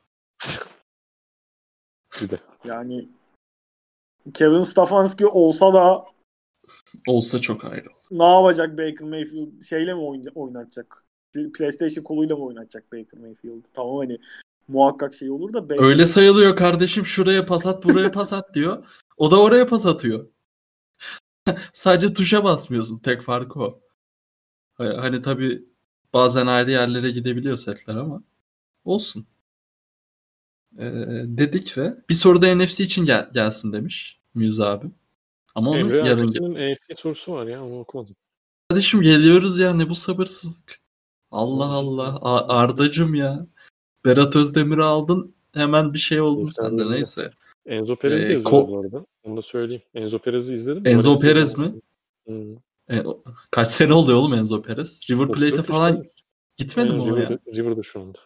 [SPEAKER 2] bir de.
[SPEAKER 3] Yani Kevin Stefanski olsa da
[SPEAKER 1] Olsa çok ayrı.
[SPEAKER 3] ne yapacak Baker Mayfield? Şeyle mi oyn- oynatacak? PlayStation koluyla mı oynatacak Baker Mayfield? Tamam hani muhakkak şey olur da Baker...
[SPEAKER 1] Öyle sayılıyor kardeşim. Şuraya pas at, buraya pas at diyor. O da oraya pas atıyor. Sadece tuşa basmıyorsun. Tek farkı o. Hani, hani tabii bazen ayrı yerlere gidebiliyor setler ama olsun. Ee, dedik ve bir soru da N F C için gel- gelsin demiş Muse abi. Ama onu
[SPEAKER 2] Emre
[SPEAKER 1] yarın...
[SPEAKER 2] Aykut'un N F C sorusu var ya, onu okumadım.
[SPEAKER 1] Kardeşim geliyoruz ya, ne bu sabırsızlık. Allah
[SPEAKER 2] Olsun.
[SPEAKER 1] Allah. A- Ardacım ya. Berat Özdemir'i aldın. Hemen bir şey oldun
[SPEAKER 2] Keyifler
[SPEAKER 1] sen de,
[SPEAKER 2] yerinde.
[SPEAKER 1] neyse.
[SPEAKER 2] Enzo Perez'i de
[SPEAKER 1] Ee,
[SPEAKER 2] yazıyorlar
[SPEAKER 1] Ko-
[SPEAKER 2] bu arada. Onu da söyleyeyim. Enzo Perez'i izledim mi?
[SPEAKER 1] Enzo
[SPEAKER 2] Valencia'da.
[SPEAKER 1] Perez mi?
[SPEAKER 2] Hmm.
[SPEAKER 1] E, o- kaç sene oluyor oğlum Enzo Perez? River
[SPEAKER 2] otuz
[SPEAKER 1] Plate'e
[SPEAKER 2] dört
[SPEAKER 1] falan
[SPEAKER 2] yaşında.
[SPEAKER 1] gitmedi mi
[SPEAKER 2] Aynen,
[SPEAKER 1] o ya?
[SPEAKER 2] River'da, River'da şu anda.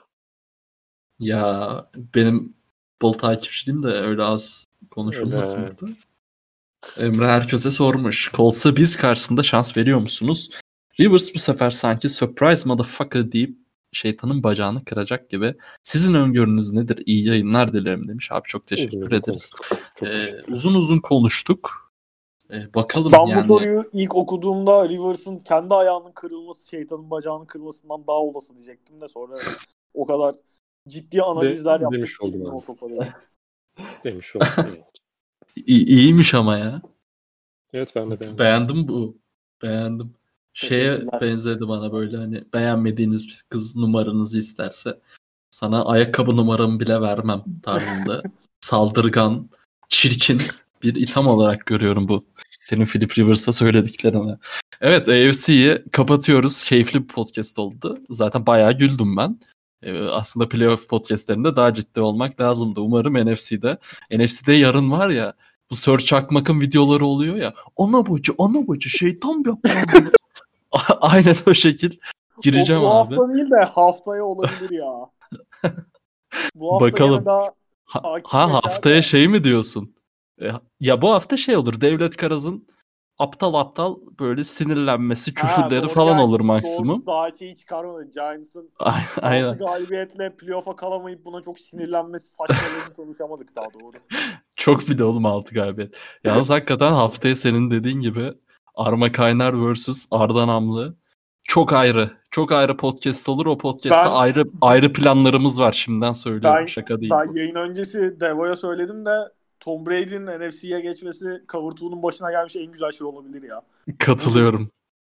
[SPEAKER 1] Ya benim bol takipçiliğim de öyle az konuşulmasın
[SPEAKER 2] Öyle.
[SPEAKER 1] burada. Emre herkese sormuş. Colts'a biz karşısında şans veriyor musunuz? Rivers bu sefer sanki surprise motherfucker deyip şeytanın bacağını kıracak gibi. Sizin öngörünüz nedir? İyi yayınlar dilerim demiş. Abi çok teşekkür
[SPEAKER 2] Uzun uzun
[SPEAKER 1] ederiz.
[SPEAKER 2] konuştuk. Çok
[SPEAKER 1] Ee,
[SPEAKER 2] teşekkür
[SPEAKER 1] uzun uzun konuştuk. Ee, bakalım
[SPEAKER 3] Ben
[SPEAKER 1] yani.
[SPEAKER 3] bu soruyu ilk okuduğumda Rivers'ın kendi ayağının kırılması şeytanın bacağının kırılmasından daha olası diyecektim de sonra o kadar ciddi analizler
[SPEAKER 2] De-
[SPEAKER 3] yaptık
[SPEAKER 2] demiş
[SPEAKER 3] ki
[SPEAKER 2] oldum
[SPEAKER 3] yine
[SPEAKER 2] abi.
[SPEAKER 3] o toparladı.
[SPEAKER 2] Demiş oldum. İyi.
[SPEAKER 1] İyi- iyiymiş ama ya.
[SPEAKER 2] Evet, ben de beğendim.
[SPEAKER 1] Beğendim bu. Beğendim. Şeye
[SPEAKER 3] Teşekkürler.
[SPEAKER 1] benzedi bana, böyle hani beğenmediğiniz bir kız numaranızı isterse sana ayakkabı numaramı bile vermem tarzında saldırgan, çirkin bir itham olarak görüyorum bu. Senin Philip Rivers'a söylediklerini. Evet, A F C'yi kapatıyoruz. Keyifli bir podcast oldu. Zaten bayağı güldüm ben. Ee, aslında playoff podcastlerinde daha ciddi olmak lazımdı. Umarım N F C'de. N F C'de yarın var ya, bu Sir Çakmak'ın videoları oluyor ya. Ana bacı, ana bacı, şeytan yapmaz bunu. Aynen o şekil gireceğim
[SPEAKER 3] o, bu
[SPEAKER 1] abi.
[SPEAKER 3] hafta değil de haftaya olabilir ya. Bu hafta
[SPEAKER 1] Bakalım.
[SPEAKER 3] gene daha
[SPEAKER 1] Ha,
[SPEAKER 3] hakim
[SPEAKER 1] ha
[SPEAKER 3] geçer
[SPEAKER 1] haftaya
[SPEAKER 3] de.
[SPEAKER 1] şey mi diyorsun? E, ya bu hafta şey olur. Devlet Karaz'ın aptal aptal böyle sinirlenmesi,
[SPEAKER 3] Ha,
[SPEAKER 1] küfürleri
[SPEAKER 3] doğru
[SPEAKER 1] falan olur
[SPEAKER 3] gerçi.
[SPEAKER 1] maksimum.
[SPEAKER 3] Doğru, daha şeyi çıkarmadı. Giants'ın
[SPEAKER 1] Ay-
[SPEAKER 3] altı
[SPEAKER 1] Aynen.
[SPEAKER 3] galibiyetle playoff'a kalamayıp buna çok sinirlenmesi saçmalığını konuşamadık daha doğru.
[SPEAKER 1] Çok bir de oğlum altı galibiyet. Yalnız hakikaten haftaya senin dediğin gibi Arma Kaynar versus Arda Namlı çok ayrı. Çok ayrı podcast olur. O podcast'ta
[SPEAKER 3] Ben-
[SPEAKER 1] ayrı ayrı planlarımız var. Şimdiden söylüyorum.
[SPEAKER 3] Ben,
[SPEAKER 1] Şaka değil
[SPEAKER 3] ben
[SPEAKER 1] bu.
[SPEAKER 3] yayın öncesi Devo'ya söyledim de Tom Brady'nin N F C'ye geçmesi Cover iki'nin başına gelmiş en güzel şey olabilir ya.
[SPEAKER 1] Katılıyorum.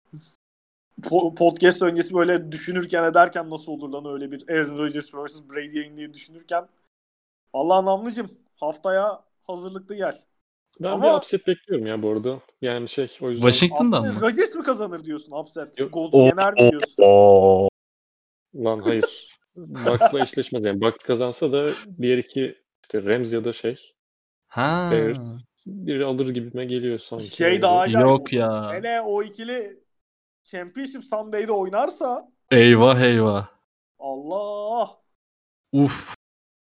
[SPEAKER 3] Po- podcast öncesi böyle düşünürken ederken nasıl olur lan öyle bir Aaron Rodgers versus Brady yayın diye düşünürken. Vallahi Namlıcım haftaya hazırlıklı gel.
[SPEAKER 2] Ben
[SPEAKER 3] Ama-
[SPEAKER 2] bir upset bekliyorum ya bu arada. Yani şey, o yüzden...
[SPEAKER 1] Washington'dan mı?
[SPEAKER 3] Rodgers mi kazanır diyorsun upset?
[SPEAKER 2] Yok.
[SPEAKER 3] Colts yener mi diyorsun?
[SPEAKER 2] Lan hayır. Bucks'la eşleşmez yani. Bucks kazansa da diğer iki işte Rams ya da şey
[SPEAKER 1] Ha.
[SPEAKER 2] Bears biri alır gibime geliyor sanki.
[SPEAKER 3] Şey daha acayip
[SPEAKER 1] Yok
[SPEAKER 3] olur.
[SPEAKER 1] ya.
[SPEAKER 3] Hele o ikili Championship Sunday'de oynarsa
[SPEAKER 1] Eyvah eyvah.
[SPEAKER 3] Allah.
[SPEAKER 1] Uf.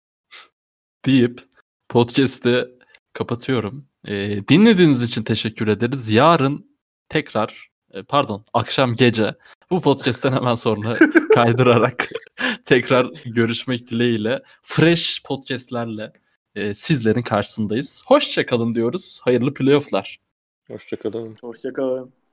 [SPEAKER 1] Deyip podcast'i kapatıyorum. Ee, dinlediğiniz için teşekkür ederiz. Yarın tekrar e, pardon akşam gece bu podcast'ten hemen sonra kaydırarak tekrar görüşmek dileğiyle fresh podcast'lerle e, sizlerin karşısındayız. Hoşça kalın diyoruz. Hayırlı playoff'lar.
[SPEAKER 2] Hoşçakalın.
[SPEAKER 3] Hoşçakalın.